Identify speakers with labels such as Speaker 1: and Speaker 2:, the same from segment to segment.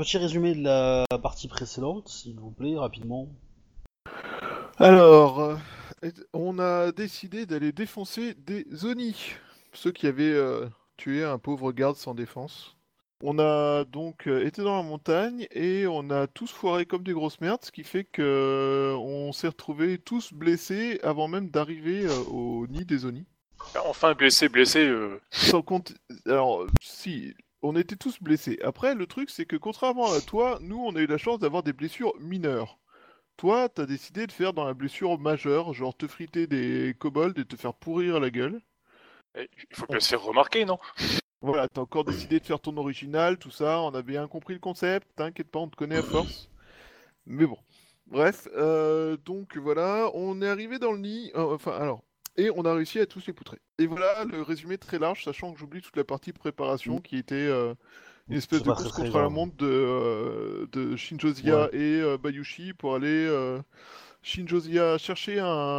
Speaker 1: petit résumé de la partie précédente, s'il vous plaît, rapidement.
Speaker 2: Alors, on a décidé d'aller défoncer des Oni, ceux qui avaient tué un pauvre garde sans défense. On a donc été dans la montagne et on a tous foiré comme des grosses merdes, ce qui fait que on s'est retrouvés tous blessés avant même d'arriver au nid des Oni.
Speaker 3: Enfin, blessé.
Speaker 2: Sans compte... Alors, si, on était tous blessés. Après, le truc, c'est que contrairement à toi, nous, on a eu la chance d'avoir des blessures mineures. Toi, t'as décidé de faire dans la blessure majeure, genre te friter des kobolds et te faire pourrir la gueule.
Speaker 3: Il faut bien se faire remarquer, non?
Speaker 2: Voilà, t'as encore décidé de faire ton original, tout ça, on a bien compris le concept, t'inquiète pas, on te connaît à force. Mais bon. Bref, donc voilà, on est arrivé dans le nid, et on a réussi à tous les poutrer. Et voilà le résumé très large, sachant que j'oublie toute la partie préparation qui était une espèce
Speaker 1: C'est
Speaker 2: de
Speaker 1: pas très
Speaker 2: course
Speaker 1: très
Speaker 2: contre la
Speaker 1: grave.
Speaker 2: montre de
Speaker 1: Ouais.
Speaker 2: Shinjozia et Bayushi pour aller Shinjozia chercher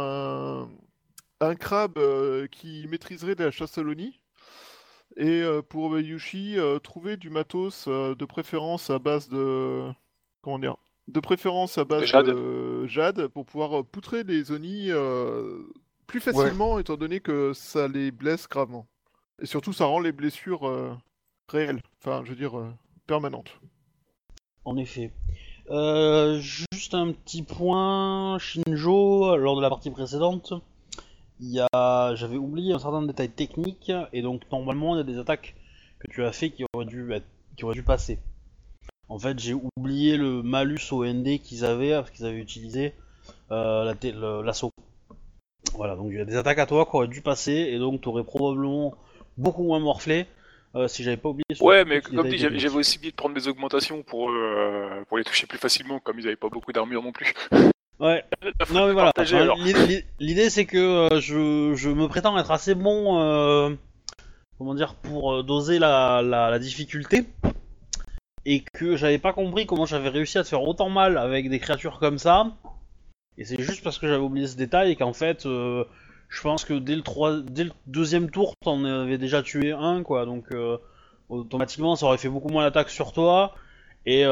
Speaker 2: un crabe qui maîtriserait de la chasse à l'Oni. Et pour Bayushi, trouver du matos de préférence à base de... Comment dire? De préférence à base
Speaker 3: Jade.
Speaker 2: de jade pour pouvoir poutrer les Oni plus
Speaker 1: Ouais.
Speaker 2: facilement étant donné que ça les blesse gravement. Et surtout ça rend les blessures réelles, enfin je veux dire permanentes.
Speaker 1: En effet. Juste un petit point, Shinjo, lors de la partie précédente, j'avais oublié un certain détail technique, et donc normalement il y a des attaques que tu as fait qui auraient dû passer. En fait, j'ai oublié le malus au ND qu'ils avaient, parce qu'ils avaient utilisé l'assaut. Voilà, donc il y a des attaques à toi qui auraient dû passer, et donc tu aurais probablement beaucoup moins morflé si j'avais pas oublié ce
Speaker 3: Ouais, mais
Speaker 1: petit
Speaker 3: comme
Speaker 1: détail
Speaker 3: dit, j'avais
Speaker 1: technique.
Speaker 3: aussi oublié de prendre des augmentations pour les toucher plus facilement, comme ils avaient pas beaucoup d'armure non plus.
Speaker 1: Ouais,
Speaker 3: La faute
Speaker 1: non mais
Speaker 3: est
Speaker 1: voilà,
Speaker 3: partagée
Speaker 1: enfin,
Speaker 3: alors.
Speaker 1: l'idée c'est que je me prétends être assez bon, comment dire, pour doser la difficulté, et que j'avais pas compris comment j'avais réussi à te faire autant mal avec des créatures comme ça, et c'est juste parce que j'avais oublié ce détail, et qu'en fait, je pense que dès le deuxième tour, t'en avais déjà tué un, quoi, donc automatiquement ça aurait fait beaucoup moins d'attaques sur toi, et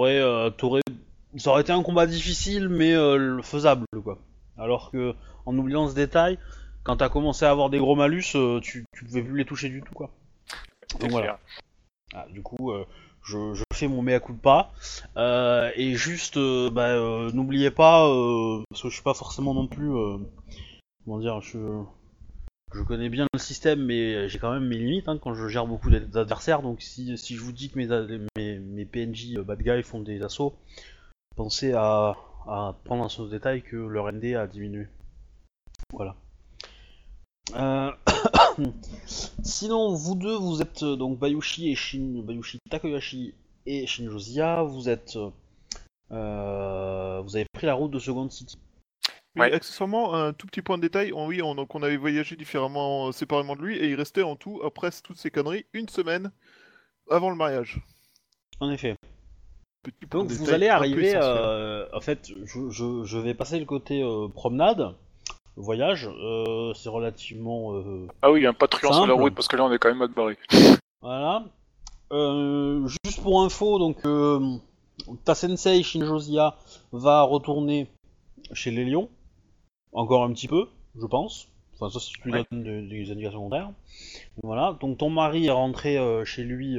Speaker 1: ça aurait été un combat difficile, mais faisable, quoi. Alors que, en oubliant ce détail, quand t'as commencé à avoir des gros malus, tu pouvais plus les toucher du tout, quoi.
Speaker 3: C'est
Speaker 1: Donc voilà.
Speaker 3: clair.
Speaker 1: Ah, du coup, je fais mon mea culpa. Et juste, n'oubliez pas, parce que je suis pas forcément non plus, comment dire, je connais bien le système, mais j'ai quand même mes limites quand je gère beaucoup d'adversaires. Donc si je vous dis que mes PNJ bad guys font des assauts, pensez à prendre en ce détail que leur ND a diminué. Voilà. Euh, Sinon, vous deux, vous êtes donc Bayushi Takoyashi et Shinjozia, vous avez pris la route de Second City.
Speaker 2: Oui,
Speaker 3: Ouais.
Speaker 2: accessoirement, un tout petit point de détail, donc on avait voyagé différemment, séparément de lui, et il restait en tout, après toutes ces conneries, une semaine avant le mariage.
Speaker 1: En effet.
Speaker 2: Petit point
Speaker 1: Donc
Speaker 2: de
Speaker 1: vous
Speaker 2: détail
Speaker 1: allez
Speaker 2: un peu
Speaker 1: arriver,
Speaker 2: essentiel.
Speaker 1: en fait, je vais passer le côté promenade, voyage, c'est relativement
Speaker 3: Ah oui, pas de truand sur la
Speaker 1: simple.
Speaker 3: route parce que là on est quand même mal barré.
Speaker 1: Voilà. Juste pour info, donc ta sensei Shinjozia va retourner chez les lions, encore un petit peu, je pense. Enfin, ça, si tu lui
Speaker 3: Ouais.
Speaker 1: donnes des indications contraires. Voilà. Donc ton mari est rentré chez lui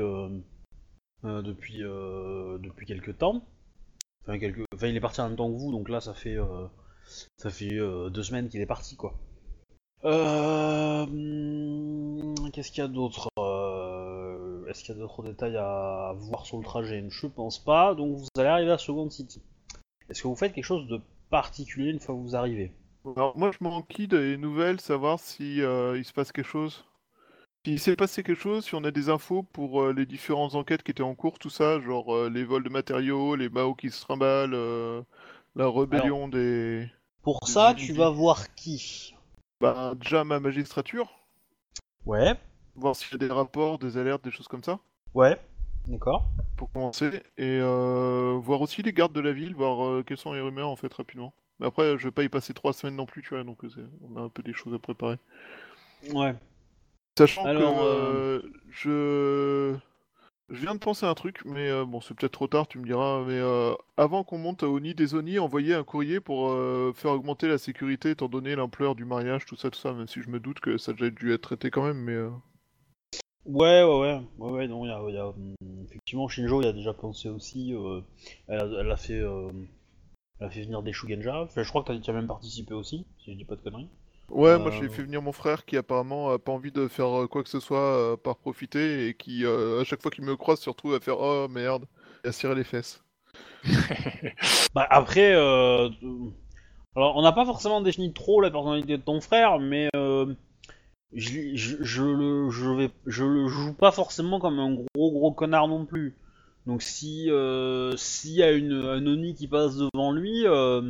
Speaker 1: depuis quelques temps. Enfin, il est parti en même temps que vous, donc là, ça fait 2 semaines qu'il est parti, quoi. Qu'est-ce qu'il y a d'autre Est-ce qu'il y a d'autres détails à voir sur le trajet? Je pense pas. Donc vous allez arriver à Second City. Est-ce que vous faites quelque chose de particulier une fois que vous arrivez?
Speaker 2: Alors moi je m'enquille des nouvelles, savoir si il se passe quelque chose. S'il s'est passé quelque chose, si on a des infos pour les différentes enquêtes qui étaient en cours, tout ça, genre les vols de matériaux, les Mao qui se trimballent, la
Speaker 1: Alors,
Speaker 2: rébellion
Speaker 1: pour
Speaker 2: des
Speaker 1: ça, tu vas
Speaker 2: Unity.
Speaker 1: voir qui?
Speaker 2: Bah déjà ma magistrature,
Speaker 1: Ouais,
Speaker 2: voir s'il y a des rapports, des alertes, des choses comme ça,
Speaker 1: ouais, d'accord.
Speaker 2: pour commencer, et voir aussi les gardes de la ville, voir quelles sont les rumeurs en fait rapidement. Mais après, je vais pas y passer 3 semaines non plus, tu vois, donc on a un peu des choses à préparer.
Speaker 1: Ouais.
Speaker 2: Sachant que
Speaker 1: Alors,
Speaker 2: Je viens de penser à un truc, mais bon, c'est peut-être trop tard, tu me diras. Mais avant qu'on monte à Oni des Oni, envoyer un courrier pour faire augmenter la sécurité, étant donné l'ampleur du mariage, tout ça, même si je me doute que ça a déjà dû être traité quand même. Mais
Speaker 1: Ouais, non, effectivement, Shinjo y a déjà pensé aussi. Elle a fait venir des Shugenja. Enfin, je crois que tu as même participé aussi, si je dis pas de conneries.
Speaker 2: ouais, moi
Speaker 1: Euh,
Speaker 2: j'ai fait venir mon frère qui apparemment a pas envie de faire quoi que ce soit par profiter et qui, à chaque fois qu'il me croise, se retrouve à faire oh merde et à se tirer les fesses.
Speaker 1: Bah après, alors on n'a pas forcément défini trop la personnalité de ton frère, mais je le joue pas forcément comme un gros connard non plus. Donc si s'il y a un Oni qui passe devant lui,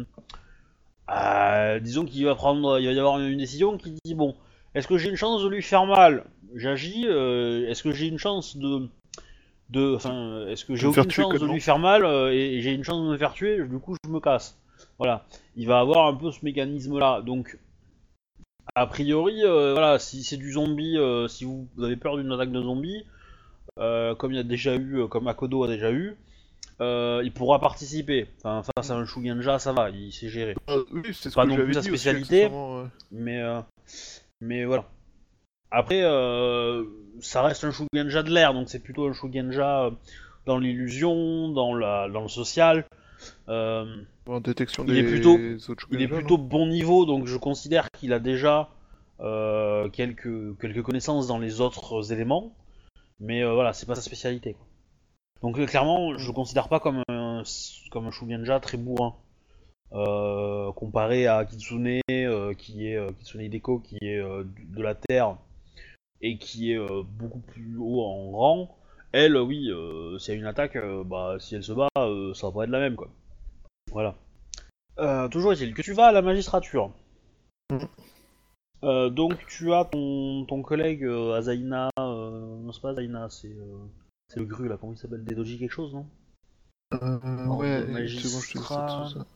Speaker 1: disons qu'il va prendre, il va y avoir une décision qui dit bon, est-ce que j'ai une chance de lui faire mal? J'agis. Est-ce que j'ai une chance enfin, est-ce que
Speaker 2: De
Speaker 1: j'ai
Speaker 2: me faire
Speaker 1: aucune
Speaker 2: tuer
Speaker 1: chance de
Speaker 2: connement.
Speaker 1: lui faire mal et j'ai une chance de me faire tuer? Du coup, je me casse. Voilà. Il va avoir un peu ce mécanisme-là. Donc, a priori, voilà, si c'est du zombie, si vous avez peur d'une attaque de zombie, comme il y a déjà eu, comme Akodo a déjà eu, il pourra participer. Enfin, face à un Shugenja, ça va, il sait gérer.
Speaker 2: Oui, c'est
Speaker 1: C'est
Speaker 2: ce
Speaker 1: pas
Speaker 2: que
Speaker 1: non plus
Speaker 2: j'avais
Speaker 1: sa
Speaker 2: dit aussi
Speaker 1: spécialité,
Speaker 2: accessoirement.
Speaker 1: mais, euh, mais voilà. Après, ça reste un Shugenja de l'air, donc c'est plutôt un Shugenja dans l'illusion, dans le social. Euh,
Speaker 2: En détection
Speaker 1: il est plutôt,
Speaker 2: des autres
Speaker 1: il est
Speaker 2: Shugenja, non?
Speaker 1: plutôt bon niveau, donc je considère qu'il a déjà quelques connaissances dans les autres éléments, mais voilà, c'est pas sa spécialité, quoi. Donc clairement, je le considère pas comme un Shugenja très bourrin. Comparé à Kitsune, qui est Kitsune Hideko, qui est de la Terre et qui est beaucoup plus haut en rang, elle, oui, s'il y a une attaque, bah, si elle se bat, ça va pas être la même, quoi. Voilà. Toujours est-il que tu vas à la magistrature.
Speaker 2: Mhm.
Speaker 1: Donc tu as ton collègue Azaina, non c'est pas Azaina, c'est le gru là, comment il s'appelle? Dedoji quelque chose, non? Ordre
Speaker 2: Ouais, une seconde, je te dis ça tout
Speaker 1: magistrat.
Speaker 2: ça.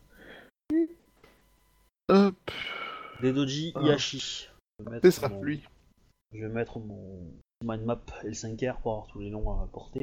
Speaker 2: Hop,
Speaker 1: Dedoji
Speaker 2: ah,
Speaker 1: Iyashi. Je vais
Speaker 2: c'est
Speaker 1: mettre
Speaker 2: ça,
Speaker 1: mon,
Speaker 2: lui.
Speaker 1: je vais mettre mon mind map L5R pour avoir tous les noms à porter.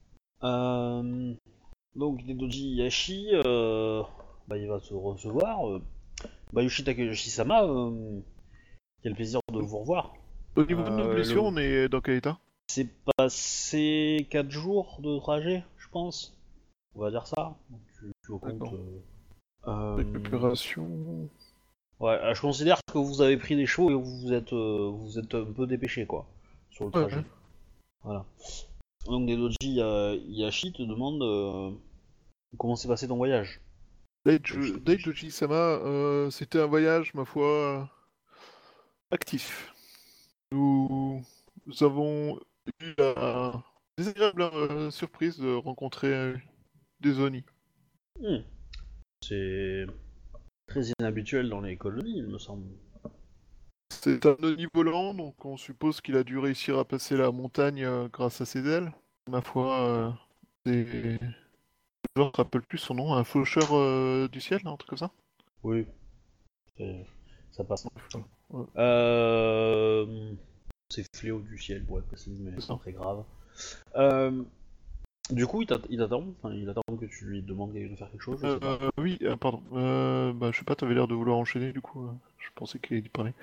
Speaker 1: Donc Dedoji Iyashi, bah, il va te recevoir. Bayushi Takeyoshi-sama, quel plaisir de vous revoir.
Speaker 2: Au niveau de nos blessures,
Speaker 1: Le...
Speaker 2: on est dans quel état?
Speaker 1: C'est passé 4 jours de trajet, je pense. On va dire ça. Donc, tu comptes.
Speaker 2: D'accord.
Speaker 1: Euh,
Speaker 2: Récupération.
Speaker 1: Ouais, je considère que vous avez pris des chevaux et vous êtes un peu dépêché, quoi, sur le
Speaker 2: Ouais.
Speaker 1: trajet. Voilà. Donc Dedoji Iyashi te demande comment s'est passé ton voyage. Bayushi Takeyoshi.
Speaker 2: Daijoji-sama, c'était un voyage, ma foi, actif. Nous avons eu la désagréable surprise de rencontrer des Oni.
Speaker 1: Hmm. C'est très inhabituel dans les colonies, il me semble.
Speaker 2: C'est un Oni volant, donc on suppose qu'il a dû réussir à passer la montagne grâce à ses ailes. Ma foi, c'est... Je me rappelle plus son nom, un faucheur du ciel, un truc comme ça?
Speaker 1: Oui, ça passe.
Speaker 2: Voilà. Ouais,
Speaker 1: Euh... C'est fléau du ciel pour être précis, mais
Speaker 2: c'est
Speaker 1: c'est pas
Speaker 2: ça.
Speaker 1: très grave. Euh... Du coup, il t'attend. Enfin, il attend que tu lui demandes de faire quelque chose, je sais pas.
Speaker 2: Oui, pardon. Bah, je sais pas, t'avais l'air de vouloir enchaîner, du coup, je pensais qu'il allait parler.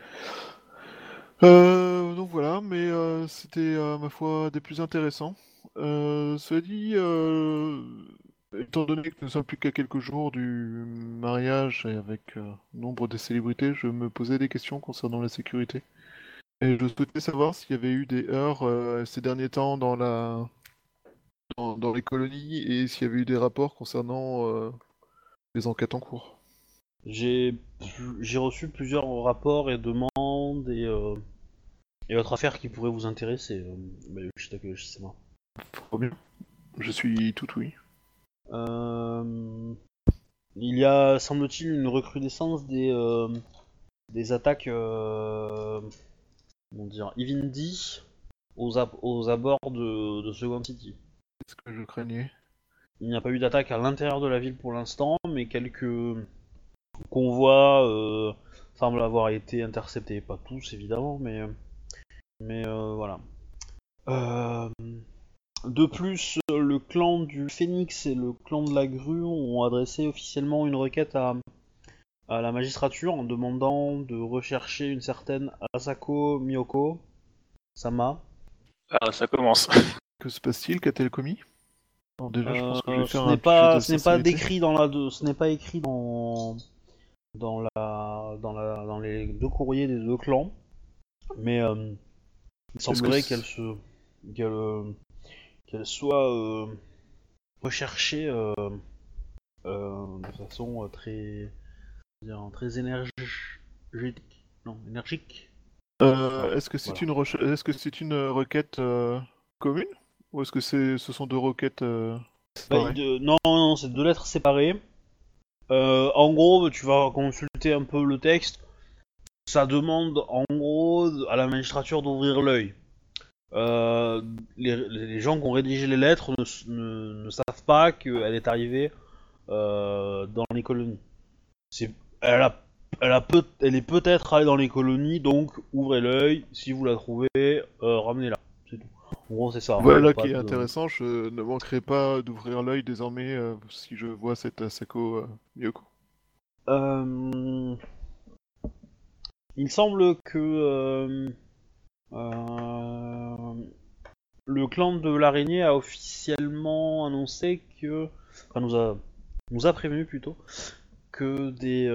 Speaker 2: Donc voilà, mais c'était, ma foi, des plus intéressants. Cela dit, étant donné que nous ne sommes plus qu'à quelques jours du mariage et avec nombre de célébrités, je me posais des questions concernant la sécurité. Et je souhaitais savoir s'il y avait eu des heurts ces derniers temps dans les colonies et s'il y avait eu des rapports concernant les enquêtes en cours.
Speaker 1: J'ai j'ai reçu plusieurs rapports et demandes et autres affaires qui pourraient vous intéresser, Bayushi Takeyoshi-sama.
Speaker 2: Trop bien. Je suis tout oui.
Speaker 1: Euh... Il y a, semble-t-il, une recrudescence des attaques, comment dire, Ivindi aux abords de Second City.
Speaker 2: C'est ce que je craignais.
Speaker 1: Il n'y a pas eu d'attaque à l'intérieur de la ville pour l'instant, mais quelques convois semblent avoir été interceptés. Pas tous, évidemment, mais voilà. Euh, De plus, le clan du Phénix et le clan de la Grue ont adressé officiellement une requête à la magistrature en demandant de rechercher une certaine Asako Miyoko Sama.
Speaker 3: Ah, ça commence.
Speaker 2: Que se passe-t-il? Qu'a-t-elle commis? Alors déjà, je pense que je vais faire
Speaker 1: Ce
Speaker 2: un
Speaker 1: n'est
Speaker 2: petit jet
Speaker 1: pas,
Speaker 2: de
Speaker 1: ce n'est pas
Speaker 2: sincérité.
Speaker 1: décrit ce n'est pas écrit dans les deux courriers des deux clans, mais il semblerait qu'elle soit recherchée de façon très énergétique. Non, énergique.
Speaker 2: Est-ce que c'est
Speaker 1: Voilà.
Speaker 2: est-ce que c'est une requête commune? Ou est-ce que ce sont deux requêtes séparées?
Speaker 1: Non, c'est deux lettres séparées. En gros, tu vas consulter un peu le texte. Ça demande en gros à la magistrature d'ouvrir l'œil. Les gens qui ont rédigé les lettres ne savent pas qu'elle est arrivée dans les colonies. C'est, elle, a, elle est peut-être allée dans les colonies, donc ouvrez l'œil. Si vous la trouvez, ramenez-la. C'est tout. En gros, c'est ça.
Speaker 2: Voilà
Speaker 1: Pas
Speaker 2: qui est
Speaker 1: de...
Speaker 2: intéressant, je ne manquerai pas d'ouvrir l'œil désormais si je vois cette Asako Miyoko.
Speaker 1: Euh, Il semble que le clan de l'araignée a officiellement annoncé que, enfin nous a prévenu plutôt que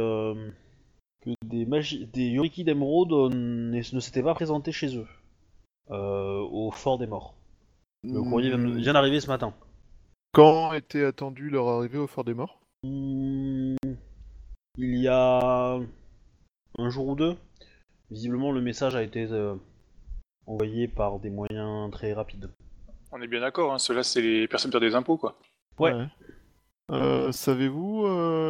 Speaker 1: des Yoriki d'Emeraude ne s'étaient pas présentés chez eux au fort des morts. Le courrier
Speaker 2: Hmm,
Speaker 1: vient d'arriver ce matin.
Speaker 2: Quand était attendu leur arrivée au Fort des Morts?
Speaker 1: Hmm, il y a un jour ou deux, visiblement le message a été envoyé par des moyens très rapides.
Speaker 3: On est bien d'accord, hein, ceux-là, c'est les percepteurs des impôts, quoi.
Speaker 1: Ouais.
Speaker 2: Ouais. Savez-vous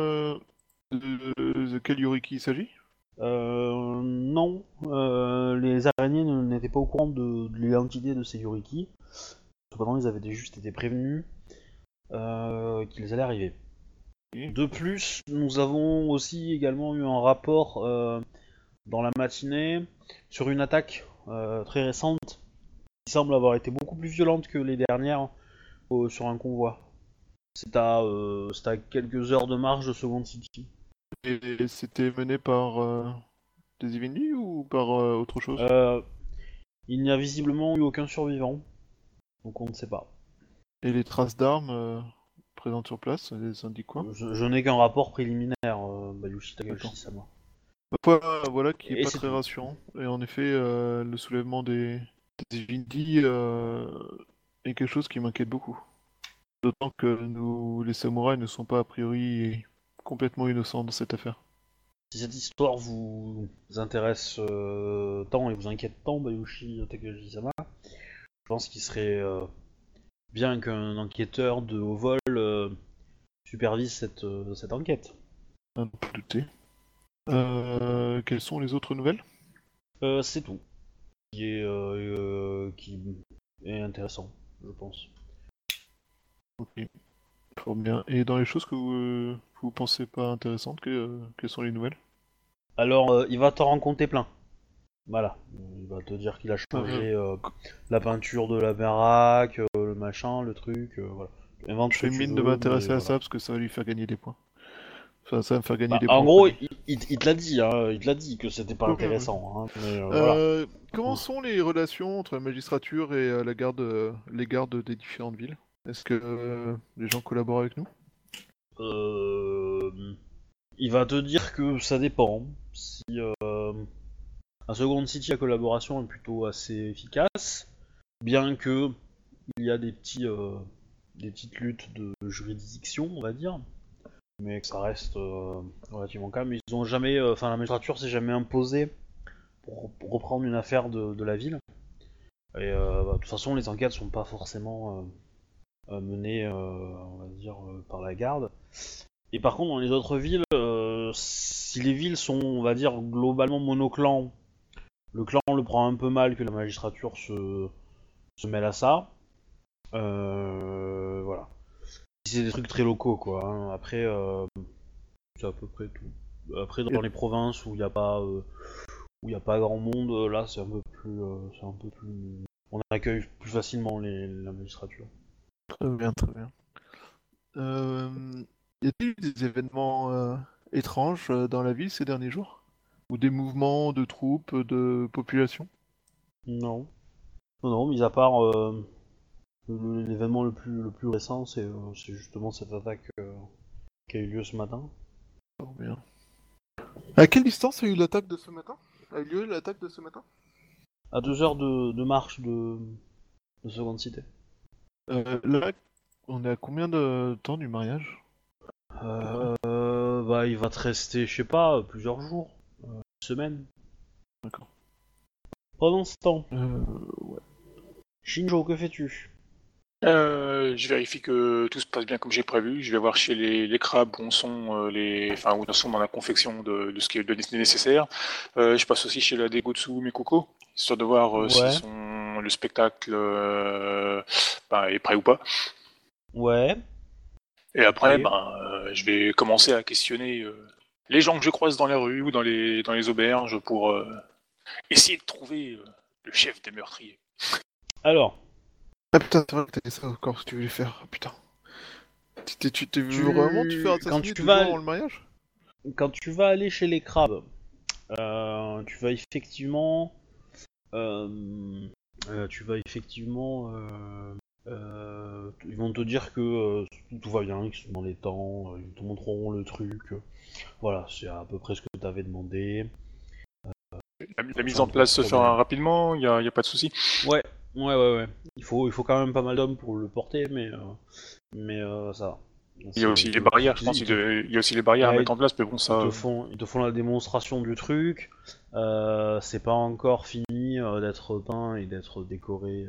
Speaker 2: de quel Yoriki il s'agit?
Speaker 1: Non, les araignées n'étaient pas au courant de l'identité de ces Yoriki. Cependant, ils avaient juste été prévenus qu'ils allaient arriver.
Speaker 2: Oui.
Speaker 1: De plus, nous avons aussi également eu un rapport dans la matinée sur une attaque très récente qui semble avoir été beaucoup plus violente que les dernières sur un convoi. C'est à quelques heures de marche de Second City.
Speaker 2: Et c'était mené par des Divinity ou par autre chose?
Speaker 1: Euh, il n'y a visiblement eu aucun survivant, donc on ne sait pas.
Speaker 2: Et les traces d'armes présentes sur place, elles indiquent quoi?
Speaker 1: Je n'ai qu'un rapport préliminaire, Bayushi
Speaker 2: D'accord.
Speaker 1: Takashi-sama.
Speaker 2: Voilà qui est
Speaker 1: Et
Speaker 2: pas
Speaker 1: c'est
Speaker 2: très
Speaker 1: tout.
Speaker 2: rassurant. Et en effet, le soulèvement des Divinity est quelque chose qui m'inquiète beaucoup. D'autant que les samouraïs ne sont pas a priori complètement innocents dans cette affaire.
Speaker 1: Si cette histoire vous intéresse tant et vous inquiète tant, Bayushi Takashi-sama, je pense qu'il serait bien qu'un enquêteur de haut vol supervise cette enquête.
Speaker 2: À ne pas douter. Quelles sont les autres nouvelles?
Speaker 1: C'est tout. Qui est intéressant, je pense.
Speaker 2: Ok, fort bien. Et dans les choses que vous pensez pas intéressantes, quelles sont les nouvelles?
Speaker 1: Alors, il va t'en raconter plein. Voilà. Il va te dire qu'il a
Speaker 2: Euh,
Speaker 1: changé la peinture de la baraque, le machin, le truc, voilà. Invente
Speaker 2: je
Speaker 1: ce que
Speaker 2: fais
Speaker 1: tu
Speaker 2: mine de
Speaker 1: veux, mais
Speaker 2: m'intéresser à
Speaker 1: voilà.
Speaker 2: ça parce que ça va lui faire gagner des points. Enfin, ça va me faire gagner
Speaker 1: Bah,
Speaker 2: des
Speaker 1: en
Speaker 2: points
Speaker 1: gros,
Speaker 2: auprès de lui.
Speaker 1: il te l'a dit, hein, il te l'a dit que c'était pas
Speaker 2: Oui, oui.
Speaker 1: intéressant, hein, mais voilà.
Speaker 2: Comment sont les relations entre la magistrature et la garde, les gardes des différentes villes? Est-ce que les gens collaborent avec nous?
Speaker 1: Euh, il va te dire que ça dépend. Si à Second City, la collaboration est plutôt assez efficace, bien que il y a des petites luttes de juridiction, on va dire, mais que ça reste relativement calme. Ils ont jamais, enfin la magistrature s'est jamais imposée pour reprendre une affaire de la ville. Et de toute façon, les enquêtes sont pas forcément menées, on va dire, par la garde. Et par contre, dans les autres villes, si les villes sont, on va dire, globalement monoclan, le clan le prend un peu mal que la magistrature se mêle à ça. Voilà. Si c'est des trucs très locaux, quoi. Hein. Après, c'est à peu près tout. Après,
Speaker 2: Et
Speaker 1: dans les provinces où il n'y a pas, grand monde, là, c'est un peu plus On accueille plus facilement la magistrature.
Speaker 2: Très bien, très bien. Y a-t-il eu des événements étranges dans la ville ces derniers jours? Ou des mouvements de troupes, de population?
Speaker 1: Non. Non, mis à part l'événement le plus récent, c'est justement cette attaque qui a eu lieu ce matin.
Speaker 2: Très bien. À quelle distance a eu l'attaque de ce matin? A eu lieu l'attaque de ce matin?
Speaker 1: À 2 heures de marche de Seconde Cité.
Speaker 2: Là, on est à combien de temps du mariage?
Speaker 1: Bah, il va te rester, je sais pas, plusieurs jours, une semaine.
Speaker 2: D'accord.
Speaker 1: Pendant ce temps,
Speaker 2: Ouais.
Speaker 1: Shinjo, que fais-tu?
Speaker 3: Je vérifie que tout se passe bien comme j'ai prévu. Je vais voir chez les crabes où en sont où en sont dans la confection de ce qui est nécessaire. Je passe aussi chez la Degotsu Mikoko, histoire de voir si
Speaker 1: Ouais.
Speaker 3: le spectacle est prêt ou pas.
Speaker 1: Ouais.
Speaker 3: Et après,
Speaker 1: Ok.
Speaker 3: je vais commencer à questionner les gens que je croise dans la rue ou dans les auberges pour essayer de trouver le chef des meurtriers.
Speaker 1: Alors,
Speaker 2: Ah putain, c'est vrai que t'avais ça encore ce que tu voulais faire. Ah, putain. Tu t'es vu vraiment te faire
Speaker 1: quand
Speaker 2: assassiner
Speaker 1: tu
Speaker 2: 2 jours
Speaker 1: vas,
Speaker 2: avant le mariage?
Speaker 1: quand tu vas aller chez les crabes, tu vas effectivement, euh, ils vont te dire que tout va bien, qu'ils sont dans les temps, ils te montreront le truc. Voilà, c'est à peu près ce que tu avais demandé.
Speaker 3: La mise
Speaker 1: Enfin,
Speaker 3: en
Speaker 1: pas de
Speaker 3: place se fera
Speaker 1: problème.
Speaker 3: rapidement, il y a pas de souci.
Speaker 1: Ouais, ouais. Il faut quand même pas mal d'hommes pour le porter, mais ça va.
Speaker 3: Il y a aussi les barrières, je pense. Il y a aussi les barrières à
Speaker 1: Ouais,
Speaker 3: mettre en place, mais bon, ça.
Speaker 1: ils te font la démonstration du truc. C'est pas encore fini d'être peint et d'être décoré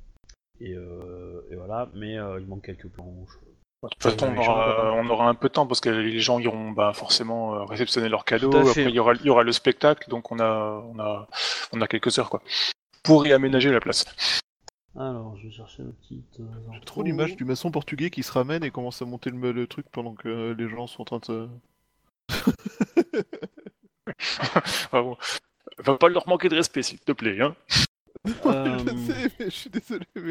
Speaker 1: et voilà, mais il manque quelques planches.
Speaker 3: De toute
Speaker 1: Rien de
Speaker 3: façon,
Speaker 1: méchant quoi.
Speaker 3: on aura un peu de temps parce que les gens iront forcément réceptionner leurs
Speaker 1: Tout à
Speaker 3: cadeaux. Après,
Speaker 1: fait.
Speaker 3: il y aura le spectacle, donc on a quelques heures quoi pour y aménager la place.
Speaker 1: Alors, je vais chercher une petite
Speaker 2: J'ai trop
Speaker 1: info.
Speaker 2: l'image du maçon portugais qui se ramène et commence à monter le truc pendant que les gens sont en train de se...
Speaker 3: Ah bon. Va pas leur manquer de respect, s'il te plaît. Hein.
Speaker 2: Je
Speaker 1: Euh,
Speaker 2: sais, mais je suis désolé, mais...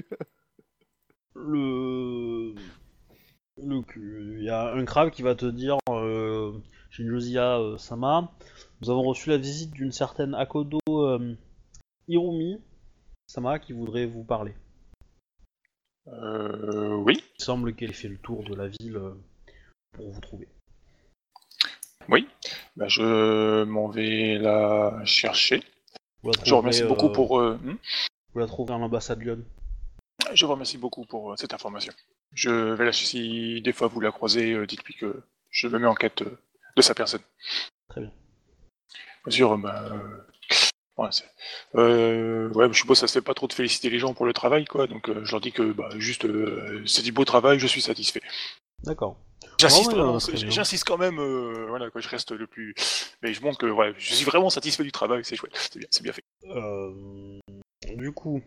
Speaker 1: le... Il y a un crabe qui va te dire Shinjozia Sama, nous avons reçu la visite d'une certaine Akodo Hirumi Sama qui voudrait vous parler.
Speaker 3: Oui,
Speaker 1: Il semble qu'elle ait fait le tour de la ville pour vous trouver.
Speaker 3: oui. Je m'en vais la chercher.
Speaker 1: Vous la
Speaker 3: Je vous
Speaker 1: trouverez,
Speaker 3: remercie beaucoup pour.
Speaker 1: vous la trouverez à l'ambassade Lyon.
Speaker 3: Je vous remercie beaucoup pour cette information. Je vais la si des fois vous la croisez, dites-lui que je me mets en quête de sa personne.
Speaker 1: Très bien.
Speaker 3: Bien sûr, ouais, je suppose que ça se fait pas trop de féliciter les gens pour le travail, quoi. Donc je leur dis que juste c'est du beau travail, je suis satisfait.
Speaker 1: D'accord.
Speaker 3: J'insiste
Speaker 1: Non, mais,
Speaker 3: vraiment,
Speaker 1: très bien.
Speaker 3: j'insiste quand même, voilà, quoi, je reste le plus. Mais je montre que ouais, je suis vraiment satisfait du travail, c'est chouette, c'est bien fait.
Speaker 1: Du coup,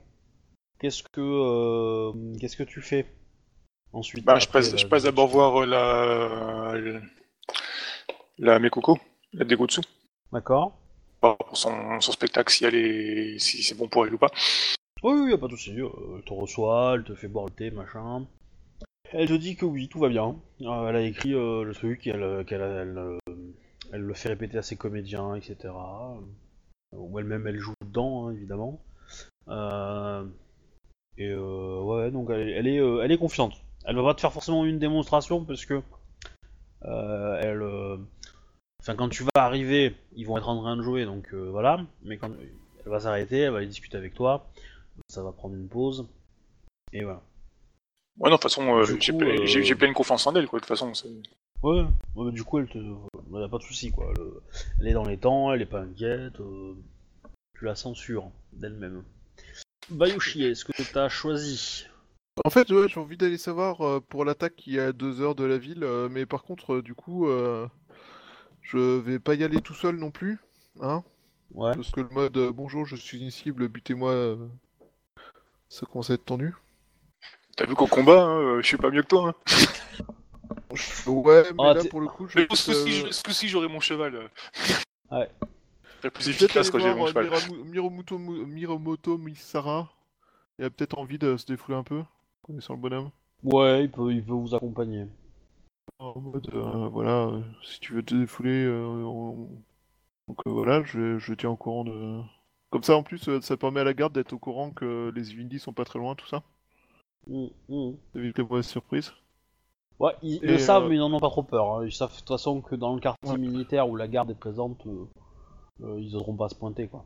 Speaker 1: qu'est-ce que tu fais ensuite après
Speaker 3: Je
Speaker 1: la
Speaker 3: passe
Speaker 1: visite
Speaker 3: d'abord
Speaker 1: chez les-
Speaker 3: voir la Mekoko, la Degotsu.
Speaker 1: D'accord.
Speaker 3: Pour son spectacle si c'est bon pour elle ou pas.
Speaker 1: Oui, y a pas de souci. Elle te reçoit, elle te fait boire le thé, machin. Elle te dit que oui, tout va bien. Elle a écrit le truc, elle le fait répéter à ses comédiens, etc. Ou elle-même, elle joue dedans, hein, évidemment. Euh, ouais, donc elle est confiante. Elle va pas te faire forcément une démonstration parce que elle, enfin quand tu vas arriver, ils vont être en train de jouer, donc voilà. Mais quand elle va s'arrêter, elle va aller discuter avec toi. Ça va prendre une pause et voilà.
Speaker 3: Ouais, non, de toute façon,
Speaker 1: Du coup,
Speaker 3: j'ai pleine confiance en elle, quoi, de toute façon.
Speaker 1: ouais, du coup, elle a pas de soucis, quoi. Elle est dans les temps, elle est pas inquiète. Tu la censures d'elle-même. Bayushi, est-ce que t'as choisi?
Speaker 2: En fait, ouais, j'ai envie d'aller savoir pour l'attaque qui est à 2 heures de la ville, mais par contre, du coup, je vais pas y aller tout seul non plus, hein,
Speaker 1: Ouais.
Speaker 2: parce que le mode bonjour, je suis une cible, butez-moi, ça commence à être tendu.
Speaker 3: T'as vu qu'au combat, hein, je suis pas mieux que toi. Hein.
Speaker 2: Ouais, mais
Speaker 1: Ah,
Speaker 2: là pour le coup, je vais
Speaker 3: Mais
Speaker 2: peut-être
Speaker 3: ce coup-ci, j'aurai mon cheval.
Speaker 1: Ouais.
Speaker 3: C'est plus
Speaker 2: je vais peut-être
Speaker 3: efficace
Speaker 2: aller
Speaker 3: quand j'ai
Speaker 2: voir
Speaker 3: mon cheval.
Speaker 2: Miromoto Misara Il a peut-être envie de se défouler un peu, connaissant le bonhomme.
Speaker 1: Ouais, il peut vous accompagner.
Speaker 2: En mode, voilà, si tu veux te défouler, donc voilà, je tiens au courant de... Comme ça, en plus, ça permet à la garde d'être au courant que les Ivindi sont pas très loin, tout ça. Ça évite les mauvaises surprises.
Speaker 1: Ouais, ils le
Speaker 2: Et,
Speaker 1: savent, mais ils n'en ont pas trop peur. Hein. Ils savent de toute façon que dans le quartier
Speaker 2: Ouais.
Speaker 1: militaire où la garde est présente, ils n'oseront pas se pointer, quoi.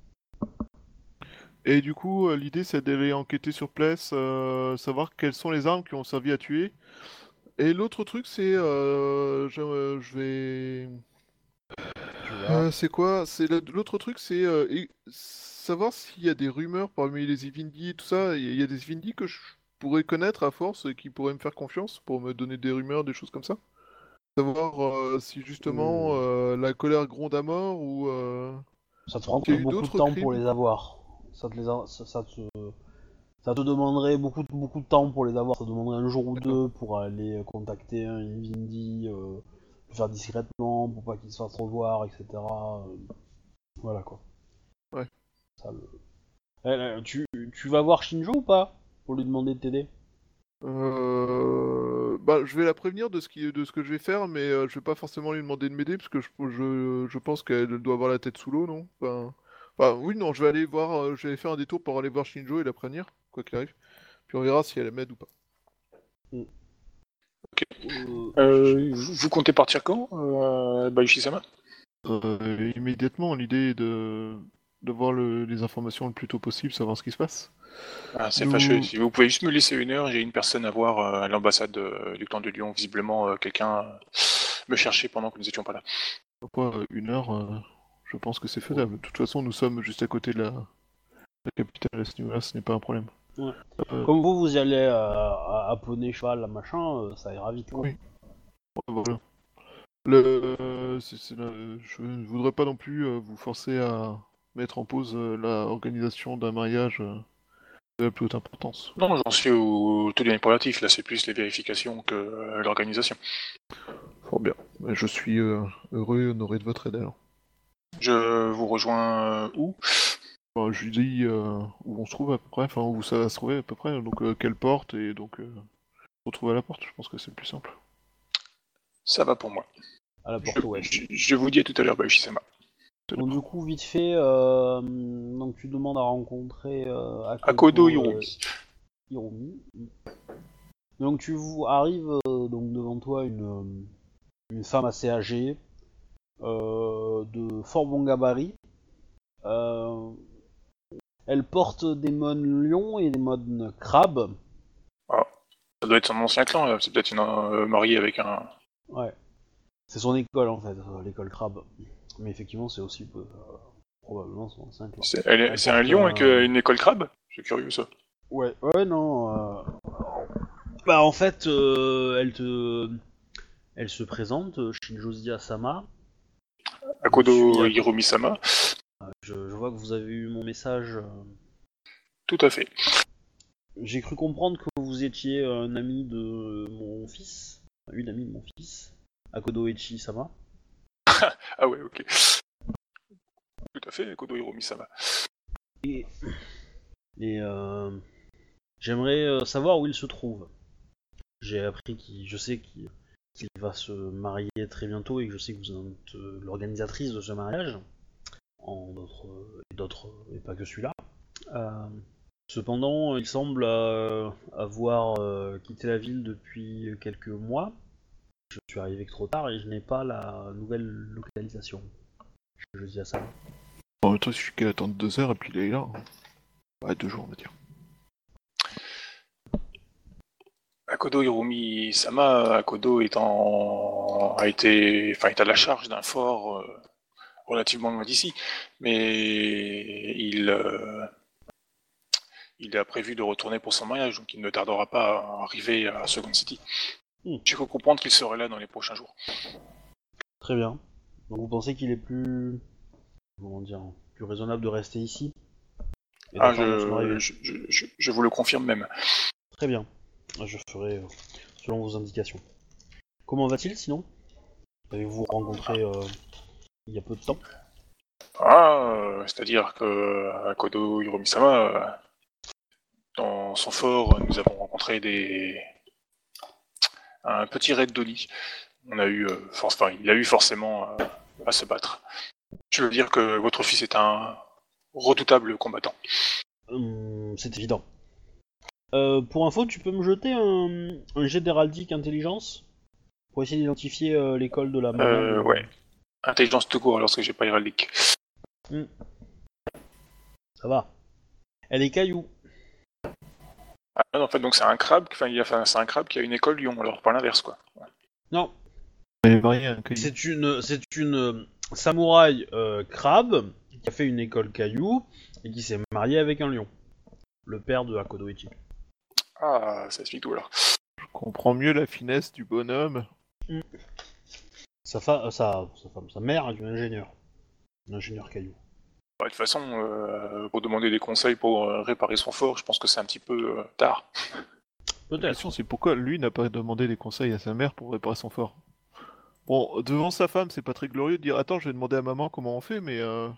Speaker 2: Et du coup, l'idée, c'est d'aller enquêter sur place, savoir quelles sont les armes qui ont servi à tuer. Et l'autre truc, c'est... je vais...
Speaker 1: Tu verras.
Speaker 2: C'est quoi? L'autre truc, c'est savoir s'il y a des rumeurs parmi les Ivindi et tout ça. Il y a des Ivindi que je pourrais connaître à force et qui pourraient me faire confiance pour me donner des rumeurs, des choses comme ça. Savoir si justement la colère gronde à mort ou
Speaker 1: Ça te
Speaker 2: qu'il
Speaker 1: prendrait
Speaker 2: y a eu
Speaker 1: beaucoup de
Speaker 2: d'autres
Speaker 1: temps pour
Speaker 2: crimes.
Speaker 1: les avoir. Ça te demanderait beaucoup de temps pour les avoir. Ça te demanderait un jour ou
Speaker 2: D'accord.
Speaker 1: deux pour aller contacter un Vindi, le faire discrètement pour pas qu'il se fasse revoir, etc. Voilà quoi.
Speaker 2: Ouais.
Speaker 1: Ça, tu vas voir Shinjo ou pas pour lui demander de t'aider?
Speaker 2: Bah, je vais la prévenir de ce que je vais faire, mais je vais pas forcément lui demander de m'aider parce que je pense qu'elle doit avoir la tête sous l'eau, non? Enfin, oui, non, je vais aller voir, je vais faire un détour pour aller voir Shinjo et la prévenir, quoi qu'il arrive. Puis on verra si elle m'aide ou pas.
Speaker 3: Vous comptez partir quand, Bayushi-sama?
Speaker 2: Immédiatement, l'idée est de voir les informations le plus tôt possible, savoir ce qui se passe.
Speaker 3: Ah, c'est
Speaker 2: Nous-
Speaker 3: fâcheux. Si vous pouvez juste me laisser 1 heure, j'ai une personne à voir à l'ambassade du clan de Lyon. Visiblement, quelqu'un me cherchait pendant que nous étions pas là.
Speaker 2: Pourquoi 1 heure je pense que c'est faisable. De toute façon, nous sommes juste à côté de la capitale à ce niveau-là, ce n'est pas un problème.
Speaker 1: Ouais.
Speaker 2: Euh,
Speaker 1: Comme vous y allez à poney, cheval, machin, ça ira vite. Quoi.
Speaker 2: Oui. Voilà. Je ne voudrais pas non plus vous forcer à mettre en pause l'organisation d'un mariage de la plus haute importance.
Speaker 3: Non, j'en suis au tout dernier relatif. Là, c'est plus les vérifications que l'organisation.
Speaker 2: Fort bien. Je suis heureux et honoré de votre aide alors.
Speaker 3: Je vous rejoins où?
Speaker 2: Enfin, je lui dis où on se trouve à peu près, enfin où ça va se trouver à peu près, donc quelle porte, et donc se retrouver à la porte, je pense que c'est le plus simple.
Speaker 3: Ça va pour moi.
Speaker 1: À la porte ouest.
Speaker 3: Je vous dis à tout à l'heure, Bayushi-sama.
Speaker 1: Donc du coup, vite fait, donc tu demandes à rencontrer
Speaker 3: Akodo Hirumi.
Speaker 1: Hirumi. Donc tu arrives donc devant toi une femme assez âgée, de fort bon gabarit. Elle porte des modes lion et des modes crabe.
Speaker 3: Ah, ça doit être son ancien clan, là. C'est peut-être une mariée avec un...
Speaker 1: Ouais. C'est son école en fait, l'école crabe. Mais effectivement, c'est aussi probablement son ancien clan.
Speaker 3: C'est un lion avec une école crabe? C'est curieux, ça.
Speaker 1: Ouais, non. Bah en fait, elle se présente, Shinjozi Asama.
Speaker 3: Akodo Hirumi-sama.
Speaker 1: Je vois que vous avez eu mon message.
Speaker 3: Tout à fait.
Speaker 1: J'ai cru comprendre que vous étiez un ami de mon fils. Une amie de mon fils. Akodo Echi-sama.
Speaker 3: Ah ouais, ok. Tout à fait, Akodo Hirumi-sama.
Speaker 1: Et j'aimerais savoir où il se trouve. J'ai appris je sais qu'il va se marier très bientôt et que je sais que vous êtes l'organisatrice de ce mariage. En d'autres, et pas que celui-là. Cependant, il semble avoir quitté la ville depuis quelques mois. Je suis arrivé que trop tard et je n'ai pas la nouvelle localisation. Je dis à ça.
Speaker 2: En même temps, il suffit qu'elle attende 2 heures et puis il est là. Ouais, 2 jours, on va dire.
Speaker 3: Akodo Hirumi-sama, Akodo est à la charge d'un fort relativement loin d'ici, mais il a prévu de retourner pour son mariage, donc il ne tardera pas à arriver à Second City. J'ai cru comprendre qu'il serait là dans les prochains jours.
Speaker 1: Très bien. Donc vous pensez qu'il est plus raisonnable de rester ici?
Speaker 3: Je vous le confirme même.
Speaker 1: Très bien. Je ferai selon vos indications. Comment va-t-il sinon? Avez-vous rencontré il y a peu de temps?
Speaker 3: C'est-à-dire que Akodo Hirumi-sama Dans son fort, nous avons rencontré un petit raid d'Oli. Il a eu forcément à se battre. Je veux dire que votre fils est un redoutable combattant.
Speaker 1: C'est évident. Pour info, tu peux me jeter un jet d'héraldique intelligence pour essayer d'identifier l'école de la maman.
Speaker 3: Ouais. Intelligence tout court, alors que j'ai pas héraldique.
Speaker 1: Ça va. Elle est caillou.
Speaker 3: Ah, en fait, donc c'est un crabe. C'est un crabe qui a une école Lyon, alors pas l'inverse, quoi.
Speaker 1: Non,
Speaker 2: Elle est mariée à un caillou.
Speaker 1: c'est une samouraï crabe qui a fait une école caillou et qui s'est mariée avec un lion. Le père de Hakodoichi.
Speaker 3: Ah, ça explique tout alors.
Speaker 2: Je comprends mieux la finesse du bonhomme.
Speaker 1: Sa mère est une ingénieure. Un ingénieur caillou.
Speaker 3: De toute façon, pour demander des conseils pour réparer son fort, je pense que c'est un petit peu tard.
Speaker 2: La
Speaker 1: Peut-être.
Speaker 2: question, c'est pourquoi lui n'a pas demandé des conseils à sa mère pour réparer son fort. Bon, devant sa femme, c'est pas très glorieux de dire attends, je vais demander à maman comment on fait, mais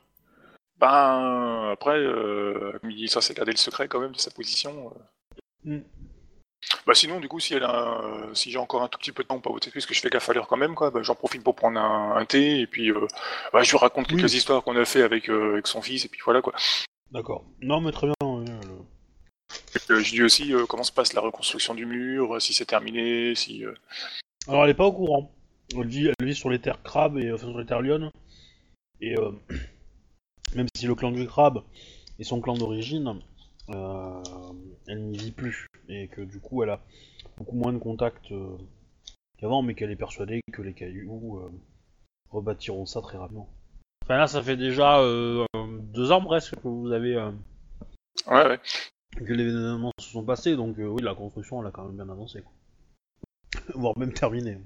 Speaker 3: Ben, après, comme il dit, ça c'est garder le secret quand même de sa position. Bah sinon, du coup, si j'ai encore un tout petit peu de temps pour voter, parce que je fais gaffe à l'heure quand même, quoi, bah, j'en profite pour prendre un thé, et puis bah, je lui raconte quelques histoires qu'on a fait avec son fils, et puis voilà, quoi.
Speaker 1: D'accord. Non, mais très bien.
Speaker 3: Je dis aussi comment se passe la reconstruction du mur, si c'est terminé, si...
Speaker 1: Alors, elle est pas au courant. Elle vit sur les terres crabes et sur les terres lionnes. Et même si le clan du crabe est son clan d'origine, elle n'y vit plus. Et que du coup, elle a beaucoup moins de contacts qu'avant, mais qu'elle est persuadée que les cailloux rebâtiront ça très rapidement. Enfin là, ça fait déjà 2 ans presque que vous avez...
Speaker 3: Ouais.
Speaker 1: que les événements se sont passés, donc oui, la construction, elle a quand même bien avancé. Quoi. Voire même terminé.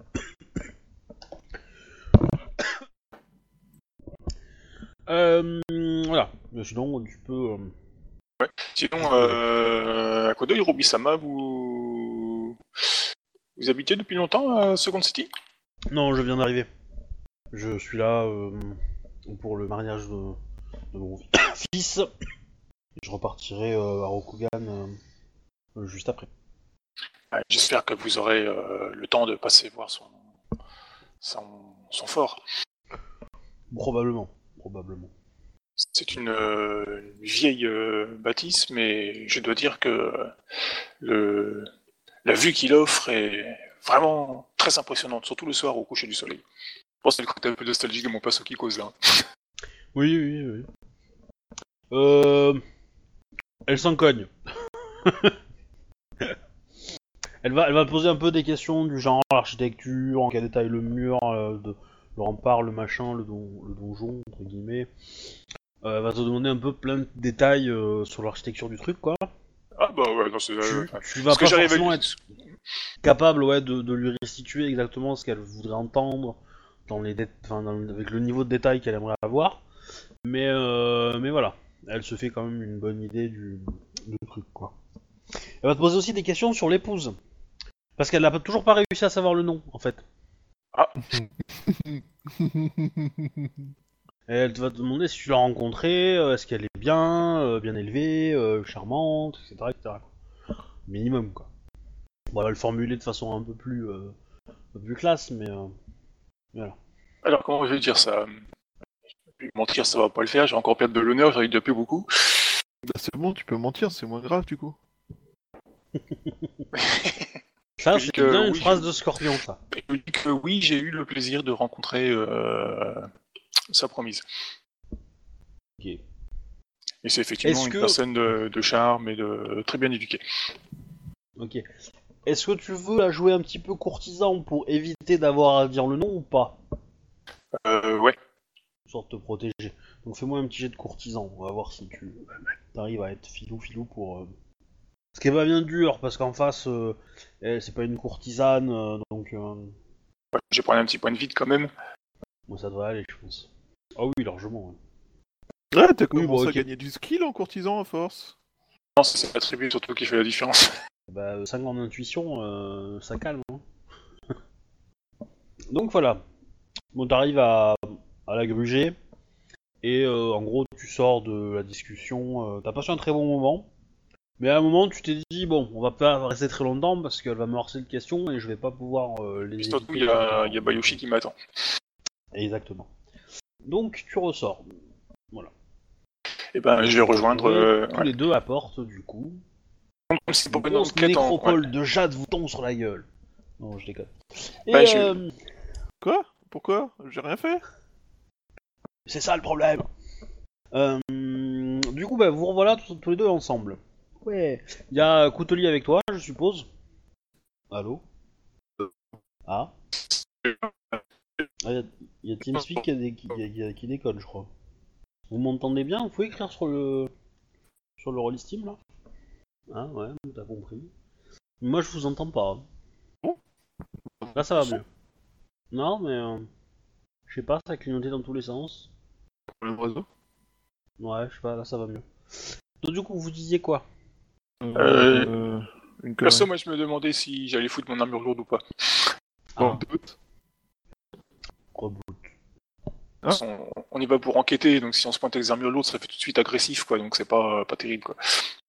Speaker 1: Voilà. Mais sinon, tu peux...
Speaker 3: Sinon, à Kodo Hirobisama, vous habitez depuis longtemps à Second City?
Speaker 1: Non, je viens d'arriver. Je suis là pour le mariage de mon fils. Je repartirai à Rokugan juste après.
Speaker 3: Ouais, j'espère que vous aurez le temps de passer voir son fort.
Speaker 1: Probablement.
Speaker 3: C'est une vieille bâtisse, mais je dois dire que la vue qu'il offre est vraiment très impressionnante, surtout le soir au coucher du soleil. Je pense que c'est le côté un peu nostalgique de mon perso qui cause là.
Speaker 1: Oui. Elle s'en cogne. Elle va poser un peu des questions du genre l'architecture, en quel détail le mur, le rempart, le machin, le donjon, entre guillemets. Elle va te demander un peu plein de détails sur l'architecture du truc, quoi.
Speaker 3: Ah bah ouais, non, c'est...
Speaker 1: Tu vas pas forcément être capable de lui restituer exactement ce qu'elle voudrait entendre avec le niveau de détail qu'elle aimerait avoir. Mais voilà, elle se fait quand même une bonne idée du truc, quoi. Elle va te poser aussi des questions sur l'épouse. Parce qu'elle n'a toujours pas réussi à savoir le nom, en fait.
Speaker 3: Ah.
Speaker 1: Et elle va te demander si tu l'as rencontrée, est-ce qu'elle est bien élevée, charmante, etc. Minimum, quoi. Bon, elle va le formuler de façon un peu plus classe, mais voilà.
Speaker 3: Alors comment je vais dire ça? Mentir, ça va pas le faire, j'ai encore perdre de l'honneur, j'arrive depuis beaucoup.
Speaker 2: Bah, c'est bon, tu peux mentir, c'est moins grave du coup.
Speaker 1: Ça, c'est bien une phrase de Scorpion, ça.
Speaker 3: Je dis que oui, j'ai eu le plaisir de rencontrer sa promise.
Speaker 1: Ok.
Speaker 3: Et c'est effectivement une personne de charme et de très bien éduquée.
Speaker 1: Ok. Est-ce que tu veux la jouer un petit peu courtisan pour éviter d'avoir à dire le nom ou pas?
Speaker 3: Ouais.
Speaker 1: Une sorte de te protéger. Donc fais-moi un petit jet de courtisan, on va voir si tu arrives à être filou pour... Ce qui est pas bien dur, parce qu'en face, c'est pas une courtisane, donc...
Speaker 3: Ouais, j'ai pris un petit point de vide quand même.
Speaker 1: Bon, ça devrait aller, je pense. Ah oui, largement.
Speaker 2: Ah, t'as commencé à gagner du skill en courtisan à force.
Speaker 3: Non, c'est l'attribut surtout qui fait la différence.
Speaker 1: Bah, 5 ans d'intuition, ça calme. Hein. Donc voilà. Bon, t'arrives à la gruger, et en gros, tu sors de la discussion. T'as passé un très bon moment. Mais à un moment, tu t'es dit, bon, on va pas rester très longtemps parce qu'elle va me harceler de questions et je vais pas pouvoir les
Speaker 3: Et surtout,
Speaker 1: éviter.
Speaker 3: il y a Bayoshi qui m'attend.
Speaker 1: Exactement. Donc, tu ressors.
Speaker 3: Et ben, je vais rejoindre.
Speaker 1: Tous les deux à porte, du coup.
Speaker 3: Comme c'est pour
Speaker 1: Une
Speaker 3: une
Speaker 1: grosse
Speaker 3: enquête en.
Speaker 1: nécropole de jade vous tombe sur la gueule. Non, je déconne. Et
Speaker 3: Bah, je-
Speaker 2: Quoi? Pourquoi? J'ai rien fait?
Speaker 1: c'est ça le problème. Du coup, bah, vous revoilà tous les deux ensemble. Ouais. Il y a Coutelier avec toi, je suppose. Allô? Ah. Il y a TeamSpeak qui déconne, je crois. Vous m'entendez bien? Vous pouvez écrire sur le Rollistim là? Ah ouais, t'as compris. Moi, je vous entends pas.
Speaker 2: Bon.
Speaker 1: Là, ça va mieux. Non, mais je sais pas, ça a clignoté dans tous les sens.
Speaker 2: Problème réseau?
Speaker 1: Ouais, je sais pas, là, ça va mieux. Donc, du coup, vous disiez quoi?
Speaker 2: Une
Speaker 3: Perso,
Speaker 2: connerie.
Speaker 3: moi, je me demandais si j'allais foutre mon armure lourde ou pas.
Speaker 2: Bon,
Speaker 1: Ah,
Speaker 2: doute.
Speaker 1: reboot.
Speaker 3: De toute façon, on y va pour enquêter, donc si on se pointe avec des armures lourdes, ça fait tout de suite agressif, quoi, donc c'est pas terrible, quoi.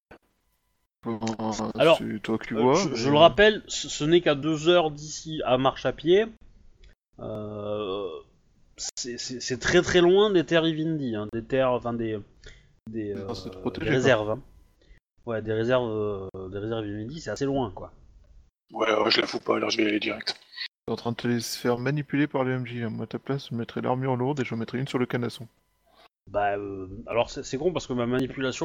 Speaker 1: Alors,
Speaker 2: c'est toi qui vois.
Speaker 1: Je le rappelle, ce n'est qu'à 2 heures d'ici à marche à pied. C'est très très loin des terres Ivindi, hein, des terres, enfin des
Speaker 2: C'est protégé,
Speaker 1: des réserves. Hein. Ouais, des réserves Ivindi, c'est assez loin, quoi.
Speaker 3: Ouais, je la fous pas, alors je vais y aller direct.
Speaker 2: T'es en train de te laisser faire manipuler par les MJ. Moi, à ta place, je mettrais l'armure lourde et je mettrais une sur le canasson.
Speaker 1: Bah, alors c'est con parce que ma manipulation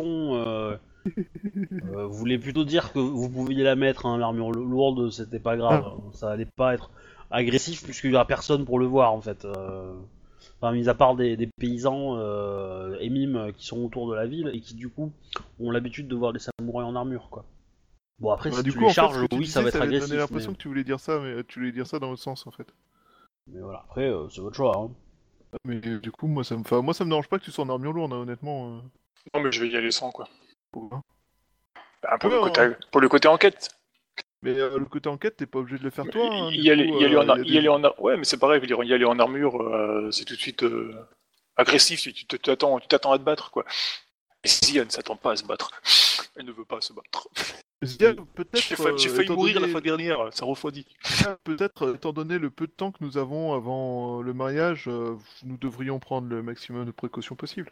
Speaker 1: voulait plutôt dire que vous pouviez la mettre, hein, l'armure lourde, c'était pas grave,
Speaker 2: Ah.
Speaker 1: hein. Ça allait pas être agressif puisqu'il y a personne pour le voir en fait. Enfin, mis à part des paysans et mimes qui sont autour de la ville et qui du coup ont l'habitude de voir des samouraïs en armure, quoi. Bon après
Speaker 2: Bah,
Speaker 1: si
Speaker 2: du
Speaker 1: tu
Speaker 2: coup,
Speaker 1: les
Speaker 2: en fait,
Speaker 1: charges,
Speaker 2: ce que tu
Speaker 1: oui ça
Speaker 2: disais,
Speaker 1: va être
Speaker 2: ça avait donné
Speaker 1: agressif,
Speaker 2: l'impression que tu voulais dire ça, mais tu voulais dire ça dans l'autre sens, en fait.
Speaker 1: mais voilà, après c'est votre choix. Hein.
Speaker 2: Mais du coup, moi, ça me dérange pas que tu sois en armure lourde, hein, honnêtement.
Speaker 3: Non, mais je vais y aller sans, quoi.
Speaker 2: Pourquoi?
Speaker 3: Bah,
Speaker 2: Ouais,
Speaker 3: pour le côté enquête.
Speaker 2: Mais le côté enquête, t'es pas obligé de le faire toi. Hein,
Speaker 3: Y aller,
Speaker 2: y a des-
Speaker 3: ouais, mais c'est pareil, je veux dire, y aller en armure, c'est tout de suite agressif, tu t'attends à te battre, quoi. Et Zia ne s'attend pas à se battre. Elle ne veut pas se battre.
Speaker 2: Zia, peut-être.
Speaker 3: J'ai failli
Speaker 2: étant
Speaker 3: mourir la
Speaker 2: donné-
Speaker 3: fois dernière, ça refroidit.
Speaker 2: Peut-être, étant donné le peu de temps que nous avons avant le mariage, nous devrions prendre le maximum de précautions possible.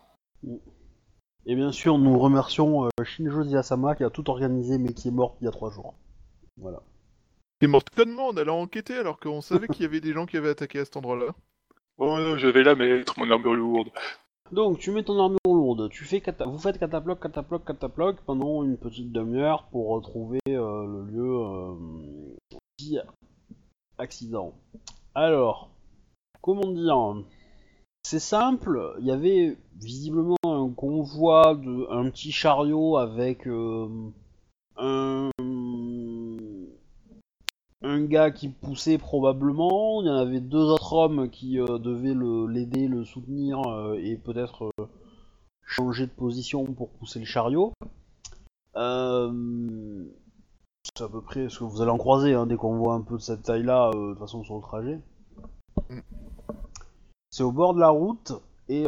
Speaker 1: Et bien sûr nous remercions Shinjo Ziyasama qui a tout organisé mais qui est morte il y a 3 jours. Voilà.
Speaker 2: T'es morte connement en allant enquêter alors qu'on savait qu'il y avait des gens qui avaient attaqué à cet endroit-là.
Speaker 3: Oh non, je vais là mettre mon armure lourde.
Speaker 1: Donc tu mets ton armure lourde, vous faites cataploc pendant une petite demi-heure pour retrouver le lieu dit accident. Alors, comment dire? C'est simple, il y avait visiblement un convoi un petit chariot avec un gars qui poussait probablement, il y en avait 2 autres hommes qui devaient l'aider, le soutenir et peut-être changer de position pour pousser le chariot. C'est à peu près ce que vous allez en croiser hein, dès qu'on voit un peu de cette taille-là, de toute façon sur le trajet. C'est au bord de la route et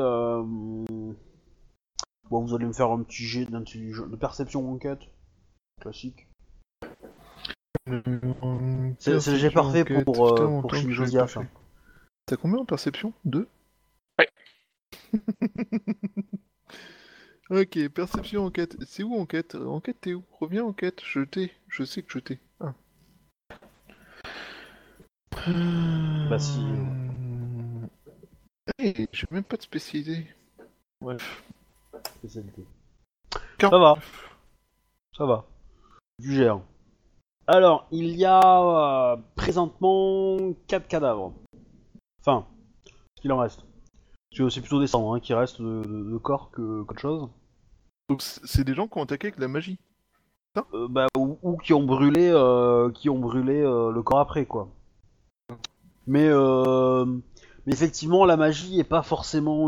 Speaker 1: bon, vous allez me faire un petit jet de perception enquête classique. C'est le jet parfait pour Shinjo Zia, ça.
Speaker 2: T'as combien en perception? 2?
Speaker 3: Ouais.
Speaker 2: Ok, perception, enquête. C'est où enquête? Enquête, t'es où? Reviens enquête, je sais que je t'ai. Ah.
Speaker 1: Bah si.
Speaker 2: Hey, j'ai même pas de spécialité. Bref.
Speaker 1: Spécialité.
Speaker 2: 49.
Speaker 1: Ça va. Du gère. Alors, il y a présentement 4 cadavres. Enfin, ce qu'il en reste. C'est plutôt des cendres hein, qui restent de corps qu'autre chose.
Speaker 2: Donc c'est des gens qui ont attaqué avec de la magie.
Speaker 1: Ou qui ont brûlé, le corps après, quoi. Mais effectivement, la magie est pas forcément,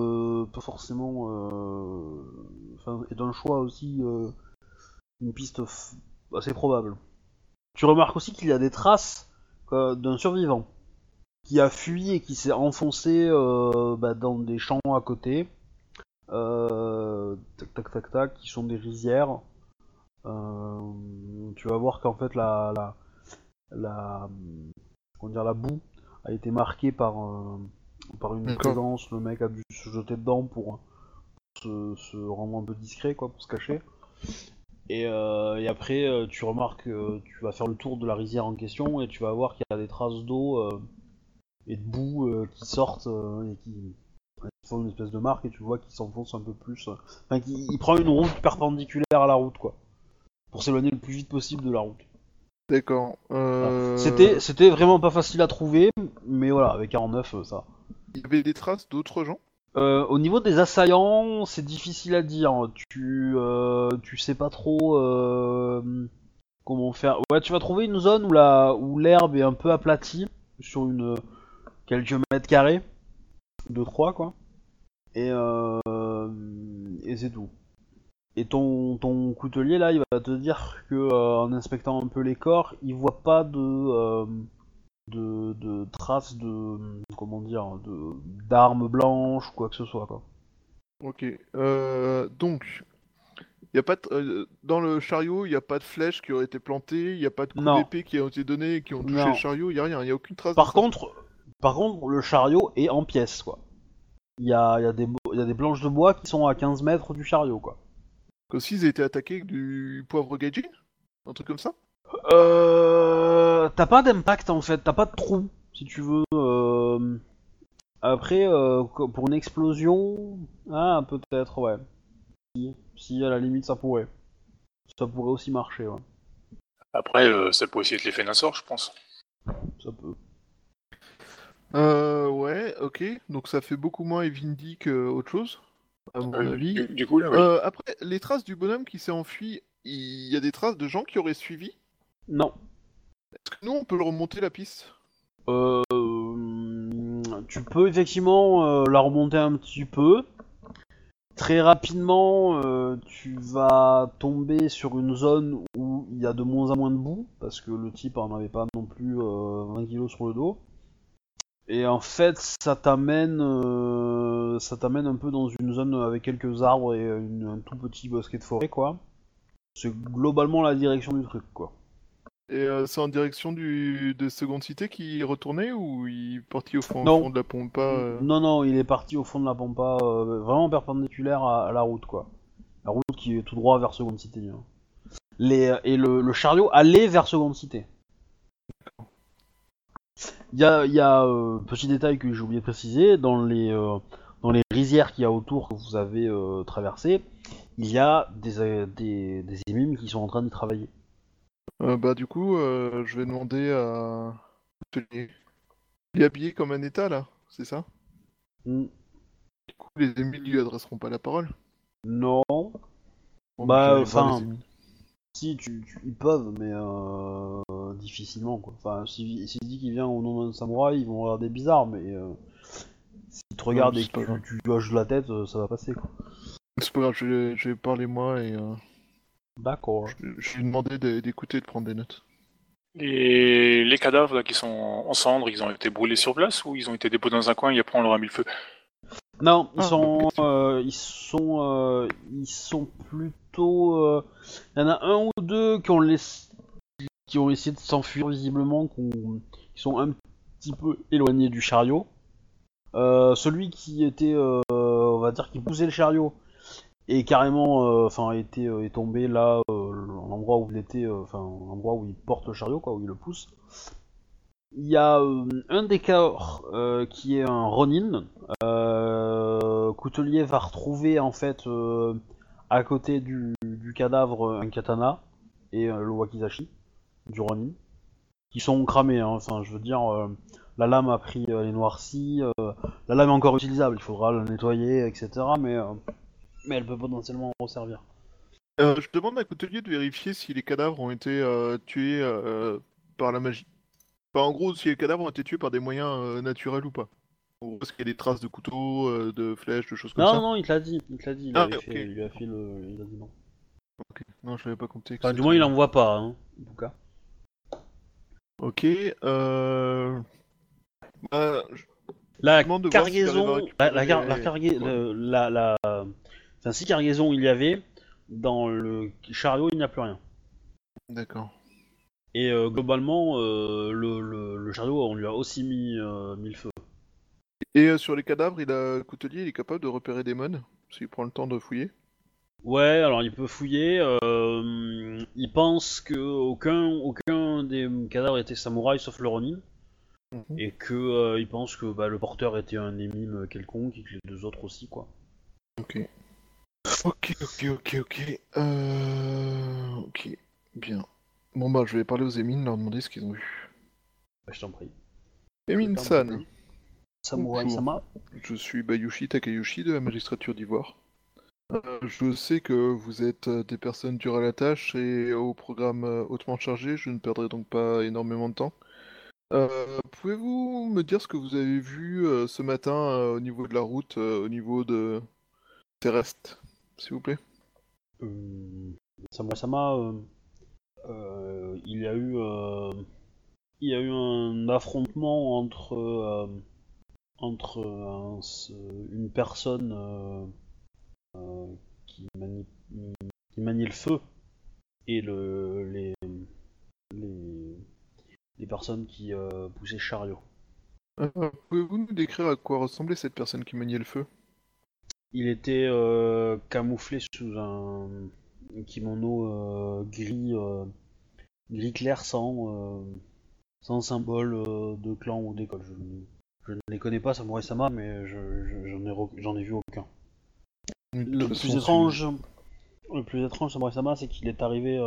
Speaker 1: est un choix aussi, une piste assez probable. Tu remarques aussi qu'il y a des traces d'un survivant qui a fui et qui s'est enfoncé dans des champs à côté. Tac, qui sont des rizières. tu vas voir qu'en fait la, comment dire, la boue a été marquée par une
Speaker 2: D'accord.
Speaker 1: présence, le mec a dû se jeter dedans pour se rendre un peu discret, quoi, pour se cacher. Et après, tu remarques, tu vas faire le tour de la rizière en question et tu vas voir qu'il y a des traces d'eau et de boue qui sortent et qui font une espèce de marque et tu vois qu'il s'enfonce un peu plus. Enfin, il prend une route perpendiculaire à la route, quoi, pour s'éloigner le plus vite possible de la route.
Speaker 2: D'accord.
Speaker 1: Voilà. C'était vraiment pas facile à trouver, mais voilà, avec 49, ça.
Speaker 2: Il y avait des traces d'autres gens?
Speaker 1: Au niveau des assaillants, c'est difficile à dire. Tu sais pas trop comment faire. Ouais, tu vas trouver une zone où l'herbe est un peu aplatie sur quelques mètres carrés, 2-3 quoi. Et c'est tout. Et ton coutelier là, il va te dire que en inspectant un peu les corps, il voit pas de traces comment dire d'armes blanches ou quoi que ce soit quoi.
Speaker 2: Ok. Donc, y a pas dans le chariot, il n'y a pas de flèches qui auraient été plantées, il n'y a pas de coups
Speaker 1: Non,
Speaker 2: d'épée qui ont été donnés et qui ont touché
Speaker 1: non.
Speaker 2: le chariot, il n'y a rien, il n'y a aucune trace de
Speaker 1: Par
Speaker 2: ça.
Speaker 1: contre, le chariot est en pièces quoi. Il y a des planches de bois qui sont à 15 mètres du chariot quoi.
Speaker 2: Comme s'ils étaient attaqués avec du poivre gaijin? Un truc comme ça?
Speaker 1: T'as pas d'impact en fait, t'as pas de trou si tu veux. Après, pour une explosion, ah peut-être ouais. Si à la limite ça pourrait. Ça pourrait aussi marcher, ouais.
Speaker 3: Après, ça peut aussi être l'effet d'un sort, je pense.
Speaker 1: Ça peut.
Speaker 2: Ouais, ok. Donc ça fait beaucoup moins Evindi qu'autre chose, à mon avis.
Speaker 3: Du coup, là, oui.
Speaker 2: Après, les traces du bonhomme qui s'est enfui, il y a des traces de gens qui auraient suivi.
Speaker 1: Non.
Speaker 2: Est-ce que nous, on peut le remonter la piste?
Speaker 1: Euh, Tu peux effectivement la remonter un petit peu. Très rapidement, tu vas tomber sur une zone où il y a de moins en moins de boue, parce que le type en avait pas non plus 20 kilos sur le dos. Et en fait, ça t'amène un peu dans une zone avec quelques arbres et un tout petit bosquet de forêt, quoi. C'est globalement la direction du truc, quoi.
Speaker 2: Et c'est en direction de Seconde Cité qui retournait ou il est parti au fond
Speaker 1: Non,
Speaker 2: de la Pampa
Speaker 1: non, il est parti au fond de la pampa, vraiment perpendiculaire à la route, quoi. La route qui est tout droit vers Seconde Cité. Hein. Et le chariot allait vers Seconde Cité. Il y a petit détail que j'ai oublié de préciser, dans les rizières qu'il y a autour que vous avez traversées, il y a des émimes qui sont en train d'y travailler.
Speaker 2: Bah du coup, je vais demander à... Il est habillé comme un état là, c'est ça?
Speaker 1: Hmm,
Speaker 2: Du coup, les émiles lui adresseront pas la parole.
Speaker 1: non,
Speaker 2: Bon,
Speaker 1: bah
Speaker 2: j'allais voir
Speaker 1: enfin,
Speaker 2: les émiles.
Speaker 1: si ils peuvent, mais difficilement quoi. Enfin, s'il dit qu'il vient au nom d'un samouraï, ils vont regarder bizarre, mais s'ils te regardent et
Speaker 2: c'est pas
Speaker 1: que
Speaker 2: grave.
Speaker 1: tu hoches la tête, ça va passer quoi.
Speaker 2: C'est pas grave, je vais parler moi et
Speaker 1: D'accord.
Speaker 2: je vais lui demander d'écouter et de prendre des notes.
Speaker 3: Et les cadavres là, qui sont en cendres, ils ont été brûlés sur place ou ils ont été déposés dans un coin et après on leur a mis le feu?
Speaker 1: Non,
Speaker 2: bonne question.
Speaker 1: ils sont plutôt. Il y en a un ou deux qui ont essayé de s'enfuir visiblement, qui sont un petit peu éloignés du chariot. Celui qui était, on va dire, qui poussait le chariot est carrément, est tombé là, l'endroit où il était, l'endroit où il porte le chariot, quoi, où il le pousse. Il y a un des corps qui est un Ronin. Coutelier va retrouver en fait à côté du cadavre un katana et le wakizashi du Ronin qui sont cramés. Hein. Enfin, je veux dire, la lame a pris les noircis. La lame est encore utilisable, il faudra la nettoyer, etc. Mais elle peut potentiellement resservir.
Speaker 2: Je demande à Coutelier de vérifier si les cadavres ont été tués par la magie. Enfin, en gros, si les cadavres ont été tués par des moyens naturels ou pas. En gros, est-ce qu'il y a des traces de couteaux, de flèches, de choses comme ça?
Speaker 1: Non, il te l'a dit, il
Speaker 2: Ah,
Speaker 1: avait
Speaker 2: ok.
Speaker 1: fait, il lui a fait il a dit non.
Speaker 2: Ok. Non, je n'avais pas compté que
Speaker 1: Enfin, du moins,
Speaker 2: c'était...
Speaker 1: il en voit pas, hein, en tout cas.
Speaker 2: Ok, bah,
Speaker 1: La
Speaker 2: demande de voir s'il arrive à
Speaker 1: cargaison,
Speaker 2: récupérer
Speaker 1: la
Speaker 2: Ouais.
Speaker 1: enfin, si cargaison il y avait, dans le chariot, il n'y a plus rien.
Speaker 2: D'accord.
Speaker 1: Et globalement, le chariot, on lui a aussi mis le feu.
Speaker 2: Et sur les cadavres, Coutelier, il est capable de repérer des mônes, s'il prend le temps de fouiller.
Speaker 1: Ouais, alors il peut fouiller. Il pense que aucun des cadavres était samouraï sauf le Ronin.
Speaker 2: Mhm.
Speaker 1: Et que il pense que le porteur était un émime quelconque et que les deux autres aussi, quoi.
Speaker 2: Ok. Ok. Ok. Bien. Bon bah, je vais parler aux émines, leur demander ce qu'ils ont vu.
Speaker 1: Bah, je t'en prie.
Speaker 2: Émine-san,
Speaker 1: Samouraï
Speaker 2: bonjour.
Speaker 1: Sama.
Speaker 2: Je suis Bayushi Takayoshi de la magistrature d'Ivoire. Je sais que vous êtes des personnes dures à la tâche et au programme hautement chargé, je ne perdrai donc pas énormément de temps. Pouvez-vous me dire ce que vous avez vu ce matin au niveau de la route, au niveau de terrestre, s'il vous plaît?
Speaker 1: Samouraï Sama, il y a eu un affrontement entre une personne qui manie le feu et les, les personnes qui poussaient le chariot.
Speaker 2: Pouvez-vous nous décrire à quoi ressemblait cette personne qui maniait le feu?
Speaker 1: Il était camouflé sous un kimono gris clair sans symbole de clan ou d'école. Je ne les connais pas, Samurai Sama, mais j'en ai vu aucun.
Speaker 2: De
Speaker 1: Le
Speaker 2: toute
Speaker 1: plus
Speaker 2: façon,
Speaker 1: étrange, Samurai Sama, c'est qu'il est arrivé.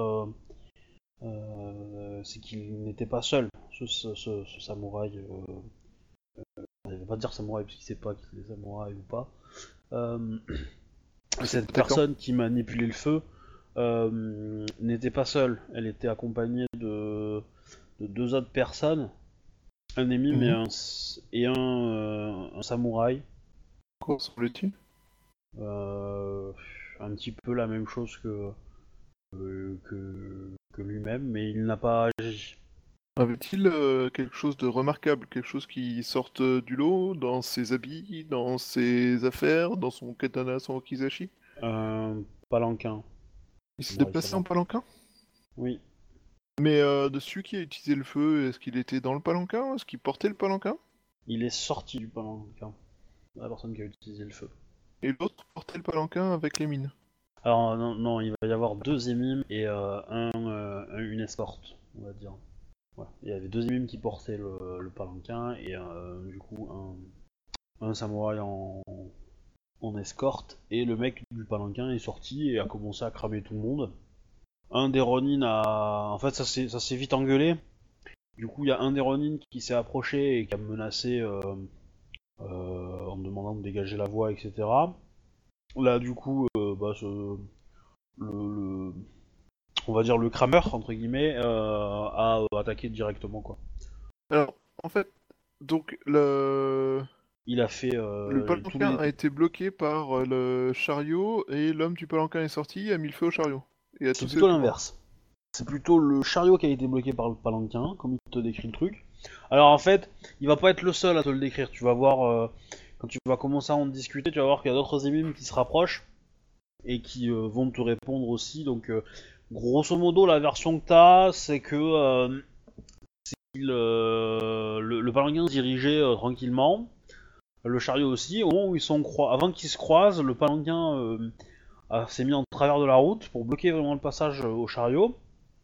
Speaker 1: C'est qu'il n'était pas seul, ce samouraï. Je vais pas dire samouraï parce qu'il sait pas qu'il est samouraï ou pas. Cette
Speaker 2: D'accord.
Speaker 1: personne qui manipulait le feu n'était pas seule. Elle était accompagnée de deux autres personnes, un émime
Speaker 2: Mhm.
Speaker 1: et un samouraï.
Speaker 2: Quoi ressemble-t-il?
Speaker 1: Euh, un petit peu la même chose que lui-même, mais il n'a pas agi.
Speaker 2: Avait-il quelque chose de remarquable, quelque chose qui sorte du lot dans ses habits, dans ses affaires, dans son katana, son wakizashi?
Speaker 1: Un palanquin,
Speaker 2: Il s'est
Speaker 1: samouraï
Speaker 2: déplacé en
Speaker 1: savant.
Speaker 2: palanquin?
Speaker 1: Oui,
Speaker 2: Mais dessus qui a utilisé le feu, est-ce qu'il était dans le palanquin? Est-ce qu'il portait le palanquin?
Speaker 1: il est sorti du palanquin, la personne qui a utilisé le feu.
Speaker 2: Et l'autre portait le palanquin avec les mines.
Speaker 1: Alors non, non, il va y avoir deux émimes et une escorte, on va dire. Ouais. Il y avait deux émimes qui portaient le palanquin et du coup un samouraï en escorte, et le mec du palanquin est sorti et a commencé à cramer tout le monde. Un des Ronin a... En fait, ça s'est vite engueulé. Du coup, il y a un des Ronin qui s'est approché et qui a menacé en demandant de dégager la voie, etc. Là, du coup, le, on va dire le crameur, entre guillemets, a attaqué directement, quoi.
Speaker 2: Alors, en fait, donc
Speaker 1: Il a fait
Speaker 2: le
Speaker 1: tous
Speaker 2: palanquin
Speaker 1: les...
Speaker 2: a été bloqué par le chariot et l'homme du palanquin est sorti, a mis le feu au chariot et a
Speaker 1: C'est
Speaker 2: tous ses
Speaker 1: plutôt
Speaker 2: occupants.
Speaker 1: l'inverse. C'est plutôt le chariot qui a été bloqué par le palanquin, comme il te décrit le truc. Alors en fait, il va pas être le seul à te le décrire. Tu vas voir, quand tu vas commencer à en discuter, tu vas voir qu'il y a d'autres émimes qui se rapprochent et qui vont te répondre aussi. Donc, grosso modo, la version que t'as, c'est que le palanquin se dirigeait tranquillement, le chariot aussi. Au moment où avant qu'ils se croisent, le palanquin s'est mis en travers de la route pour bloquer vraiment le passage au chariot.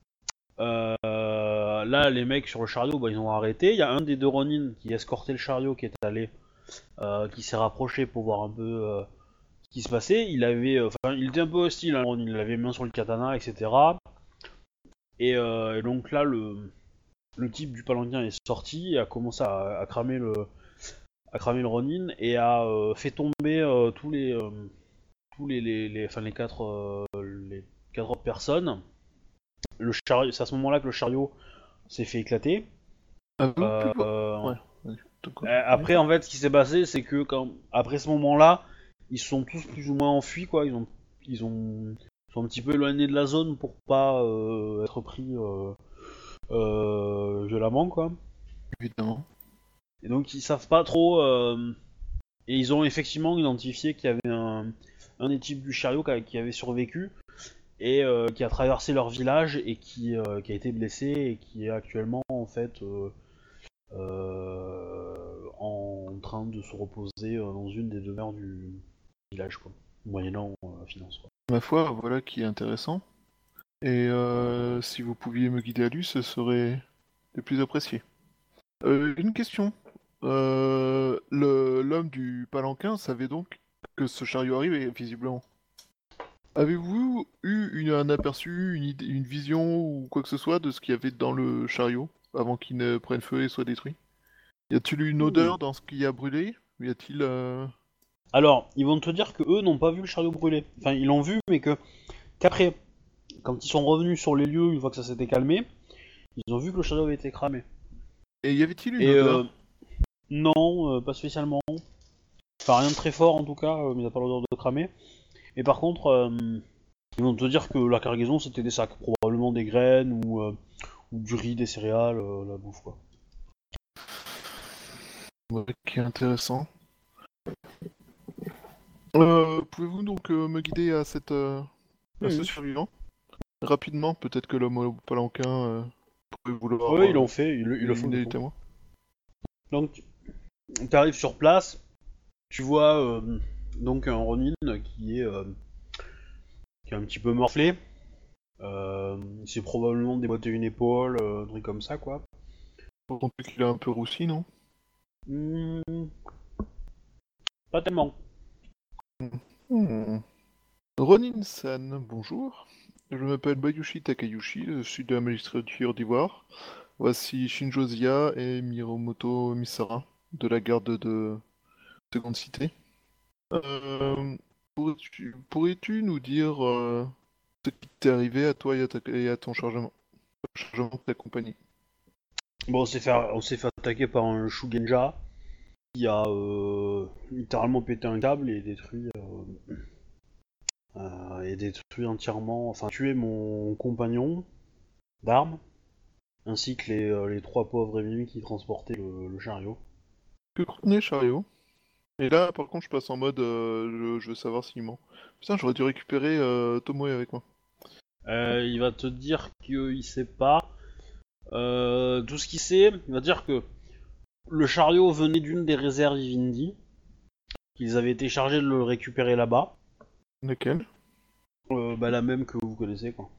Speaker 1: Là, les mecs sur le chariot, ils ont arrêté. Il y a un des deux Ronin qui escortait le chariot qui est allé, qui s'est rapproché pour voir un peu ce qui se passait. Il était un peu hostile, hein, Ronin. Il avait main sur le katana, etc. Et donc là, le type du palanquin est sorti et a commencé à cramer le Ronin et a fait tomber les quatre autres personnes. C'est à ce moment-là que le chariot s'est fait éclater.
Speaker 2: Avez-vous pu voir?
Speaker 1: Euh,
Speaker 2: Ouais, vas-y, de quoi?
Speaker 1: Après, en fait, ce qui s'est passé, c'est que après ce moment-là, ils se sont tous plus ou moins enfuis, quoi. Ils sont un petit peu éloignés de la zone pour pas être pris violemment, quoi.
Speaker 2: Évidemment.
Speaker 1: Et donc, ils savent pas trop. Et ils ont effectivement identifié qu'il y avait un des types du chariot qui avait survécu et qui a traversé leur village et qui a été blessé et qui est actuellement en fait en train de se reposer dans une des demeures du village, quoi, moyennant finance, quoi.
Speaker 2: Ma foi, voilà qui est intéressant. Et si vous pouviez me guider à lui, ce serait le plus apprécié. Une question. L'homme du palanquin savait donc que ce chariot arrivait, visiblement. Avez-vous eu un aperçu, une vision ou quoi que ce soit de ce qu'il y avait dans le chariot avant qu'il ne prenne feu et soit détruit? Y a-t-il eu une odeur dans ce qui a brûlé? Ou y a-t-il...
Speaker 1: Alors, ils vont te dire que eux n'ont pas vu le chariot brûler. Enfin, ils l'ont vu, mais qu'après, quand ils sont revenus sur les lieux, une fois que ça s'était calmé, ils ont vu que le chariot avait été cramé.
Speaker 2: Et y avait-il une
Speaker 1: Et
Speaker 2: odeur?
Speaker 1: non, pas spécialement. Enfin, rien de très fort en tout cas, mais il a pas l'odeur de cramer. Et par contre, ils vont te dire que la cargaison c'était des sacs, probablement des graines ou du riz, des céréales, la bouffe quoi.
Speaker 2: Ouais, qui est intéressant. Pouvez-vous donc me guider à à ce survivant? Rapidement, peut-être que l'homme au palanquin pourrait vouloir
Speaker 1: Oui, ils l'ont fait, ils le font
Speaker 2: éliminer
Speaker 1: du
Speaker 2: les
Speaker 1: coup.
Speaker 2: témoins.
Speaker 1: Donc, tu arrives sur place, tu vois donc un Ronin qui est un petit peu morflé. C'est probablement déboîté une épaule, un truc comme ça quoi.
Speaker 2: Faut compter qu'il est un peu roussi, non?
Speaker 1: Hmm, pas tellement.
Speaker 2: Hmm. Ronin-san, bonjour. Je m'appelle Bayushi Takayushi, je suis de la magistrature d'Ivoire. Voici Shinjo Zia et Miromoto Misara, de la garde de Seconde Cité. Pourrais-tu nous dire ce qui t'est arrivé à toi et à ton chargement de ta compagnie?
Speaker 1: Bon, on s'est fait attaquer par un Shugenja qui a littéralement pété un câble et détruit entièrement, enfin tué mon compagnon d'armes, ainsi que les trois pauvres ennemis qui transportaient le chariot.
Speaker 2: Que contenait chariot? Et là, par contre, je passe en mode je veux savoir s'il ment. Putain, j'aurais dû récupérer Tomoe avec moi.
Speaker 1: Il va te dire qu'il sait pas. Tout ce qu'il sait, il va dire que le chariot venait d'une des réserves Vivindi, qu'ils avaient été chargés de le récupérer là-bas.
Speaker 2: Laquelle?
Speaker 1: La même que vous connaissez quoi.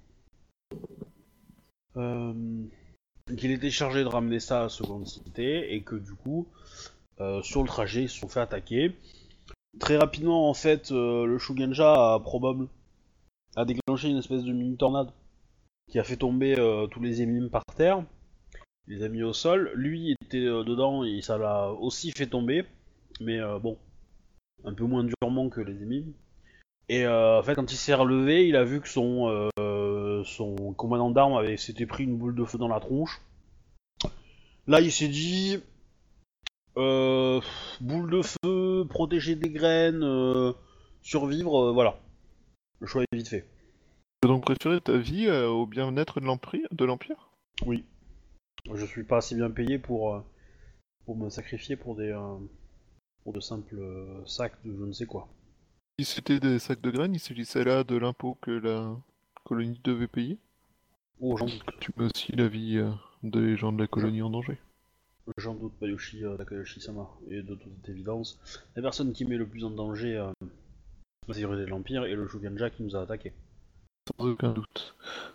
Speaker 1: Euh, qu'il était chargé de ramener ça à Seconde Cité et que du coup, sur le trajet, ils se sont fait attaquer. Très rapidement, en fait, le Shugenja a déclenché une espèce de mini tornade qui a fait tomber tous les émimes par terre. Il les a mis au sol. Lui était dedans et ça l'a aussi fait tomber, mais bon, un peu moins durement que les émimes. Et en fait, quand il s'est relevé, il a vu que son commandant d'armes s'était pris une boule de feu dans la tronche. Là, il s'est dit euh, boule de feu, protéger des graines, survivre, voilà. Le choix est vite fait.
Speaker 2: Tu as donc préféré ta vie au bien-être de l'Empire?
Speaker 1: Oui. Je suis pas assez bien payé pour me sacrifier pour de simples sacs de je ne sais quoi.
Speaker 2: Si c'était des sacs de graines, il s'agissait là de l'impôt que la colonie devait payer.
Speaker 1: Oh, j'en doute.
Speaker 2: Tu mets aussi la vie des gens de la colonie en danger.
Speaker 1: J'en doute, Bayushi Takayoshi-sama. Et de toute évidence, la personne qui met le plus en danger la sécurité de l'Empire est le Shugenja qui nous a attaqués.
Speaker 2: Sans aucun doute.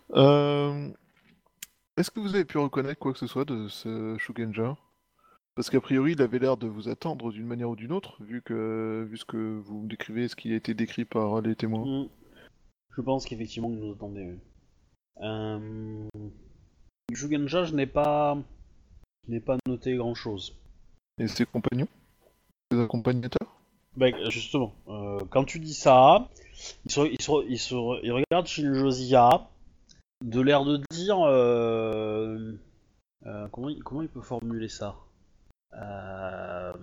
Speaker 2: Est-ce que vous avez pu reconnaître quoi que ce soit de ce Shugenja? Parce qu'a priori, il avait l'air de vous attendre d'une manière ou d'une autre, vu ce que vous décrivez, ce qui a été décrit par les témoins.
Speaker 1: Mm. Je pense qu'effectivement il nous attendait. Oui. Euh... Shugenja, je n'ai pas noté grand chose.
Speaker 2: Et ses compagnons? Ses accompagnateurs?
Speaker 1: Justement, quand tu dis ça, il regarde Shinjo Zia, de l'air de dire. Comment il peut formuler ça? Euh,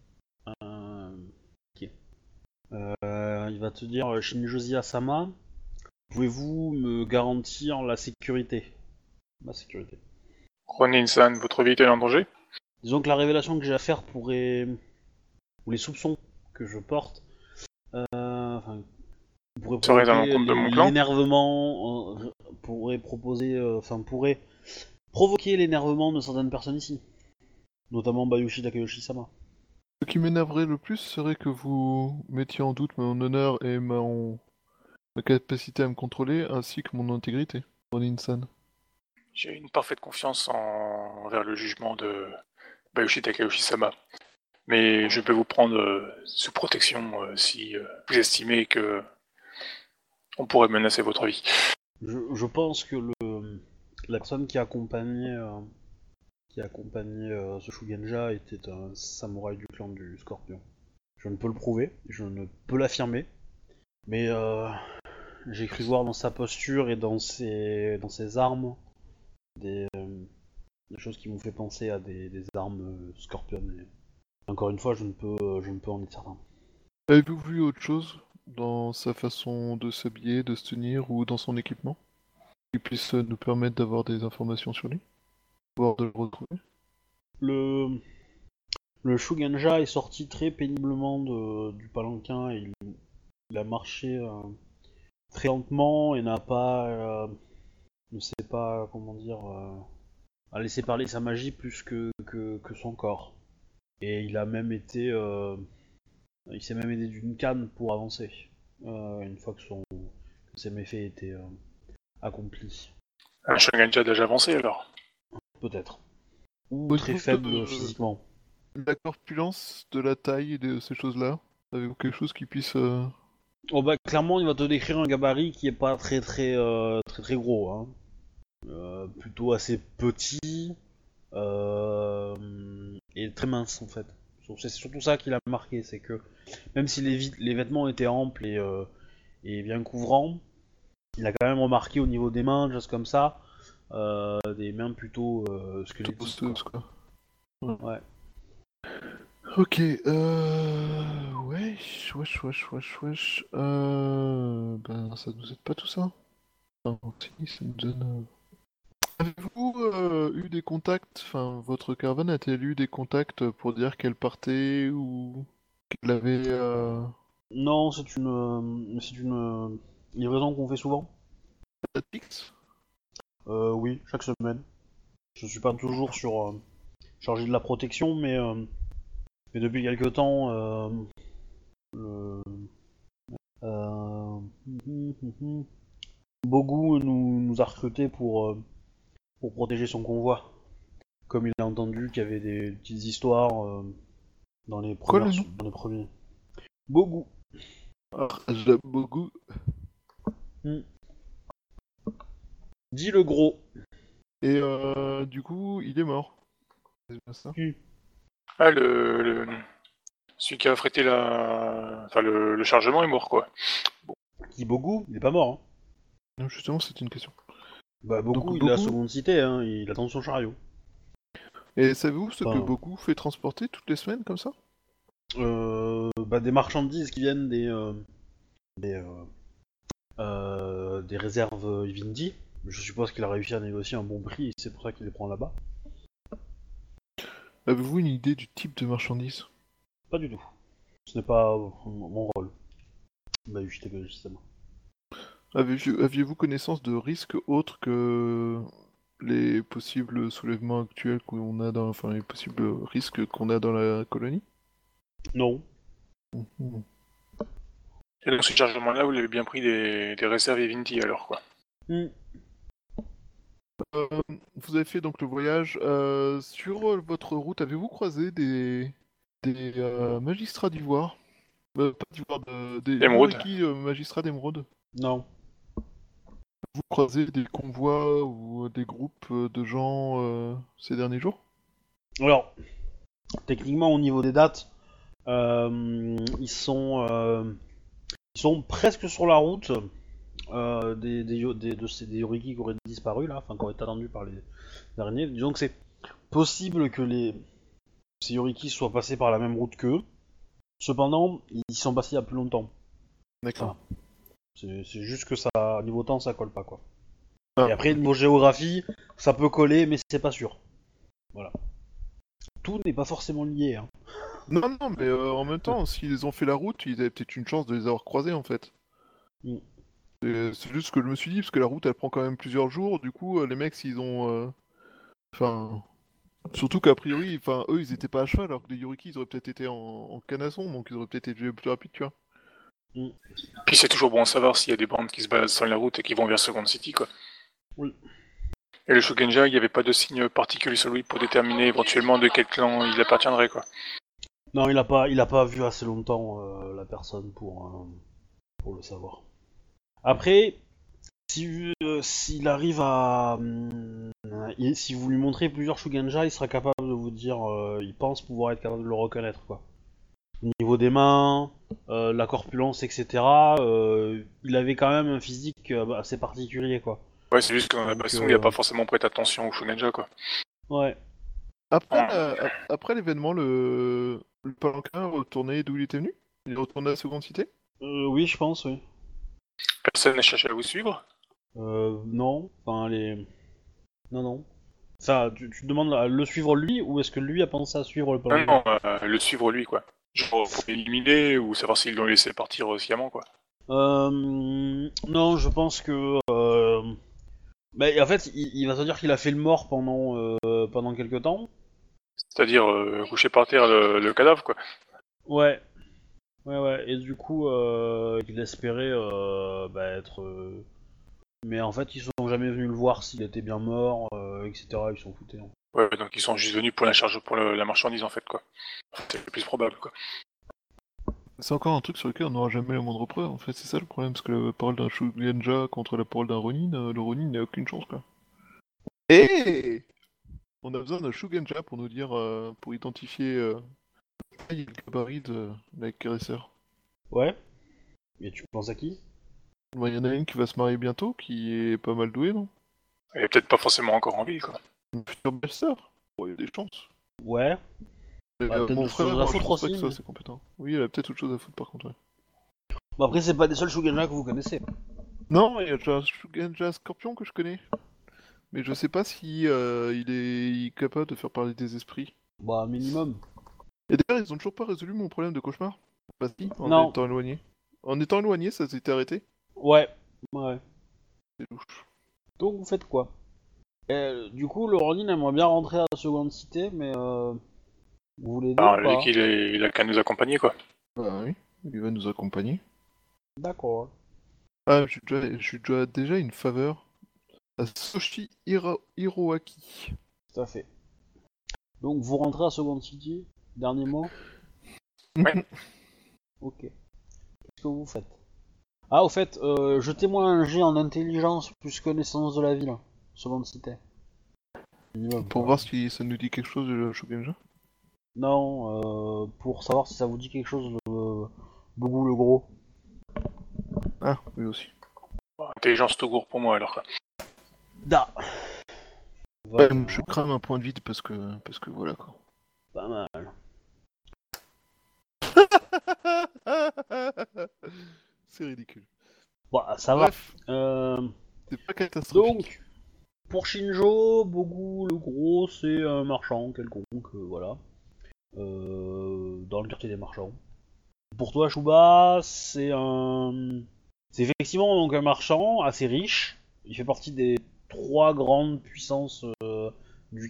Speaker 1: ok. Il va te dire Shinjo Zia-sama, pouvez-vous me garantir la sécurité? Ma sécurité.
Speaker 3: Ronin-san, votre vie est en danger?
Speaker 1: Disons que la révélation que j'ai à faire ou les soupçons que je porte, enfin, pourrait
Speaker 3: Ça reste à
Speaker 1: provoquer
Speaker 3: l'encontre de mon clan.
Speaker 1: l'énervement, pourrait provoquer l'énervement de certaines personnes ici, notamment Bayushi Takayoshi-sama.
Speaker 2: Ce qui m'énerverait le plus serait que vous mettiez en doute mon honneur et ma capacité à me contrôler, ainsi que mon intégrité, mon insan.
Speaker 3: J'ai une parfaite confiance envers le jugement de Bayushi Takayoshi-sama. Mais je peux vous prendre sous protection si vous estimez que on pourrait menacer votre vie.
Speaker 1: Je pense que la personne qui accompagnait ce Shugenja était un samouraï du clan du Scorpion. Je ne peux le prouver, je ne peux l'affirmer, mais j'ai cru voir dans sa posture et dans ses armes des choses qui m'ont fait penser à des armes Scorpion. Et encore une fois, je ne peux en être certain.
Speaker 2: Avez-vous vu autre chose dans sa façon de s'habiller, de se tenir ou dans son équipement qui puisse nous permettre d'avoir des informations sur lui, voire de le retrouver?
Speaker 1: Le Shugenja est sorti très péniblement du palanquin et il a marché très lentement et ne sait pas, comment dire, a laissé parler sa magie plus que son corps. Et il s'est même aidé d'une canne pour avancer, une fois que ses méfaits étaient accomplis.
Speaker 3: Un Shogunja d'âge avancé alors.
Speaker 1: Peut-être. Ou
Speaker 2: Au
Speaker 1: très
Speaker 2: niveau
Speaker 1: faible
Speaker 2: de
Speaker 1: physiquement.
Speaker 2: la corpulence, de la taille et de ces choses-là, avez-vous quelque chose qui puisse...
Speaker 1: Oh bah clairement il va te décrire un gabarit qui est pas très gros, hein. Plutôt assez petit et très mince en fait. C'est surtout ça qui l'a marqué, c'est que même si les vêtements étaient amples et bien couvrants, il a quand même remarqué au niveau des mains, des choses comme ça, des mains plutôt squelettiques.
Speaker 2: Tosteuse, quoi.
Speaker 1: Ouais.
Speaker 2: Ok, wesh. Ben, ça nous aide pas tout ça. Enfin, si, ça nous donne... Avez-vous eu des contacts, enfin, votre caravane a-t-elle eu des contacts pour dire qu'elle partait ou qu'elle avait...
Speaker 1: Non, c'est une livraison qu'on fait souvent.
Speaker 2: Tactics?
Speaker 1: Oui, chaque semaine. Je suis pas toujours chargé de la protection, mais depuis quelque temps, le, euh, Bogu nous a recrutés pour protéger son convoi. Comme il a entendu qu'il y avait des petites histoires dans les
Speaker 2: Quoi le nom?
Speaker 1: dans les premiers. Bogu.
Speaker 2: Ah, j'aime beaucoup.
Speaker 1: Hmm. Dis le gros.
Speaker 2: Et du coup, il est mort. C'est bien ça?
Speaker 3: Ah, celui qui a affrété enfin, le chargement est mort quoi.
Speaker 1: Qui Bogu, il est pas mort. Hein.
Speaker 2: Non, justement, c'est une question.
Speaker 1: Bah Bogu,
Speaker 2: Donc,
Speaker 1: il est à la
Speaker 2: Bogu...
Speaker 1: seconde cité, hein, il attend son chariot.
Speaker 2: Et savez-vous ce que
Speaker 1: Enfin,
Speaker 2: Bogu fait transporter toutes les semaines comme ça?
Speaker 1: bah, des marchandises qui viennent des, des réserves Vindi. Je suppose qu'il a réussi à négocier un bon prix et c'est pour ça qu'il les prend là-bas.
Speaker 2: Avez-vous une idée du type de marchandise?
Speaker 1: Pas du tout. Ce n'est pas mon rôle. Bah, justement.
Speaker 2: Aviez-vous connaissance de risques autres que les possibles soulèvements actuels qu'on a dans... Enfin, les possibles risques qu'on a dans la colonie?
Speaker 1: Non.
Speaker 2: Mhm.
Speaker 3: Et dans ce chargement-là, vous l'avez bien pris des réserves Evinti alors quoi.
Speaker 1: Hmm.
Speaker 2: Vous avez fait donc le voyage. Sur votre route, avez-vous croisé des magistrats d'Ivoire? Pas d'Ivoire, des
Speaker 3: Émeraude.
Speaker 2: Yoriki magistrats d'Émeraude?
Speaker 1: Non.
Speaker 2: Vous croisez des convois ou des groupes de gens ces derniers jours?
Speaker 1: Alors, techniquement, au niveau des dates, ils sont presque sur la route des Yoriki qui auraient disparu là, enfin qui auraient été attendus par les derniers. Disons que c'est possible que ces Yoriki soient passés par la même route qu'eux. Cependant, ils sont passés il y a plus longtemps.
Speaker 2: D'accord.
Speaker 1: C'est juste que ça, niveau temps, ça colle pas quoi.
Speaker 2: Ah.
Speaker 1: Et après, niveau géographie, ça peut coller, mais c'est pas sûr. Voilà. Tout n'est pas forcément lié. Hein.
Speaker 2: Non, mais en même temps, s'ils ont fait la route, ils avaient peut-être une chance de les avoir croisés en fait.
Speaker 1: Mm.
Speaker 2: C'est juste ce que je me suis dit, parce que la route elle prend quand même plusieurs jours, du coup les mecs s'ils ont... Enfin... Surtout qu'a priori, enfin eux ils étaient pas à cheval, alors que les Yoriki ils auraient peut-être été en canasson, donc ils auraient peut-être été plus rapides, tu vois.
Speaker 3: Puis c'est toujours bon à savoir s'il y a des bandes qui se baladent sur la route et qui vont vers Second City, quoi.
Speaker 1: Oui.
Speaker 3: Et le Shugenja, il n'y avait pas de signe particulier sur lui pour déterminer éventuellement de quel clan il appartiendrait, quoi.
Speaker 1: Non, il a pas vu assez longtemps la personne pour le savoir. Après, s'il arrive à, si vous lui montrez plusieurs Shugenja, il sera capable de vous dire, il pense pouvoir être capable de le reconnaître, quoi. Au niveau des mains, la corpulence, etc. Il avait quand même un physique assez particulier, quoi.
Speaker 3: Ouais, c'est juste que dans la
Speaker 1: Donc,
Speaker 3: baston, il n'a pas forcément prêté attention au Shugenja, quoi.
Speaker 1: ouais.
Speaker 2: Après l'événement, le palanquin est retourné d'où il était venu? Il est retourné à la seconde cité?
Speaker 1: Oui, je pense, oui.
Speaker 3: Personne n'a cherché à vous suivre.
Speaker 1: Non, enfin Non, non. Ça, tu te demandes à le suivre lui ou est-ce que lui a pensé à suivre le
Speaker 3: Non,
Speaker 1: palanquin?
Speaker 3: non, le suivre lui, quoi. Genre pour l'éliminer ou savoir s'ils l'ont laissé partir sciemment, quoi.
Speaker 1: Non, je pense que. Bah, en fait, il va se dire qu'il a fait le mort pendant quelques temps.
Speaker 3: C'est-à-dire coucher par terre le cadavre, quoi.
Speaker 1: Ouais, ouais, ouais. Et du coup, il espérait être. Mais en fait, ils sont jamais venus le voir s'il était bien mort, etc. Ils s'en foutaient, hein.
Speaker 3: Ouais, donc ils sont juste venus pour la charge, pour la marchandise, en fait, quoi. C'est le plus probable, quoi.
Speaker 2: C'est encore un truc sur lequel on n'aura jamais la moindre preuve, en fait, c'est ça le problème, parce que la parole d'un Shugenja contre la parole d'un Ronin, le Ronin n'a aucune chance, quoi. Et on a besoin d'un Shugenja pour nous dire, pour identifier la taille et le gabarit de l'agresseur.
Speaker 1: Ouais. Et tu penses à qui?
Speaker 2: Bon, y en a une qui va se marier bientôt, qui est pas mal douée, non?
Speaker 3: Elle est peut-être pas forcément encore en vie, quoi.
Speaker 2: Une future belle-sœur? Bon, il y a des chances.
Speaker 1: Ouais. Bah, peut-être
Speaker 2: Mon
Speaker 1: d'autres choses
Speaker 2: frère,
Speaker 1: à
Speaker 2: je
Speaker 1: foutre
Speaker 2: pense pas
Speaker 1: aussi,
Speaker 2: que ça
Speaker 1: mais-
Speaker 2: c'est compétent. Oui, elle a peut-être autre chose à foutre par contre, ouais.
Speaker 1: Bon, après, c'est pas des seuls Shugenja que vous connaissez.
Speaker 2: Non, il y a déjà un Shugenja Scorpion que je connais. Mais je sais pas si il est capable de faire parler des esprits.
Speaker 1: Bah, minimum.
Speaker 2: Et d'ailleurs, ils ont toujours pas résolu mon problème de cauchemar. Bah si, en
Speaker 1: Non.
Speaker 2: étant éloigné. En étant éloigné, ça s'était arrêté.
Speaker 1: Ouais. Ouais.
Speaker 2: C'est louche.
Speaker 1: Donc, vous faites quoi? Du coup, le Ronin aimerait bien rentrer à la seconde cité, mais vous voulez aider
Speaker 3: Alors,
Speaker 1: ou
Speaker 3: lui
Speaker 1: pas?
Speaker 3: il a qu'à nous accompagner, quoi.
Speaker 2: Bah oui, il va nous accompagner.
Speaker 1: D'accord.
Speaker 2: Ah, je suis déjà une faveur à Soshi Hiroaki.
Speaker 1: Tout à fait. Donc, vous rentrez à seconde city? Dernier mot?
Speaker 3: Ouais.
Speaker 1: Ok. Qu'est-ce que vous faites? Ah, au fait, jetez-moi un jet en intelligence plus connaissance de la ville. Seconde cité. Minimum,
Speaker 2: Pour
Speaker 1: quoi.
Speaker 2: voir si ça nous dit quelque chose de Shugenja.
Speaker 1: Non, pour savoir si ça vous dit quelque chose, Bougou le gros.
Speaker 2: Ah, oui aussi.
Speaker 3: Bon, intelligence tout court pour moi, alors, quoi.
Speaker 1: Da.
Speaker 2: Ouais,
Speaker 1: Voilà.
Speaker 2: je crame un point de vide parce que voilà quoi.
Speaker 1: Pas mal.
Speaker 2: C'est ridicule.
Speaker 1: Bah, ça va.
Speaker 2: Bref, c'est pas catastrophique.
Speaker 1: Donc, pour Shinjo, Bogu le gros, c'est un marchand quelconque, voilà. Dans le quartier des marchands. Pour toi, Shuba, c'est effectivement donc un marchand assez riche. Il fait partie des trois grandes puissances du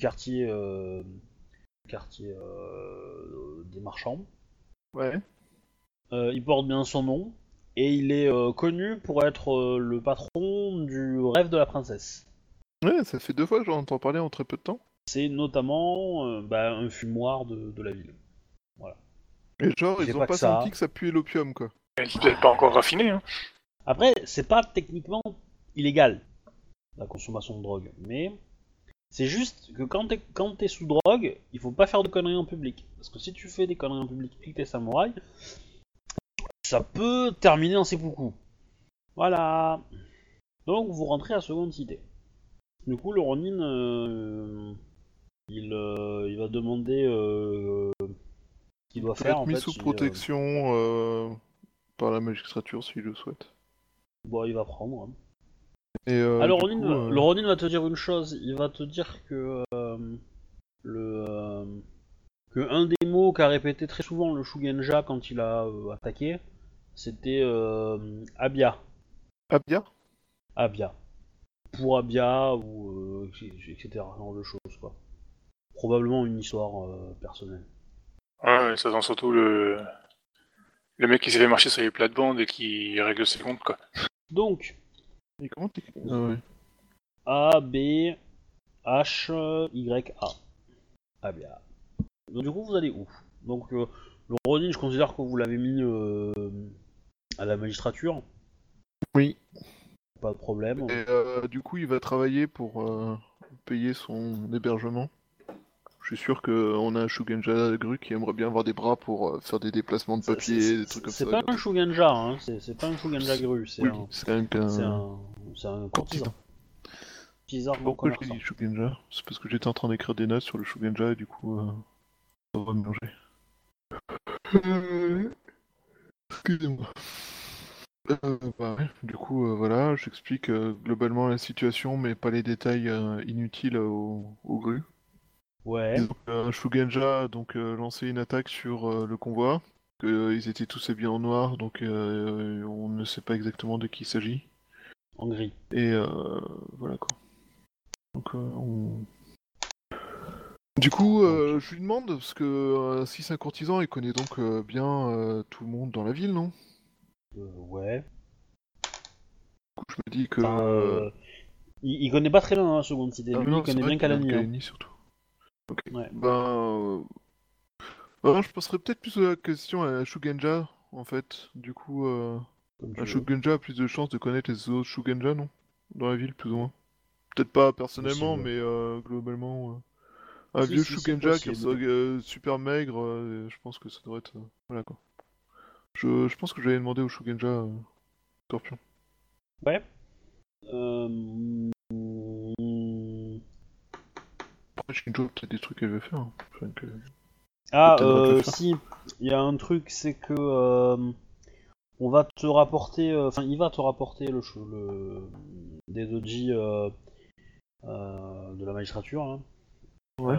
Speaker 1: quartier des marchands.
Speaker 2: Ouais.
Speaker 1: Il porte bien son nom et il est connu pour être le patron du rêve de la princesse.
Speaker 2: Ouais, ça fait 2 fois que j'en entends parler en très peu de temps.
Speaker 1: C'est notamment un fumoir de la ville. Voilà.
Speaker 2: Et genre,
Speaker 1: Il fait
Speaker 2: ils ont
Speaker 1: pas
Speaker 2: pas
Speaker 1: que ça.
Speaker 2: senti que ça puait l'opium quoi.
Speaker 3: Elle est peut-être pas encore raffinée, hein.
Speaker 1: Après, c'est pas techniquement illégal la consommation de drogue, mais c'est juste que quand t'es sous drogue, il faut pas faire de conneries en public. Parce que si tu fais des conneries en public et que t'es samouraï, ça peut terminer en seppuku. Voilà. Donc vous rentrez à seconde cité. Du coup, le Ronin, il va demander ce qu'il doit
Speaker 2: Il peut
Speaker 1: faire
Speaker 2: être
Speaker 1: en
Speaker 2: mis
Speaker 1: fait.
Speaker 2: sous protection par la magistrature s'il le souhaite.
Speaker 1: Bon, il va prendre, hein.
Speaker 2: Et
Speaker 1: Alors,
Speaker 2: du
Speaker 1: Ronin,
Speaker 2: coup,
Speaker 1: le Ronin va te dire une chose. Il va te dire que que un des mots qu'a répété très souvent le Shugenja quand il a attaqué, c'était Abia.
Speaker 2: Abia?
Speaker 1: Abia. Pour Abia, ou etc. Ce genre de choses, quoi. Probablement une histoire personnelle.
Speaker 3: Ouais, ça sent surtout le mec qui s'est fait marcher sur les plates-bandes et qui règle ses comptes, quoi.
Speaker 1: Donc,
Speaker 2: Et comment t'écris? Ah ouais.
Speaker 1: A, B, H, Y, A. Abia. Donc du coup, vous allez où? Donc, le Ronin, je considère que vous l'avez mis à la magistrature.
Speaker 2: Oui.
Speaker 1: Pas de problème.
Speaker 2: Et du coup, il va travailler pour payer son hébergement. Je suis sûr qu'on a un Shugenja Gru qui aimerait bien avoir des bras pour faire des déplacements de papier, des trucs comme ça.
Speaker 1: C'est pas un Shugenja, hein. C'est pas un Shugenja Gru, c'est
Speaker 2: Oui,
Speaker 1: un,
Speaker 2: c'est quand même qu'un
Speaker 1: c'est un
Speaker 2: courtisan.
Speaker 1: courtisan non
Speaker 2: Pourquoi j'ai
Speaker 1: commerçant.
Speaker 2: dit Shugenja? C'est parce que j'étais en train d'écrire des notes sur le Shugenja et du coup, ça va mélanger. Excusez-moi. Bah ouais. Du coup, voilà, j'explique globalement la situation, mais pas les détails inutiles au Gru.
Speaker 1: Ouais,
Speaker 2: Donc, Shugenja a donc lancé une attaque sur le convoi. Ils étaient tous habillés en noir, donc on ne sait pas exactement de qui il s'agit.
Speaker 1: en gris.
Speaker 2: Et voilà quoi. Donc Du coup, je lui demande, parce que si c'est un courtisan, il connaît donc bien tout le monde dans la ville, non?
Speaker 1: Ouais.
Speaker 2: Du coup, je me dis que...
Speaker 1: Enfin, il connaît pas très bien dans la seconde cité.
Speaker 2: Ah
Speaker 1: Lui, il
Speaker 2: non, c'est
Speaker 1: connaît
Speaker 2: vrai
Speaker 1: bien
Speaker 2: qu'il vient de
Speaker 1: Kalani. Hein.
Speaker 2: Kalani surtout. Ok.
Speaker 1: Ouais,
Speaker 2: Je passerais peut-être plus la question à Shugenja, en fait. Du coup,
Speaker 1: comme
Speaker 2: un
Speaker 1: tu veux.
Speaker 2: Shugenja a plus de chances de connaître les autres Shugenja, non? Dans la ville, plus ou moins. Peut-être pas personnellement,
Speaker 1: Possible.
Speaker 2: mais globalement. Un
Speaker 1: Si,
Speaker 2: vieux
Speaker 1: si, c'est
Speaker 2: Shugenja qui
Speaker 1: possible.
Speaker 2: soit super maigre, je pense que ça devrait être... voilà quoi. Je pense que j'allais demander au Shugenja Scorpion.
Speaker 1: Ouais. Euh...
Speaker 2: Après, Shinjo, peut-être des trucs qu'elle veut faire. Hein. Enfin,
Speaker 1: Ah,
Speaker 2: peut-être le droit de le faire.
Speaker 1: si. Il y a un truc, c'est que on va te rapporter, enfin, il va te rapporter des doji de la magistrature. Hein.
Speaker 2: Ouais.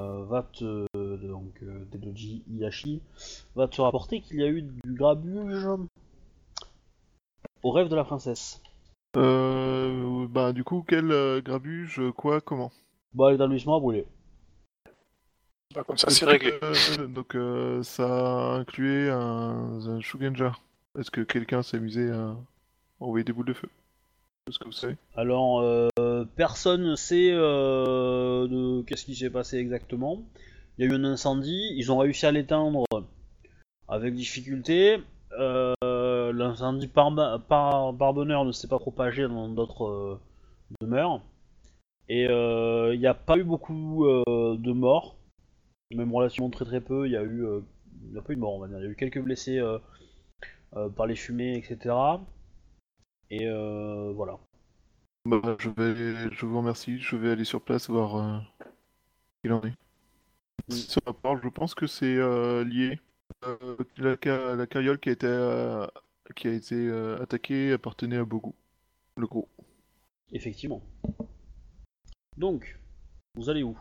Speaker 1: Des doji Iyashi va te rapporter qu'il y a eu du grabuge au rêve de la princesse.
Speaker 2: Bah, du coup, quel grabuge, quoi, comment?
Speaker 1: Bah, l'établissement a brûlé.
Speaker 3: Bah, comme ça,
Speaker 2: Est-ce
Speaker 3: c'est
Speaker 2: que
Speaker 3: réglé.
Speaker 2: donc ça incluait un Shugenja? Est-ce que quelqu'un s'est amusé à envoyer des boules de feu? Est-ce que vous savez?
Speaker 1: Alors, personne ne sait de qu'est-ce qui s'est passé exactement. Il y a eu un incendie, ils ont réussi à l'éteindre avec difficulté. L'incendie par bonheur ne s'est pas propagé dans d'autres demeures. Et il n'y a pas eu beaucoup de morts, même relativement très très peu. Il y a pas eu de morts, on va dire. Il y a eu quelques blessés par les fumées, etc. Et voilà.
Speaker 2: Bah, je vous remercie, je vais aller sur place voir ce qu'il en est.
Speaker 1: Mm.
Speaker 2: Sur ma part, je pense que c'est lié. La carriole qui a été attaquée appartenait à Bogu, le gros.
Speaker 1: Effectivement. Donc, vous allez où?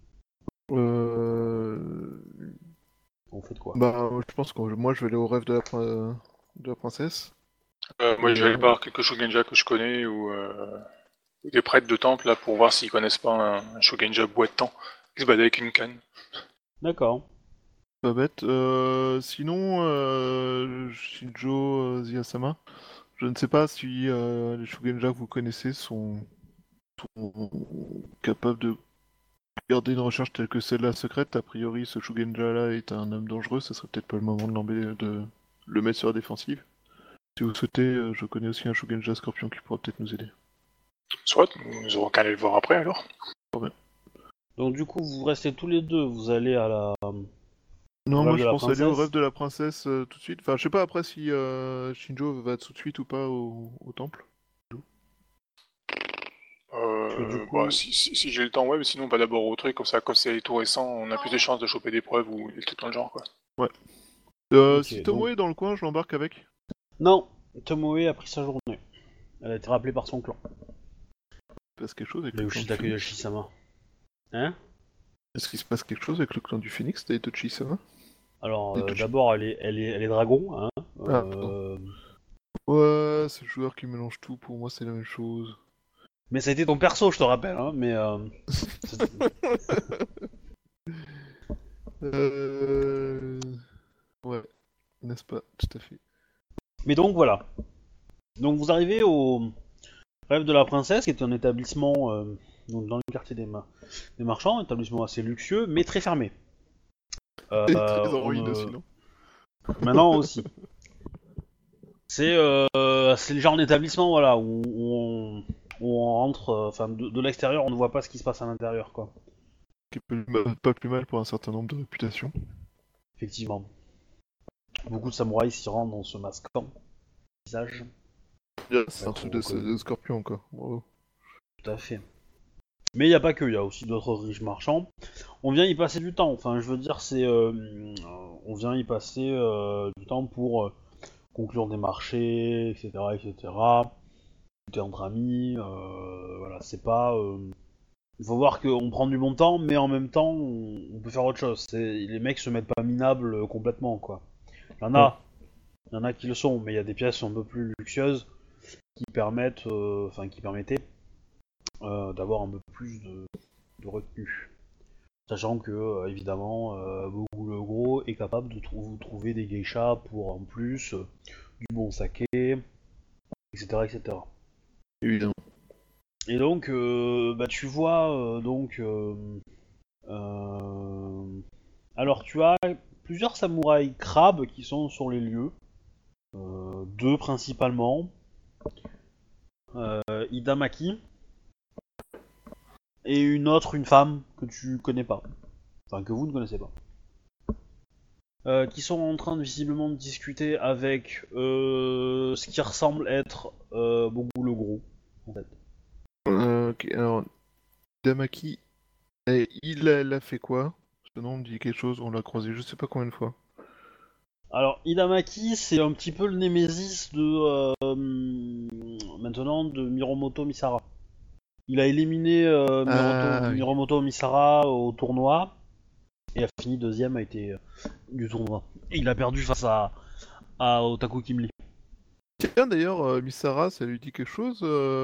Speaker 2: Euh...
Speaker 1: On fait de quoi?
Speaker 2: Bah, je pense que moi je vais aller au rêve de la princesse. Et,
Speaker 3: Moi, je vais aller voir quelques Shugenja que je connais ou des prêtres de temple là pour voir s'ils connaissent pas un Shugenja boitant qui se balade avec une canne.
Speaker 1: D'accord.
Speaker 2: pas bête. Sinon, Shinjo Ziyasama, je ne sais pas si les Shugenja que vous connaissez sont capables de garder une recherche telle que celle-là secrète. A priori, ce Shugenja-là est un homme dangereux, ce serait peut-être pas le moment de le mettre sur la défensive. Si vous souhaitez, je connais aussi un Shugenja Scorpion qui pourra peut-être nous aider.
Speaker 3: Soit, nous aurons qu'à aller le voir après alors.
Speaker 1: Donc du coup, vous restez tous les deux, vous allez au
Speaker 2: Non,
Speaker 1: rêve
Speaker 2: moi
Speaker 1: de
Speaker 2: je
Speaker 1: la
Speaker 2: pense aller au rêve
Speaker 1: princesse.
Speaker 2: de la princesse tout de suite. Enfin, je sais pas après si Shinjo va tout de suite ou pas au temple.
Speaker 1: Parce que du
Speaker 3: Bah,
Speaker 1: coup,
Speaker 3: si j'ai le temps, ouais, mais sinon on va d'abord au truc, comme ça, comme c'est tout récent, on a plus de chances de choper des preuves ou des trucs dans le genre, quoi.
Speaker 2: Ouais. Si
Speaker 1: ok,
Speaker 2: Tomo
Speaker 1: donc
Speaker 2: est dans le coin, je l'embarque avec.
Speaker 1: non, Tomoe a pris sa journée. Elle a été rappelée par son clan.
Speaker 2: Il se passe quelque chose avec
Speaker 1: Le
Speaker 2: le clan du
Speaker 1: Yoshitaka
Speaker 2: Phénix.
Speaker 1: Yoshi-sama. Hein?
Speaker 2: Est-ce qu'il se passe quelque chose avec le clan du Phénix, Taitochi-sama?
Speaker 1: Alors
Speaker 2: Taitochi.
Speaker 1: d'abord, elle est dragon, hein.
Speaker 2: Ah, pardon. Ouais, c'est le joueur qui mélange tout, pour moi c'est la même chose.
Speaker 1: Mais ça a été ton perso, je te rappelle, hein, mais...
Speaker 2: Ouais, n'est-ce pas? Tout à fait.
Speaker 1: Mais donc, voilà. Donc, vous arrivez au Rêve de la Princesse, qui est un établissement donc dans le quartier des marchands, un établissement assez luxueux, mais très fermé.
Speaker 2: Et très en
Speaker 1: On
Speaker 2: ruine
Speaker 1: ne-
Speaker 2: aussi, non?
Speaker 1: Maintenant aussi. C'est le genre d'établissement voilà, où on rentre, enfin de l'extérieur, on ne voit pas ce qui se passe à l'intérieur, quoi.
Speaker 2: Qui peut pas plus mal pour un certain nombre de réputations.
Speaker 1: Effectivement. Beaucoup de samouraïs s'y rendent en se masquant le visage.
Speaker 2: C'est un
Speaker 1: Être
Speaker 2: truc
Speaker 1: reconnu.
Speaker 2: de scorpion, quoi. Bravo.
Speaker 1: Tout à fait. Mais il n'y a pas que, il y a aussi d'autres riches marchands. On vient y passer du temps. Enfin, je veux dire, on vient y passer du temps pour conclure des marchés, etc., etc. Discuter entre amis. Voilà, c'est pas. Il faut voir qu'on prend du bon temps, mais en même temps, on peut faire autre chose. Les mecs se mettent pas minables complètement, quoi. Il y en
Speaker 2: Ouais.
Speaker 1: a, il y en a qui le sont, mais il y a des pièces un peu plus luxueuses qui permettent, qui permettaient d'avoir un peu plus de retenue. Sachant que, évidemment, Bogu le Gros est capable de vous trouver des geishas pour en plus, du bon saké, etc., etc.
Speaker 2: Évidemment.
Speaker 1: Et donc, tu vois, euh, alors tu as plusieurs samouraïs crabes qui sont sur les lieux, deux principalement, Hidamaki, et une femme que tu connais pas, enfin que vous ne connaissez pas. Qui sont en train de visiblement de discuter avec ce qui ressemble être Bogu le Gros, en fait.
Speaker 2: Ok, alors, Damaki, il a fait quoi? Ce nom me dit quelque chose, on l'a croisé je sais pas combien de fois.
Speaker 1: Alors, Hidamaki, c'est un petit peu le némésis maintenant de Miromoto Misara. Il a éliminé
Speaker 2: Ah oui.
Speaker 1: Miromoto Misara au tournoi et a fini deuxième, a été du tournoi. Et il a perdu face à Otaku Kimli.
Speaker 2: Tiens, d'ailleurs, Misara, ça lui dit quelque chose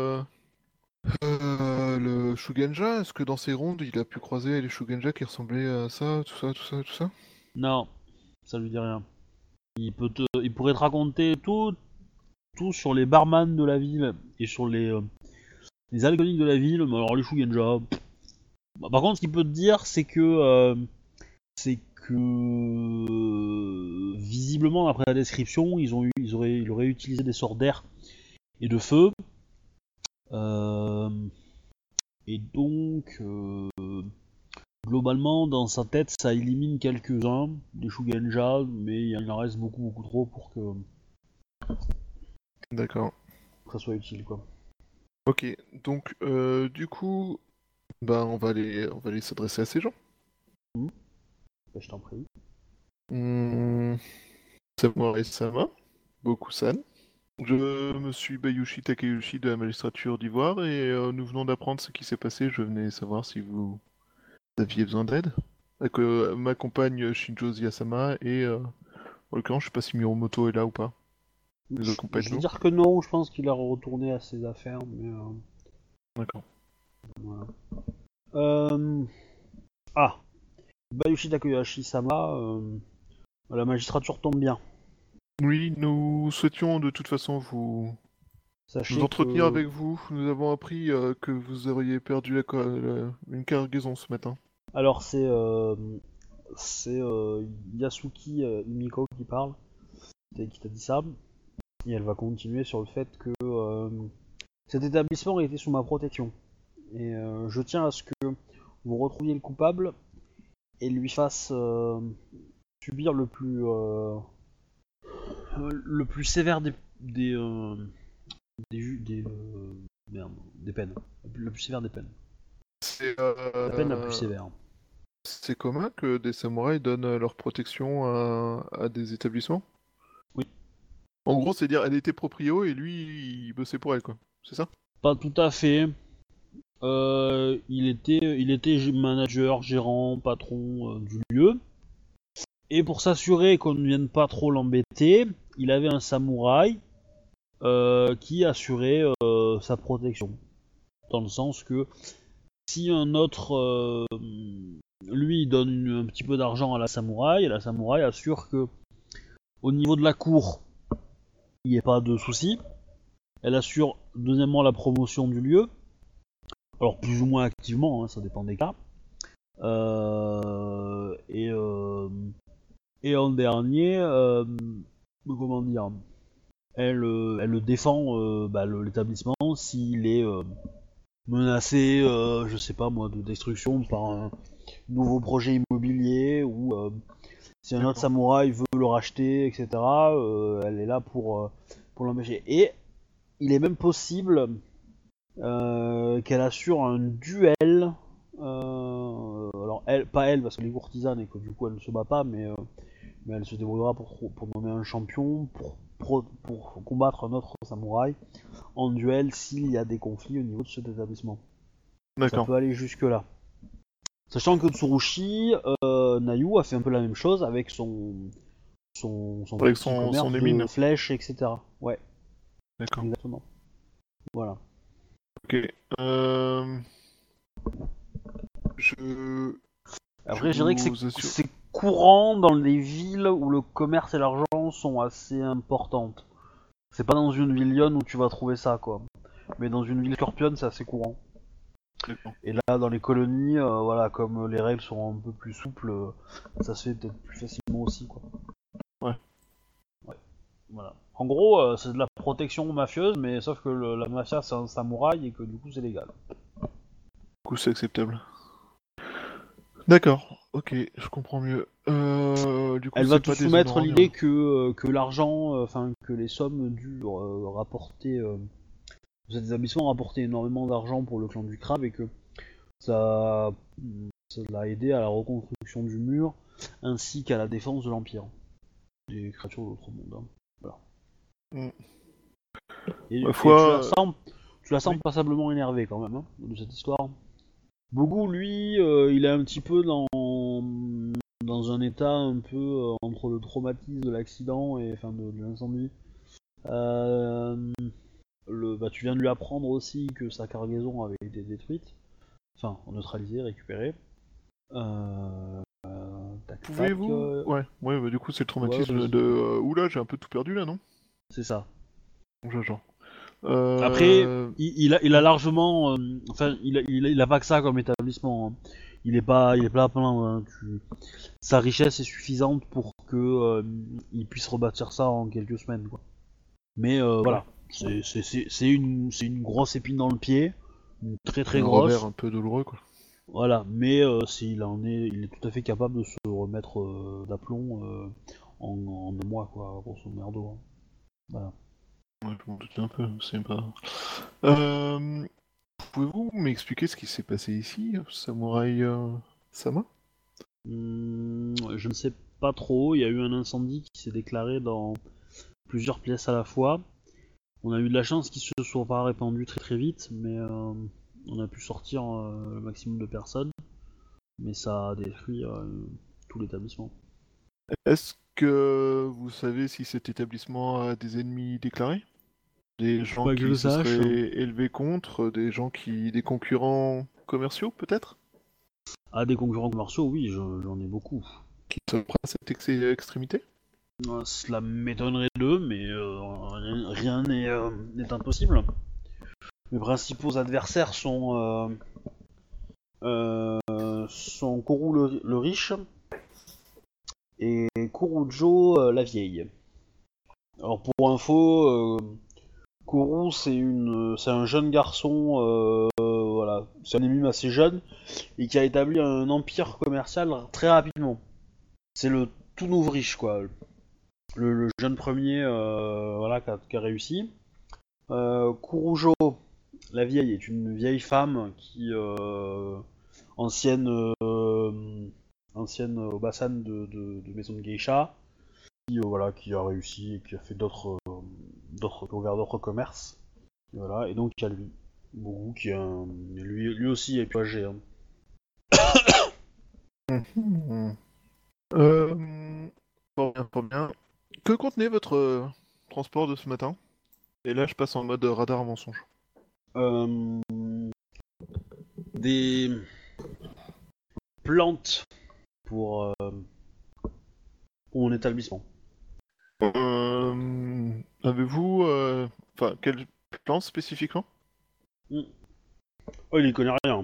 Speaker 2: le Shugenja, est-ce que dans ses rondes, il a pu croiser les Shugenja qui ressemblaient à ça, tout ça, tout ça, tout ça?
Speaker 1: Non, ça lui dit rien. Il pourrait te raconter tout sur les barman de la ville et sur les alcooliques de la ville, mais alors les Shugenja. Bah, par contre, ce qu'il peut te dire, c'est que visiblement, d'après la description, il aurait utilisé des sorts d'air et de feu. Euh, et donc, globalement, dans sa tête, ça élimine quelques-uns des Shugenja, mais il en reste beaucoup, beaucoup trop pour que
Speaker 2: D'accord.
Speaker 1: ça soit utile, quoi.
Speaker 2: Ok, donc du coup, bah on va aller s'adresser à ces gens.
Speaker 1: Bah, je t'en prie.
Speaker 2: Hmm, Samurai-sama, Boku-san. Je me suis Bayushi Takeuchi de la magistrature d'Ivoire et nous venons d'apprendre ce qui s'est passé. Je venais savoir si vous aviez besoin d'aide. Ma compagne Shinjo Ziyasama et en l'occurrence, je sais pas si Miromoto est là ou pas. Nous
Speaker 1: Je vais
Speaker 2: accompagnons.
Speaker 1: dire que non, je pense qu'il a retourné à ses affaires, mais
Speaker 2: D'accord.
Speaker 1: voilà. Euh... Ah, Bayushi Takeyoshi-sama, la magistrature tombe bien.
Speaker 2: Oui, nous souhaitions de toute façon vous nous
Speaker 1: Sachez
Speaker 2: entretenir
Speaker 1: que...
Speaker 2: avec vous. Nous avons appris que vous auriez perdu une cargaison ce matin.
Speaker 1: Alors c'est Yasuki Himiko qui parle, qui t'a dit ça, et elle va continuer sur le fait que cet établissement a été sous ma protection. Et je tiens à ce que vous retrouviez le coupable et lui fasse subir le plus sévère des peines. Le plus sévère des peines.
Speaker 2: C'est
Speaker 1: La peine la plus sévère.
Speaker 2: c'est commun que des samouraïs donnent leur protection à des établissements?
Speaker 1: Oui.
Speaker 2: En gros, c'est dire elle était proprio et lui il bossait pour elle quoi. C'est ça?
Speaker 1: Pas tout à fait. Il était manager, gérant, patron du lieu. Et pour s'assurer qu'on ne vienne pas trop l'embêter, il avait un samouraï qui assurait sa protection. Dans le sens que si un autre, lui, donne un petit peu d'argent à la samouraï, et la samouraï assure que au niveau de la cour, il n'y ait pas de soucis. Elle assure deuxièmement la promotion du lieu, alors plus ou moins activement, hein, ça dépend des cas. Et en dernier, comment dire, elle défend l'établissement s'il est menacé, je sais pas moi, de destruction par un nouveau projet immobilier ou si un autre samouraï veut le racheter, etc. Elle est là pour l'empêcher. Et il est même possible qu'elle assure un duel. Alors elle, pas elle parce qu'elle est courtisane et que du coup elle ne se bat pas, mais elle se débrouillera pour nommer un champion, pour combattre un autre samouraï en duel s'il y a des conflits au niveau de cet établissement. Ça peut aller jusque là. Sachant que Tsurushi, Nayu a fait un peu la même chose avec son
Speaker 2: avec
Speaker 1: petit commerce de flèches, etc. Ouais.
Speaker 2: D'accord.
Speaker 1: Exactement. Voilà.
Speaker 2: Ok.
Speaker 1: Après, je dirais que c'est courant dans les villes où le commerce et l'argent sont assez importantes. C'est pas dans une ville lionne où tu vas trouver ça, quoi. Mais dans une ville scorpionne, c'est assez courant.
Speaker 2: D'accord.
Speaker 1: Et là, dans les colonies, voilà, comme les règles sont un peu plus souples, ça se fait peut-être plus facilement aussi, quoi.
Speaker 2: Ouais.
Speaker 1: Voilà. En gros, c'est de la protection mafieuse, mais sauf que la mafia c'est un samouraï et que du coup c'est légal.
Speaker 2: Du coup, c'est acceptable. D'accord, ok, je comprends mieux. Du coup,
Speaker 1: elle va te soumettre l'idée que l'argent, que les sommes dues rapporter cet établissement rapportait énormément d'argent pour le clan du crabe et que ça l'a aidé à la reconstruction du mur ainsi qu'à la défense de l'Empire. Des créatures de l'autre monde. Hein. Voilà. Et tu la sens passablement énervé quand même hein, de cette histoire. Bougou, lui, il est un petit peu dans un état un peu entre le traumatisme de l'accident et de l'incendie. Tu viens de lui apprendre aussi que sa cargaison avait été détruite, neutralisée, récupérée.
Speaker 2: Pouvez-vous Ouais, du coup c'est le traumatisme de... Oula, j'ai un peu tout perdu là, non?
Speaker 1: C'est ça.
Speaker 2: Genre.
Speaker 1: Après, il a largement... il a pas que ça comme établissement. Hein. Il est pas à plaindre. Hein. Sa richesse est suffisante pour que il puisse rebâtir ça en quelques semaines. Quoi. Mais voilà, c'est une grosse épine dans le pied, une très très grosse.
Speaker 2: Un revers un peu douloureux quoi.
Speaker 1: Voilà, mais il est tout à fait capable de se remettre d'aplomb en 2 mois quoi, grosso merdo. Hein. Voilà.
Speaker 2: Ouais, je m'en doute un peu, c'est pas. Pouvez-vous m'expliquer ce qui s'est passé ici, Samouraï Sama?
Speaker 1: Je ne sais pas trop, il y a eu un incendie qui s'est déclaré dans plusieurs pièces à la fois. On a eu de la chance qu'il se soit pas répandu très très vite, mais on a pu sortir le maximum de personnes. Mais ça a détruit tout l'établissement.
Speaker 2: Est-ce que vous savez si cet établissement a des ennemis déclarés? Des gens qui se seraient élevés contre, des concurrents commerciaux peut-être?
Speaker 1: Ah, des concurrents commerciaux, oui, j'en ai beaucoup.
Speaker 2: Qui sont prêts à cette extrémité?
Speaker 1: Cela m'étonnerait d'eux, mais rien n'est impossible. Mes principaux adversaires sont Kourou le riche et Kurujo la vieille. Alors pour info, Kourou c'est un jeune garçon, voilà, c'est un émime assez jeune et qui a établi un empire commercial très rapidement. C'est le tout nouveau riche quoi, le jeune premier voilà qui a réussi. Kurujo la vieille est une vieille femme qui ancienne Obasan de maison de geisha, qui a réussi et qui a fait ouvert d'autres commerces. Et voilà, et donc il y a lui, Bougou, qui est lui aussi est plus âgé. Hein.
Speaker 2: Fort bien. Que contenait votre transport de ce matin? Et là, je passe en mode radar mensonge.
Speaker 1: Euh, des plantes pour mon établissement.
Speaker 2: Avez-vous... Enfin, quel plan spécifiquement?
Speaker 1: Mm. Oh, il y connaît rien.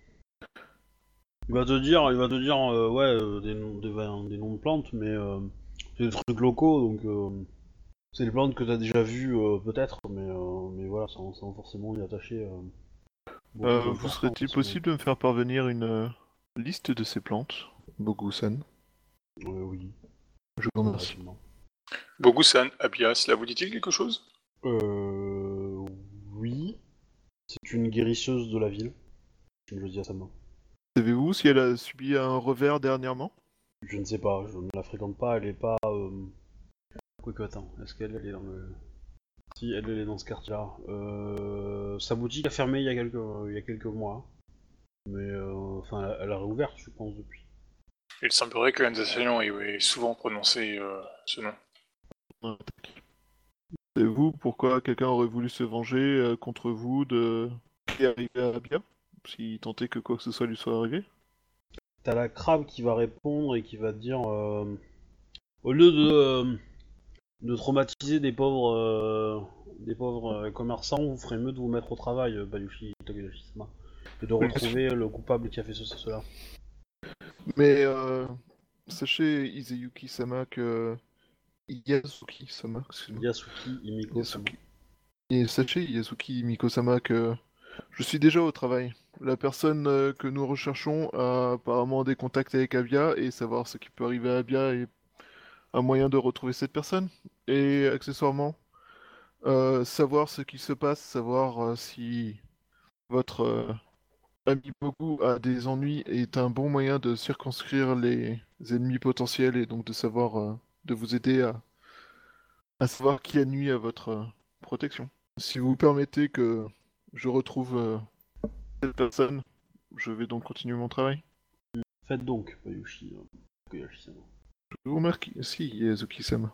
Speaker 1: Il va te dire ouais, des noms de plantes, mais c'est des trucs locaux, donc c'est des plantes que t'as déjà vues peut-être, mais voilà, sans forcément y attacher beaucoup
Speaker 2: Vous serait-il
Speaker 1: d'importance.
Speaker 2: possible de me faire parvenir une liste de ces plantes, Bogu-san?
Speaker 1: Oui,
Speaker 2: Je vous remercie.
Speaker 1: rapidement.
Speaker 3: Bogusan, Abia, cela vous dit-il quelque chose?
Speaker 1: Oui, c'est une guérisseuse de la ville. Je le dis à sa main.
Speaker 2: Savez-vous si elle a subi un revers dernièrement?
Speaker 1: Je ne sais pas, je ne la fréquente pas, elle est pas. Quoique, attends, est-ce qu'elle est dans le. Si, elle est dans ce quartier-là. Sa boutique a fermé il y a quelques mois. Mais enfin, elle a réouvert, je pense, depuis.
Speaker 3: Il semblerait que l'un des assaillants ait souvent prononcé ce nom.
Speaker 2: Ouais. Savez-vous pourquoi quelqu'un aurait voulu se venger contre vous de ce qui est arrivé à Abia? Si tant est que quoi que ce soit lui soit arrivé?
Speaker 1: T'as la crabe qui va répondre et qui va te dire au lieu de traumatiser des pauvres commerçants, vous ferez mieux de vous mettre au travail, Bayushi Togeyoshi-sama, et de
Speaker 2: Oui, bien sûr.
Speaker 1: retrouver le coupable qui a fait cela.
Speaker 2: Mais sachez, Izeyuki-sama, que... Yasuki-sama, excuse-moi.
Speaker 1: Yasuki Himiko-sama.
Speaker 2: Yasuki. Et sachez, Yasuki Miko-sama, que je suis déjà au travail. La personne que nous recherchons a apparemment des contacts avec Avia, et savoir ce qui peut arriver à Avia est un moyen de retrouver cette personne. Et accessoirement, savoir ce qui se passe, savoir si votre ami Bogu a des ennuis est un bon moyen de circonscrire les ennemis potentiels et donc de savoir, de vous aider à savoir qui a nuit à votre protection. Si vous permettez que je retrouve cette personne, je vais donc continuer mon travail.
Speaker 1: Faites donc, Bayushi Togeyoshi-sama.
Speaker 2: Je vous remercie, si, Yazuki-sama.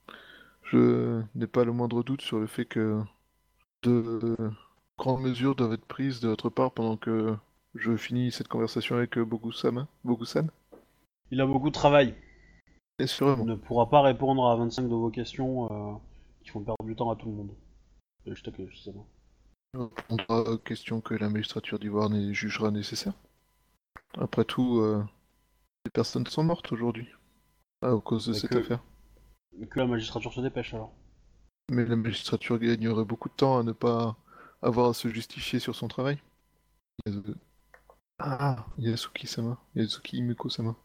Speaker 2: Je n'ai pas le moindre doute sur le fait que de grandes mesures doivent être prises de votre part pendant que je finis cette conversation avec Bogu-sama, Bogu-san.
Speaker 1: Il a beaucoup de travail.
Speaker 2: Et
Speaker 1: Il
Speaker 2: sûrement.
Speaker 1: ne pourra pas répondre à 25 de vos questions qui font perdre du temps à tout le monde. Bayushi Togeyoshi-sama.
Speaker 2: Il répondra aux questions que la magistrature d'Ivoire jugera nécessaires. Après tout, des personnes sont mortes aujourd'hui à cause de
Speaker 1: Et
Speaker 2: cette affaire.
Speaker 1: que la magistrature se dépêche alors.
Speaker 2: Mais la magistrature gagnerait beaucoup de temps à ne pas avoir à se justifier sur son travail. Yasu- Ah, Yasuki-sama. Yasuki Imiko-sama.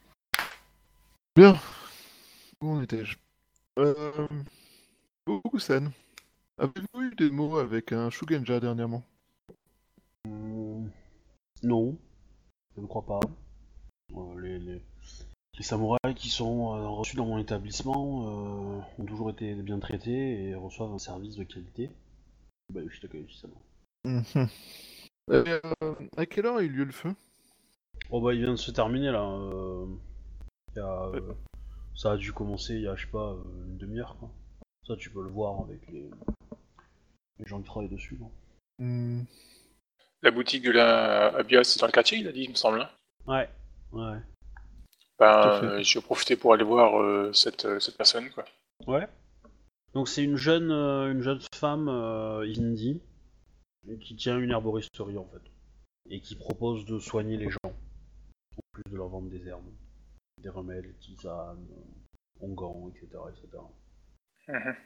Speaker 2: Bien. Où en étais-je? Euh... Boku-san, avez-vous eu des mots avec un Shugenja dernièrement?
Speaker 1: Non, je ne crois pas. Les samouraïs qui sont reçus dans mon établissement ont toujours été bien traités et reçoivent un service de qualité. Bah, je Takeuchi-sama.
Speaker 2: Mhm. À quelle heure a eu lieu le feu?
Speaker 1: Oh bah il vient de se terminer là. Il y a, ça a dû commencer il y a je sais pas une demi-heure quoi. Ça tu peux le voir avec les gens qui travaillent dessus. Quoi.
Speaker 2: Hmm.
Speaker 3: La boutique de la Abia, c'est dans le quartier, il a dit, il me semble. Hein.
Speaker 1: Ouais, ouais.
Speaker 2: Tout à fait.
Speaker 3: Je vais profiter pour aller voir cette personne, quoi.
Speaker 1: Ouais. Donc c'est une jeune femme indie qui tient une herboristerie en fait et qui propose de soigner les gens en plus de leur vendre des herbes, des remèdes, des tisanes, onguents, etc., etc.
Speaker 3: Mhm.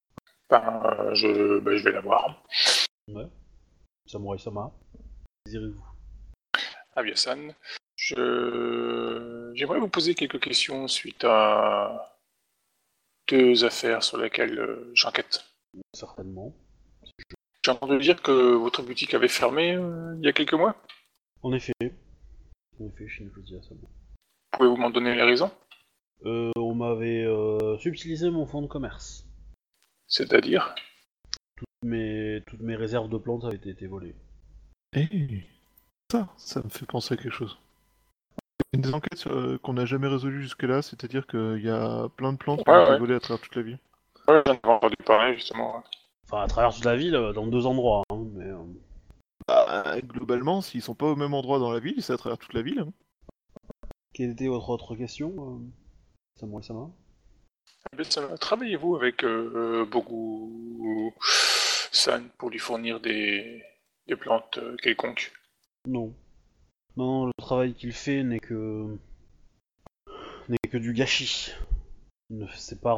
Speaker 3: Je vais la voir.
Speaker 1: Ouais. Samurai Sama, désirez-vous?
Speaker 3: Abia-san. J'aimerais vous poser quelques questions suite à deux affaires sur lesquelles j'enquête.
Speaker 1: Certainement.
Speaker 3: J'ai entendu dire que votre boutique avait fermé il y a quelques mois.
Speaker 1: En effet, Shinfuji Asama.
Speaker 3: Pouvez-vous m'en donner les raisons?
Speaker 1: On m'avait subtilisé mon fonds de commerce.
Speaker 3: C'est-à-dire?
Speaker 1: Toutes mes réserves de plantes avaient été volées.
Speaker 2: Et ça me fait penser à quelque chose. Une des enquêtes qu'on n'a jamais résolues jusque-là, c'est-à-dire qu'il y a plein de plantes qui ont été
Speaker 3: Ouais.
Speaker 2: volées à travers toute la ville.
Speaker 3: Ouais, j'en avais entendu parler justement. Ouais.
Speaker 1: Enfin, à travers toute la ville, dans 2 endroits. Hein, mais,
Speaker 2: Globalement, s'ils sont pas au même endroit dans la ville, c'est à travers toute la ville. Hein.
Speaker 1: quelle était votre autre question, Samurai Sama?
Speaker 3: Travaillez-vous avec Bogu San pour lui fournir des plantes quelconques?
Speaker 1: Non. Non, le travail qu'il fait n'est que du gâchis. Il ne sait pas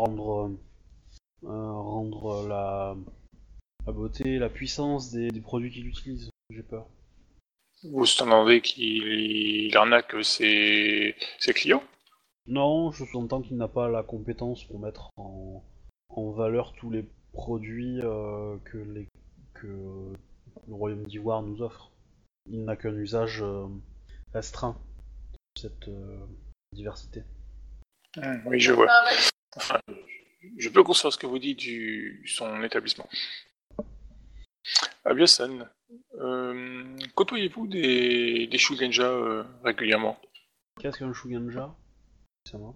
Speaker 1: rendre la beauté, la puissance des produits qu'il utilise. J'ai peur.
Speaker 3: Vous entendez qu'il arnaque ses clients?
Speaker 1: Non, je sous-entends qu'il n'a pas la compétence pour mettre en valeur tous les produits que le Royaume d'Ivoire nous offre. Il n'a qu'un usage restreint de cette diversité.
Speaker 3: Oui, je vois. Enfin, je peux concevoir ce que vous dites du son établissement. Abiyasan, côtoyez-vous des Shugenja régulièrement?
Speaker 1: Qu'est-ce qu'un Shuganja? Ça va.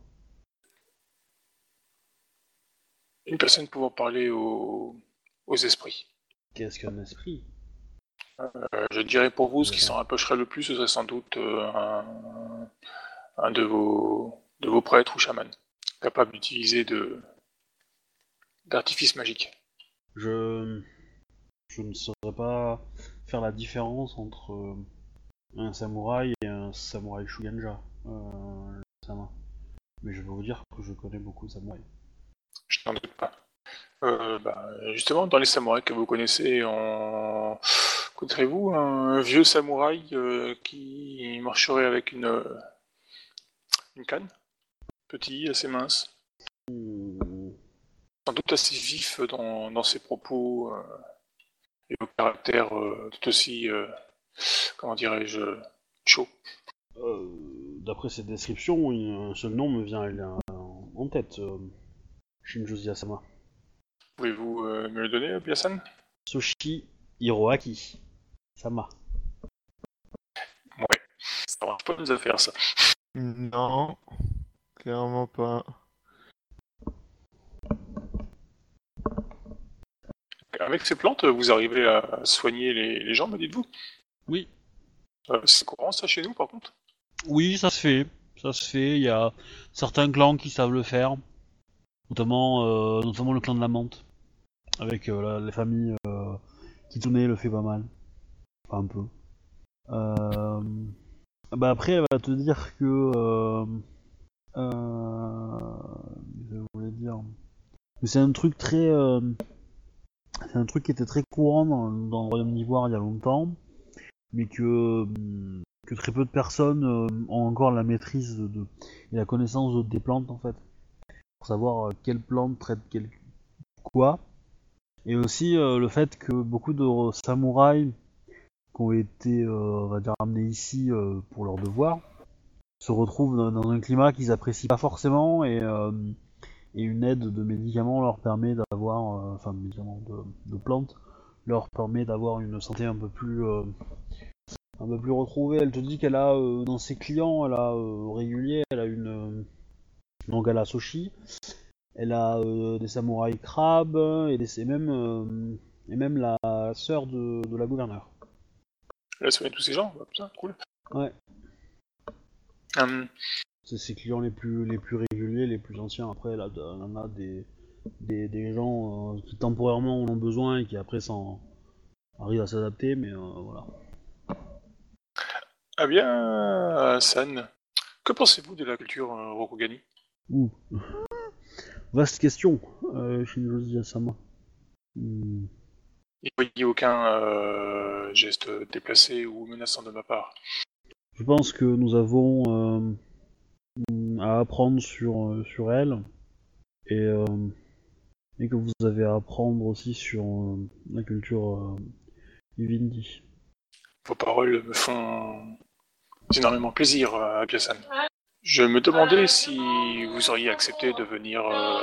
Speaker 3: Une personne pouvant parler aux esprits.
Speaker 1: Qu'est-ce qu'un esprit?
Speaker 3: Je dirais pour vous, ce qui s'en rapprocherait le plus, ce serait sans doute un de vos prêtres ou chamans, capable d'utiliser d'artifices magiques.
Speaker 1: Je ne saurais pas faire la différence entre un samouraï et un samouraï Shuganja. Sama. Mais je peux vous dire que je connais beaucoup de samouraïs.
Speaker 3: Je n'en doute pas. Justement, dans les samouraïs que vous connaissez, connaîtrez-vous un vieux samouraï qui marcherait avec une canne? Petit, assez mince,
Speaker 1: Hmm,
Speaker 3: sans doute assez vif dans ses propos et au caractère tout aussi, comment dirais-je, chaud.
Speaker 1: D'après cette description, un seul nom me vient en tête. Shinjo Sama.
Speaker 3: Pouvez-vous me le donner, Biasan?
Speaker 1: Soshi Hiroaki. Sama.
Speaker 3: Ouais, ça marche pas nos affaires, ça.
Speaker 2: Non, clairement pas.
Speaker 3: Avec ces plantes, vous arrivez à soigner les gens, me dites-vous?
Speaker 1: Oui.
Speaker 3: C'est courant, ça, chez nous, par contre?
Speaker 1: Oui, ça se fait. Ça se fait. Il y a certains clans qui savent le faire. Notamment le clan de la menthe. Avec les familles Kitsune le fait pas mal. Enfin, un peu. Euh, Bah après, elle va te dire que... je voulais dire... que c'est un truc très... c'est un truc qui était très courant dans le Royaume d'Ivoire il y a longtemps, mais que très peu de personnes ont encore la maîtrise et la connaissance des plantes en fait. Pour savoir quelle plante traite quoi. Et aussi le fait que beaucoup de samouraïs qui ont été, on va dire, amenés ici pour leur devoir, se retrouvent dans un climat qu'ils apprécient pas forcément et une aide de médicaments leur permet d'avoir, enfin de médicaments de plantes, leur permet d'avoir une santé un peu plus retrouvée. Elle te dit qu'elle a dans ses clients, elle a réguliers, elle a donc elle a Soshi, elle a des samouraïs crabes et même la sœur de la gouverneure.
Speaker 3: Elle a soigné tous ces gens? Bah, putain, cool.
Speaker 1: Ouais.
Speaker 3: Hum,
Speaker 1: C'est ses clients les plus réguliers, les plus anciens. Après, elle en a des gens qui temporairement en ont besoin et qui après arrivent à s'adapter, mais voilà.
Speaker 3: Ah bien, San, que pensez-vous de la culture Rokugani?
Speaker 1: Ouh. Vaste question, Shinjo Sama.
Speaker 3: Il n'y voyez aucun geste déplacé ou menaçant de ma part.
Speaker 1: Je pense que nous avons à apprendre sur elle et, et que vous avez à apprendre aussi sur la culture Ivindi.
Speaker 3: Vos paroles me font énormément plaisir, Abiyasan. Je me demandais si vous auriez accepté de venir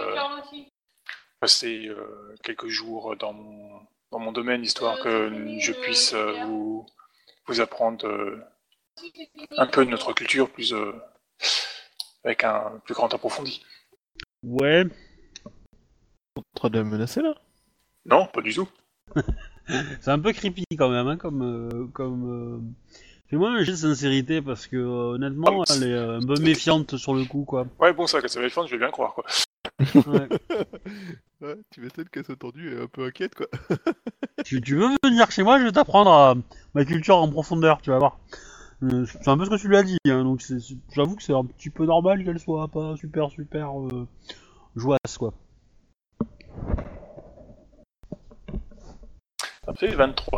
Speaker 3: passer quelques jours dans mon domaine, histoire que je puisse vous apprendre un peu de notre culture plus avec un plus grand approfondi.
Speaker 1: Ouais,
Speaker 2: En train de la menacer là?
Speaker 3: Non, pas du tout.
Speaker 1: C'est un peu creepy quand même, hein, comme. Fais-moi un jet de sincérité parce que honnêtement, elle est un peu méfiante sur le coup, quoi.
Speaker 3: Ouais, bon, ça, quand ça va être fun, je vais bien croire, quoi.
Speaker 1: Ouais.
Speaker 2: Ouais, tu m'étonnes qu'elle soit tendue et un peu inquiète, quoi.
Speaker 1: Tu veux venir chez moi, je vais t'apprendre ma culture en profondeur, tu vas voir. C'est un peu ce que tu lui as dit, hein, donc j'avoue que c'est un petit peu normal qu'elle soit pas super jouasse, quoi.
Speaker 3: Après, 23.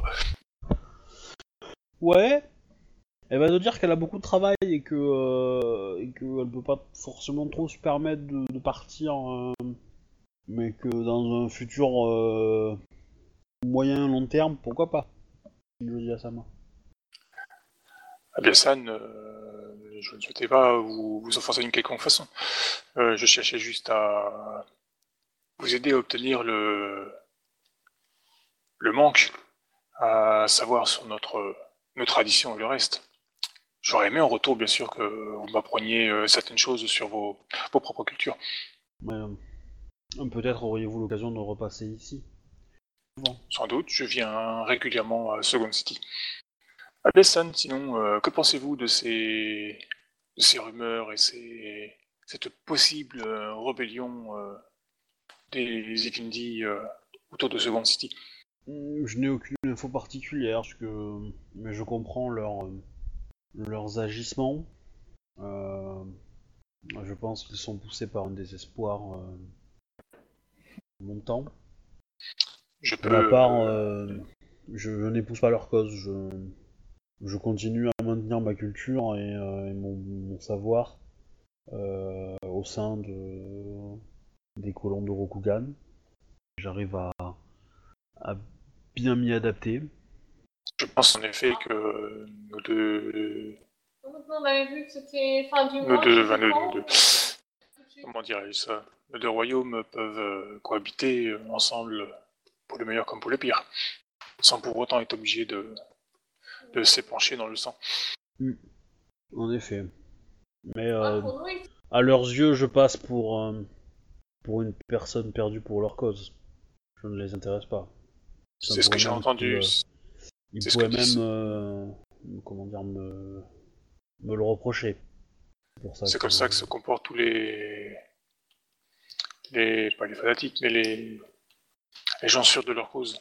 Speaker 1: Ouais. Elle va te dire qu'elle a beaucoup de travail et qu'elle peut pas forcément trop se permettre de partir, mais que dans un futur moyen long terme, pourquoi pas. Je dis à Sama.
Speaker 3: Abiasan, je ne souhaitais pas vous offenser d'une quelconque façon. Je cherchais juste à vous aider à obtenir le manque, à savoir sur nos traditions et le reste. J'aurais aimé en retour, bien sûr, que vous m'appreniez certaines choses sur vos propres cultures.
Speaker 1: Peut-être auriez-vous l'occasion de repasser ici. Bon.
Speaker 3: Sans doute, je viens régulièrement à Second City. Abiasan, sinon, que pensez-vous de ces rumeurs et cette possible rébellion des Ikindi autour de Second City?
Speaker 1: Je n'ai aucune info particulière, mais je comprends leurs agissements. Je pense qu'ils sont poussés par un désespoir montant. De ma part, je n'épouse pas leur cause. Je continue à maintenir ma culture et mon savoir au sein des colons de Rokugan. J'arrive à bien m'y adapter.
Speaker 3: Je pense en effet que nous deux...
Speaker 4: On avait vu que c'était fin du
Speaker 3: Nos
Speaker 4: mois.
Speaker 3: deux... Comment dirais-je ça? Nos deux royaumes peuvent cohabiter ensemble pour le meilleur comme pour le pire, sans pour autant être obligés de s'épancher dans le sang.
Speaker 1: En effet. Mais à leurs yeux, je passe pour une personne perdue pour leur cause. Je ne les intéresse pas.
Speaker 3: C'est ce que j'ai entendu.
Speaker 1: Ils pourraient même comment dire, me le reprocher.
Speaker 3: C'est comme ça que se comportent tous les pas les fanatiques, mais les gens sûrs de leur cause.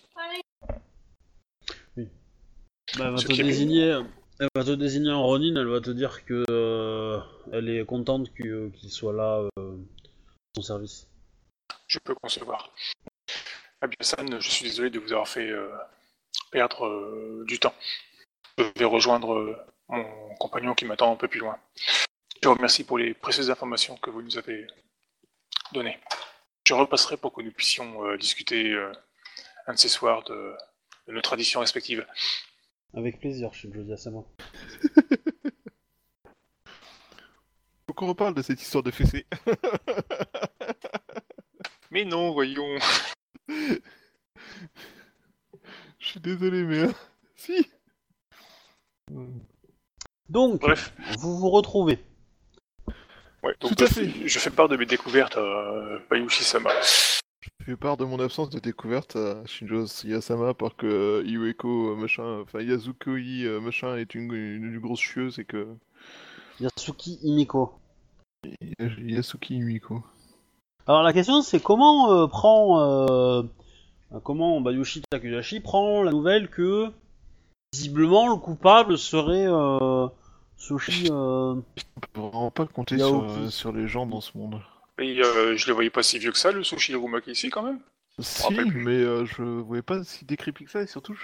Speaker 1: Oui. Bah, elle va te désigner en Ronin, elle va te dire que elle est contente qu'il soit là à son service.
Speaker 3: Je peux concevoir. Abiasan, je suis désolé de vous avoir fait perdre du temps. Je vais rejoindre mon compagnon qui m'attend un peu plus loin. Je vous remercie pour les précieuses informations que vous nous avez données. Je repasserai pour que nous puissions discuter un de ces soirs de nos traditions respectives.
Speaker 1: Avec plaisir, Shinjo Asama.
Speaker 2: Faut qu'on reparle de cette histoire de fessée.
Speaker 3: Mais non, voyons.
Speaker 2: Je suis désolé, mais... si.
Speaker 1: Donc,
Speaker 3: Bref.
Speaker 1: vous vous retrouvez.
Speaker 3: Ouais, donc
Speaker 2: Tout à fait.
Speaker 3: je fais part de mes découvertes à Bayushi-sama.
Speaker 2: Je fais part de mon absence de découverte à Shinjo Yasama parce que Iueko machin, enfin Yazukoi machin est une grosse chieuse et que...
Speaker 1: Yasuki Himiko.
Speaker 2: Yasuki Iueko.
Speaker 1: Alors la question c'est comment comment Bayushi Takuyashi prend la nouvelle que visiblement le coupable serait Sushi
Speaker 2: On peut vraiment pas compter sur les gens dans ce monde.
Speaker 3: Et je le voyais pas si vieux que ça, le sushi Irumaki ici, quand même.
Speaker 2: Si, mais je voyais pas si décrépit que ça, et surtout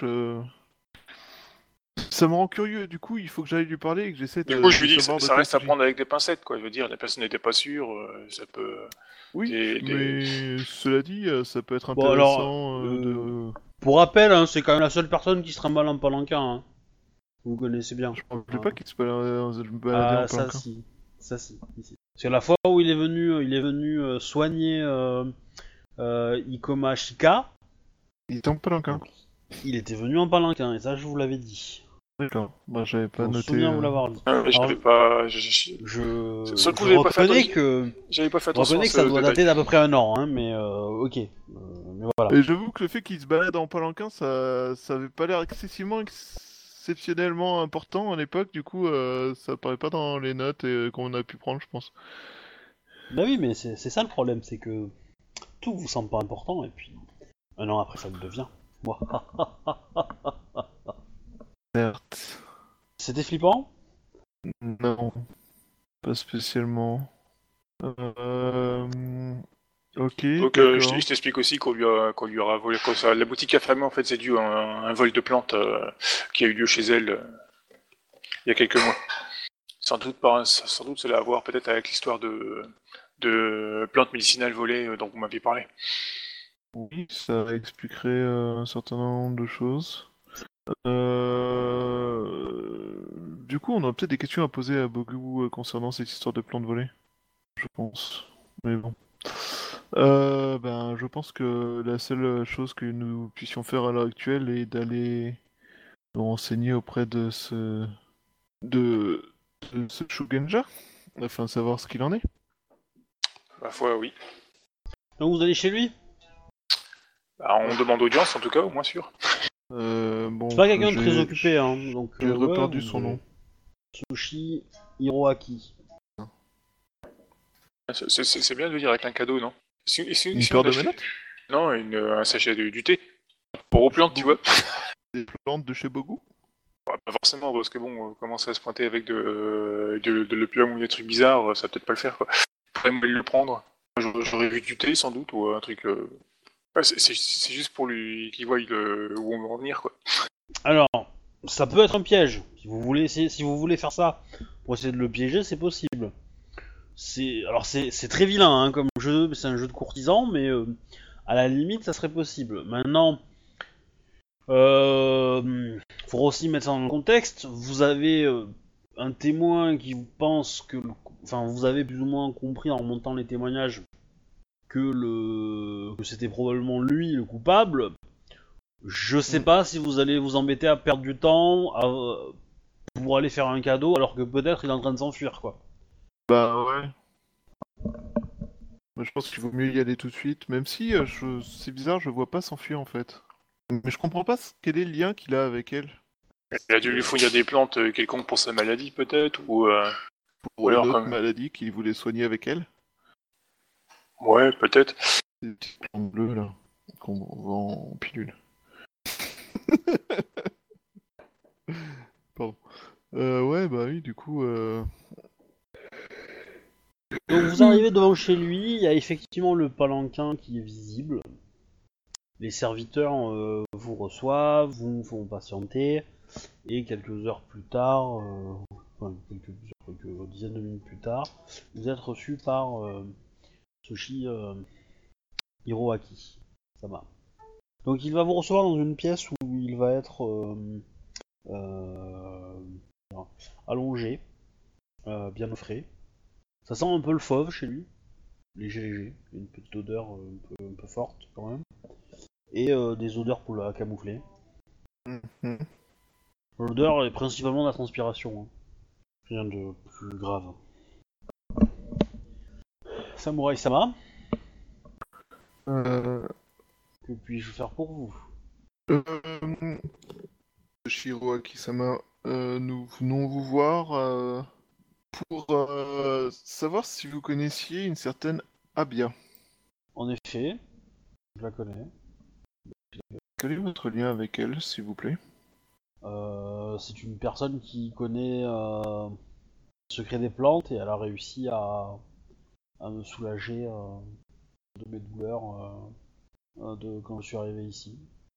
Speaker 2: ça me rend curieux, du coup il faut que j'aille lui parler et que j'essaie de...
Speaker 3: Du coup, je lui dis que
Speaker 2: savoir de
Speaker 3: ça
Speaker 2: quoi
Speaker 3: reste à
Speaker 2: il
Speaker 3: prendre avec des pincettes, quoi. Je veux dire, la personne n'était pas sûre, ça peut...
Speaker 2: Oui, mais cela dit, ça peut être
Speaker 1: Bon,
Speaker 2: intéressant
Speaker 1: alors,
Speaker 2: de...
Speaker 1: Pour rappel, hein, c'est quand même la seule personne qui se trimballe en palanquin. Hein. Vous connaissez bien.
Speaker 2: Je me rappelais pas qu'il se baladait
Speaker 1: Ah,
Speaker 2: en
Speaker 1: ça
Speaker 2: palanquin.
Speaker 1: si. Ça si. Parce que la fois où il est venu soigner Ikoma Shika,
Speaker 2: Il était en palanquin.
Speaker 1: il était venu en palanquin, et ça je vous l'avais dit.
Speaker 2: D'accord, bah j'avais pas
Speaker 1: Je me
Speaker 2: noté...
Speaker 1: souviens vous l'avoir dit.
Speaker 3: Mais j'avais pas...
Speaker 1: Je
Speaker 3: Sur le coup, j'avais pas fait
Speaker 1: reconnais
Speaker 3: attention. J'avais pas fait
Speaker 1: je
Speaker 3: attention
Speaker 1: reconnais
Speaker 3: à
Speaker 1: que ça
Speaker 3: ce
Speaker 1: doit
Speaker 3: détail.
Speaker 1: dater d'à peu près un an, hein, mais ok. mais voilà.
Speaker 2: Et j'avoue que le fait qu'il se balade en palanquin, ça avait pas l'air excessivement exceptionnellement important à l'époque, du coup ça apparaît pas dans les notes qu'on a pu prendre, je pense.
Speaker 1: Bah oui, mais c'est ça le problème, c'est que tout vous semble pas important, et puis un an après ça le devient. Moi.
Speaker 2: Certes.
Speaker 1: C'était flippant.
Speaker 2: Non, pas spécialement. Ok,
Speaker 3: Donc
Speaker 2: d'accord.
Speaker 3: je t'explique aussi qu'on lui aura volé, la boutique affamée en fait c'est dû à un vol de plantes qui a eu lieu chez elle il y a quelques mois. Sans doute cela a à voir peut-être avec l'histoire de plantes médicinales volées dont vous m'aviez parlé.
Speaker 2: Oui, ça expliquerait un certain nombre de choses. Du coup, on a peut-être des questions à poser à Bogu concernant cette histoire de plantes volées, je pense. Mais bon. Je pense que la seule chose que nous puissions faire à l'heure actuelle est d'aller nous renseigner auprès de, de ce Shugenja, afin de savoir ce qu'il en est.
Speaker 3: Ma foi, oui.
Speaker 1: Donc vous allez chez lui.
Speaker 3: Bah, on demande audience en tout cas, au moins sûr.
Speaker 2: Bon,
Speaker 1: C'est pas quelqu'un de
Speaker 2: j'ai-
Speaker 1: très occupé, hein. Donc
Speaker 2: J'ai
Speaker 1: ouais,
Speaker 2: reperdu
Speaker 1: vous
Speaker 2: son
Speaker 1: allez.
Speaker 2: nom.
Speaker 1: Sushi Hiroaki.
Speaker 3: C'est bien de venir avec un cadeau, non?
Speaker 2: Une paire de menottes?
Speaker 3: Non, un sachet du thé. Pour aux plantes, tu vois.
Speaker 2: Des plantes de chez Bogu?
Speaker 3: Bah, pas forcément, parce que bon, commencer à se pointer avec de l'opium ou des trucs bizarres, ça va peut-être pas le faire, quoi. Il pourrait me le prendre. J'aurais vu du thé, sans doute, ou un truc... Ouais, c'est juste pour lui qu'il voie où on veut en venir, quoi.
Speaker 1: Alors, ça peut être un piège. Si vous voulez faire ça pour essayer de le piéger, c'est possible. C'est très vilain hein, comme jeu, c'est un jeu de courtisan, mais à la limite, ça serait possible. Maintenant, faut aussi mettre ça dans le contexte. Vous avez un témoin qui vous pense que, enfin, vous avez plus ou moins compris en remontant les témoignages que c'était probablement lui le coupable. Je sais pas si vous allez vous embêter à perdre du temps pour aller faire un cadeau alors que peut-être il est en train de s'enfuir quoi.
Speaker 2: Bah ouais. Moi, je pense qu'il vaut mieux y aller tout de suite, même si c'est bizarre, je vois pas s'enfuir en fait. Mais je comprends pas quel est le lien qu'il a avec elle.
Speaker 3: Il a dû lui fournir des plantes quelconques pour sa maladie, peut-être, ou
Speaker 2: Pour
Speaker 3: alors
Speaker 2: une autre
Speaker 3: comme...
Speaker 2: maladie qu'il voulait soigner avec elle.
Speaker 3: Ouais, peut-être.
Speaker 2: Des petites plantes bleues là, qu'on vend en pilule. Pardon. Ouais, bah oui, du coup...
Speaker 1: Donc vous arrivez devant chez lui, il y a effectivement le palanquin qui est visible. Les serviteurs vous reçoivent, vous font patienter, et quelques heures plus tard, quelques dizaines de minutes plus tard, vous êtes reçu par Sushi Hiroaki. Ça va. Donc il va vous recevoir dans une pièce où il va être euh, allongé, bien au frais. Ça sent un peu le fauve chez lui, léger, une petite odeur un peu forte quand même, et des odeurs pour la camoufler.
Speaker 2: Mhm.
Speaker 1: L'odeur est principalement de la transpiration, hein. Rien de plus grave. Samurai Sama,
Speaker 2: Euh...
Speaker 1: que puis-je faire pour vous?
Speaker 2: Euh... Shiro Akisama, nous venons vous voir pour savoir si vous connaissiez une certaine Abia.
Speaker 1: En effet, je la connais.
Speaker 2: Quel est votre lien avec elle, s'il vous plaît?
Speaker 1: C'est une personne qui connaît le secret des plantes et elle a réussi à me soulager de mes douleurs quand je suis arrivé ici.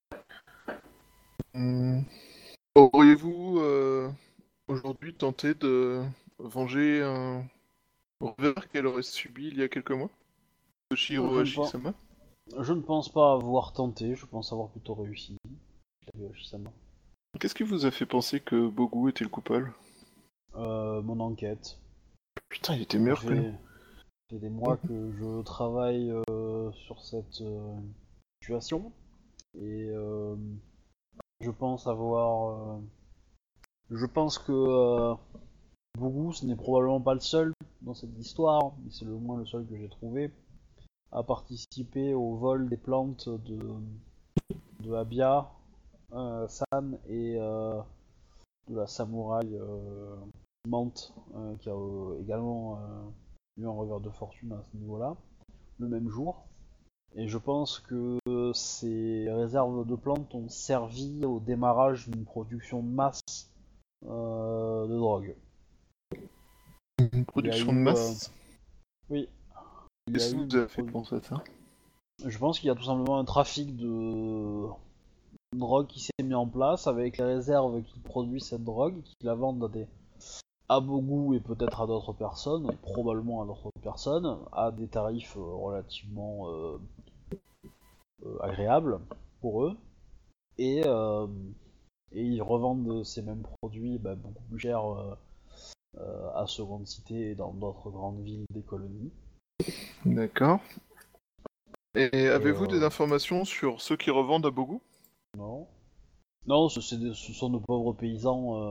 Speaker 2: Auriez-vous aujourd'hui tenté de venger un revers qu'elle aurait subi il y a quelques mois? Toshiro Ashisama?
Speaker 1: Je ne pense pas avoir tenté, je pense avoir plutôt réussi. Sama.
Speaker 2: Qu'est-ce qui vous a fait penser que Bogu était le coupable?
Speaker 1: Mon enquête.
Speaker 2: Putain, il était meilleur que nous.
Speaker 1: Ça fait des mois que je travaille sur cette situation et je pense avoir. Je pense que Bougou, ce n'est probablement pas le seul dans cette histoire, mais c'est le moins le seul que j'ai trouvé a participé au vol des plantes de Abia, San et de la samouraï Mante, qui a également eu un revers de fortune à ce niveau-là, le même jour. Et je pense que ces réserves de plantes ont servi au démarrage d'une production de masse de drogue.
Speaker 2: Une
Speaker 1: Il y a
Speaker 2: production de
Speaker 1: eu,
Speaker 2: masse.
Speaker 1: Oui. Il y a
Speaker 2: Qu'est-ce que
Speaker 1: eu
Speaker 2: vous avez fait penser à ça?
Speaker 1: Je pense qu'il y a tout simplement un trafic de drogue qui s'est mis en place avec les réserves qui produisent cette drogue, qui la vendent à Bogu et peut-être à d'autres personnes, et probablement à d'autres personnes, à des tarifs relativement agréables pour eux. Et, euh, et ils revendent ces mêmes produits beaucoup plus cher à Seconde Cité et dans d'autres grandes villes des colonies.
Speaker 2: D'accord. Et
Speaker 1: Et
Speaker 2: avez-vous des informations sur ceux qui revendent à Bogu?
Speaker 1: non. Non, ce sont de pauvres paysans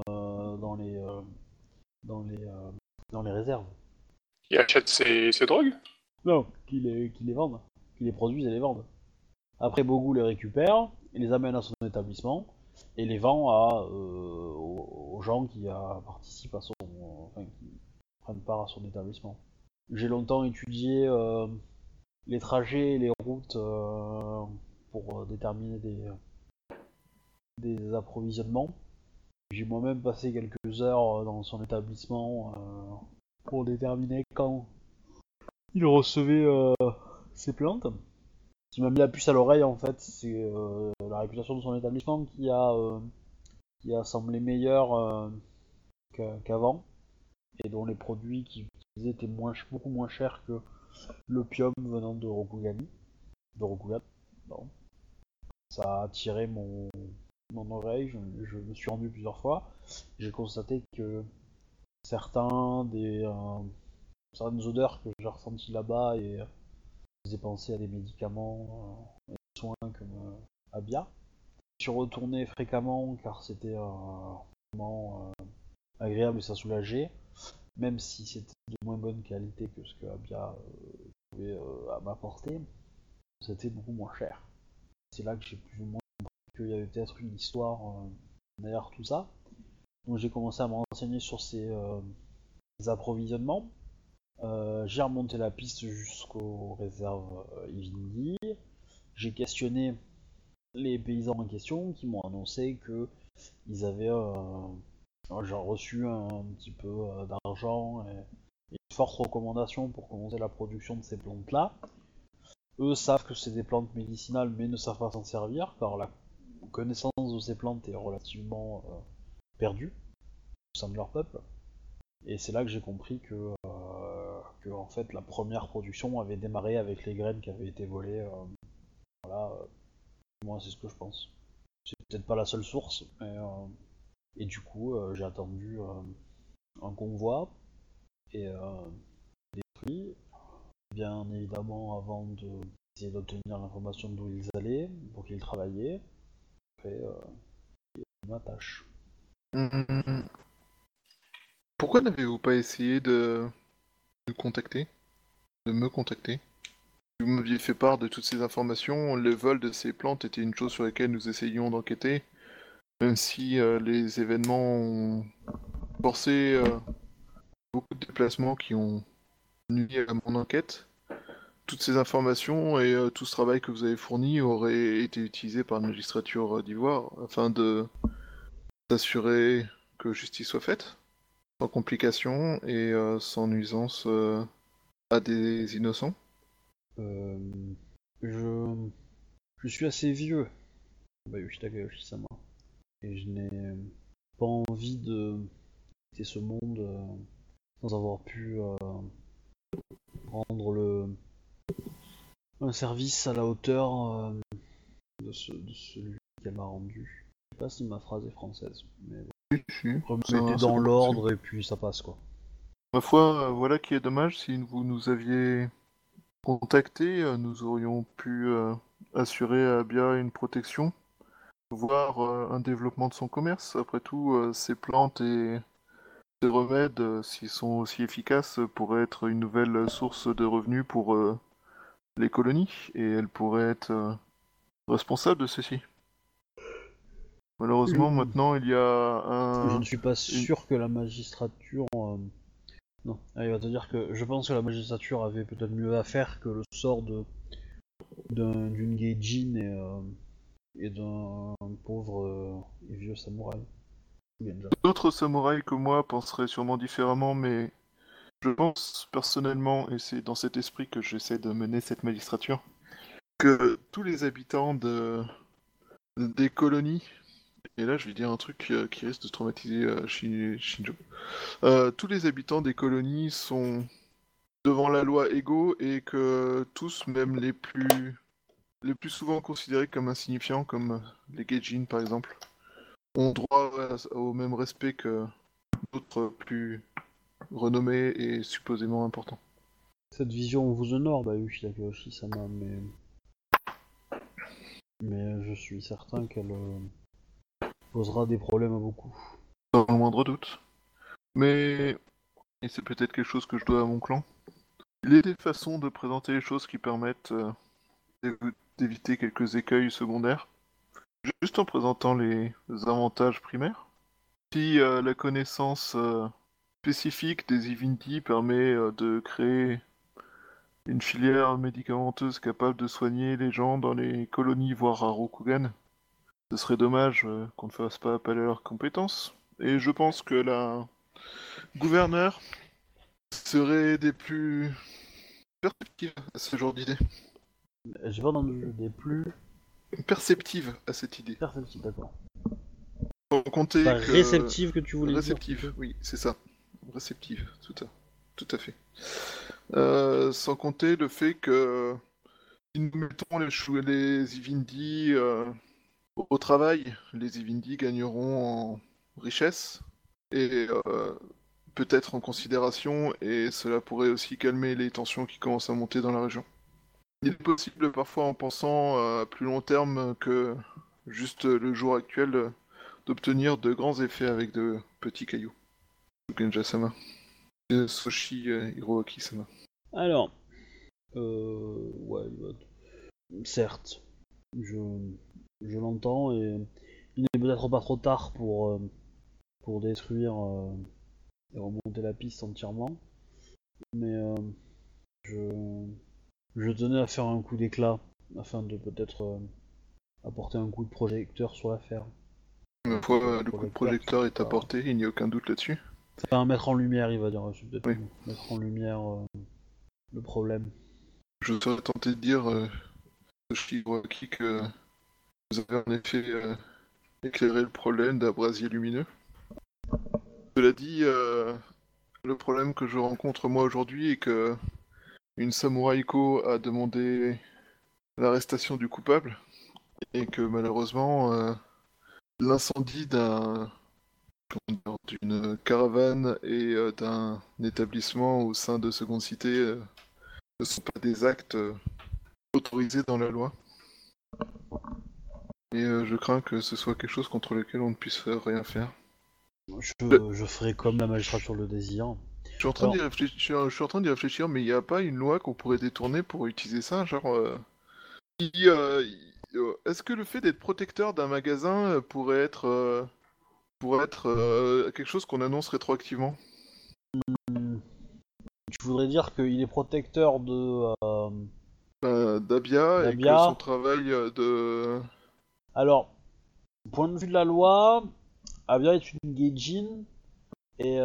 Speaker 1: dans les, euh, dans les réserves.
Speaker 3: Qui achète ces drogues?
Speaker 1: Non, qui les vendent, qui les produisent et les vendent. Après, Bogu les récupère, et les amène à son établissement, et les vend aux gens qui participent à enfin, qui prennent part à son établissement. J'ai longtemps étudié les trajets et les routes pour déterminer des approvisionnements. J'ai moi-même passé quelques heures dans son établissement pour déterminer quand il recevait ses plaintes. Ce qui m'a mis la puce à l'oreille en fait, c'est la réputation de son établissement qui a semblé meilleure qu'avant et dont les produits qu'ils utilisaient étaient beaucoup moins chers que l'opium venant de Rokugan. Pardon. Ça a attiré mon oreille, je me suis rendu plusieurs fois. J'ai constaté que certaines odeurs que j'ai ressenties là-bas et faisaient penser à des médicaments et des soins comme Abia. Je suis retourné fréquemment car c'était vraiment agréable et ça soulageait, même si c'était de moins bonne qualité que ce que Abia pouvait m'apporter, c'était beaucoup moins cher. C'est là que j'ai plus ou moins compris qu'il y avait peut-être une histoire derrière tout ça. Donc j'ai commencé à me renseigner sur ces approvisionnements. J'ai remonté la piste jusqu'aux réserves Ivindi. J'ai questionné les paysans en question qui m'ont annoncé que ils avaient reçu un petit peu d'argent et une forte recommandation pour commencer la production de ces plantes-là. Eux savent que c'est des plantes médicinales mais ne savent pas s'en servir car la connaissance de ces plantes est relativement perdue au sein de leur peuple. Et c'est là que j'ai compris que en fait la première production avait démarré avec les graines qui avaient été volées. Voilà, moi c'est ce que je pense. C'est peut-être pas la seule source, et du coup j'ai attendu un convoi et des prix, bien évidemment avant d'essayer d'obtenir l'information d'où ils allaient, pour qu'ils travaillaient. Après, ma tâche.
Speaker 2: Pourquoi n'avez-vous pas essayé de nous contacter, de me contacter? Vous m'aviez fait part de toutes ces informations, le vol de ces plantes était une chose sur laquelle nous essayions d'enquêter, même si les événements ont forcé beaucoup de déplacements qui ont nuit à mon enquête. Toutes ces informations et tout ce travail que vous avez fourni auraient été utilisés par la magistrature d'Ivoire afin de s'assurer que justice soit faite, sans complications et sans nuisance à des innocents.
Speaker 1: Euh, je, je suis assez vieux, Bayushita Kayoshi-sama, et je n'ai pas envie de quitter ce monde sans avoir pu rendre un service à la hauteur de celui qu'elle m'a rendu. Je sais pas si ma phrase est française, mais
Speaker 2: Si,
Speaker 1: remettez
Speaker 2: ça
Speaker 1: dans
Speaker 2: peut passer.
Speaker 1: l'ordre et puis ça passe quoi.
Speaker 2: Ma foi, voilà qui est dommage, si vous nous aviez contacté, nous aurions pu assurer à Abia une protection, voire un développement de son commerce. Après tout, ces plantes et ces remèdes, s'ils sont aussi efficaces, pourraient être une nouvelle source de revenus pour les colonies et elle pourrait être responsable de ceci. Malheureusement, maintenant, il y a
Speaker 1: Je
Speaker 2: un...
Speaker 1: ne suis pas sûr que la magistrature... Non, il va te dire que je pense que la magistrature avait peut-être mieux à faire que le sort d'une Gaijin et d'un pauvre et vieux samouraï. Genja.
Speaker 2: D'autres samouraïs que moi penseraient sûrement différemment, mais je pense personnellement, et c'est dans cet esprit que j'essaie de mener cette magistrature, que tous les habitants des colonies, et là je vais dire un truc qui risque de traumatiser Shinjo, tous les habitants des colonies sont devant la loi égaux et que tous, même les plus souvent considérés comme insignifiants, comme les Gaijin par exemple, ont droit au même respect que d'autres plus renommés et supposément importants.
Speaker 1: Cette vision vous honore, Bayushi Takahashi-sama, mais je suis certain qu'elle posera des problèmes à beaucoup.
Speaker 2: Sans le moindre doute. Mais, et c'est peut-être quelque chose que je dois à mon clan, il y a des façons de présenter les choses qui permettent d'éviter quelques écueils secondaires, juste en présentant les avantages primaires. Si la connaissance spécifique des Ivindi permet de créer une filière médicamenteuse capable de soigner les gens dans les colonies, voire à Rokugan, ce serait dommage qu'on ne fasse pas appel à leurs compétences. Et je pense que la gouverneure serait des plus perceptives à ce genre d'idée.
Speaker 1: J'ai pas entendu des plus
Speaker 2: Perceptive à cette idée.
Speaker 1: perceptives, d'accord.
Speaker 2: Sans compter
Speaker 1: Pas
Speaker 2: que...
Speaker 1: réceptive que tu voulais
Speaker 2: Réceptive,
Speaker 1: dire.
Speaker 2: oui, c'est ça. Réceptive, tout à fait. Sans compter le fait que si nous mettons les Ivindi au travail, les Ivindi gagneront en richesse et peut-être en considération, et cela pourrait aussi calmer les tensions qui commencent à monter dans la région. Il est possible parfois en pensant à plus long terme que juste le jour actuel d'obtenir de grands effets avec de petits cailloux. Genja-sama. Soshi Hiroaki-sama.
Speaker 1: Alors, ouais, certes, je l'entends et il n'est peut-être pas trop tard pour détruire et remonter la piste entièrement, mais je tenais à faire un coup d'éclat afin de peut-être apporter un coup de projecteur sur l'affaire.
Speaker 2: Une fois le coup de projecteur est apporté, il n'y a aucun doute là-dessus.
Speaker 1: Enfin, mettre en lumière, il va dire, c'est peut-être
Speaker 2: Oui.
Speaker 1: mettre en lumière le problème.
Speaker 2: Je serais tenté de dire, Soshi Hiroaki, que vous avez en effet éclairé le problème d'un brasier lumineux. Cela dit, le problème que je rencontre moi aujourd'hui est que une samouraïko a demandé l'arrestation du coupable et que malheureusement l'incendie d'une caravane et d'un établissement au sein de Seconde Cité ne sont pas des actes autorisés dans la loi. Et je crains que ce soit quelque chose contre lequel on ne puisse rien faire.
Speaker 1: Je ferai comme la magistrature le désire.
Speaker 2: Je suis en train d'y réfléchir, mais il n'y a pas une loi qu'on pourrait détourner pour utiliser ça, genre... Est-ce que le fait d'être protecteur d'un magasin pourrait être quelque chose qu'on annonce rétroactivement?
Speaker 1: Tu voudrais dire qu'il est protecteur de...
Speaker 2: D'Abia et que son travail de...
Speaker 1: Alors, point de vue de la loi, Abia est une Gaijin et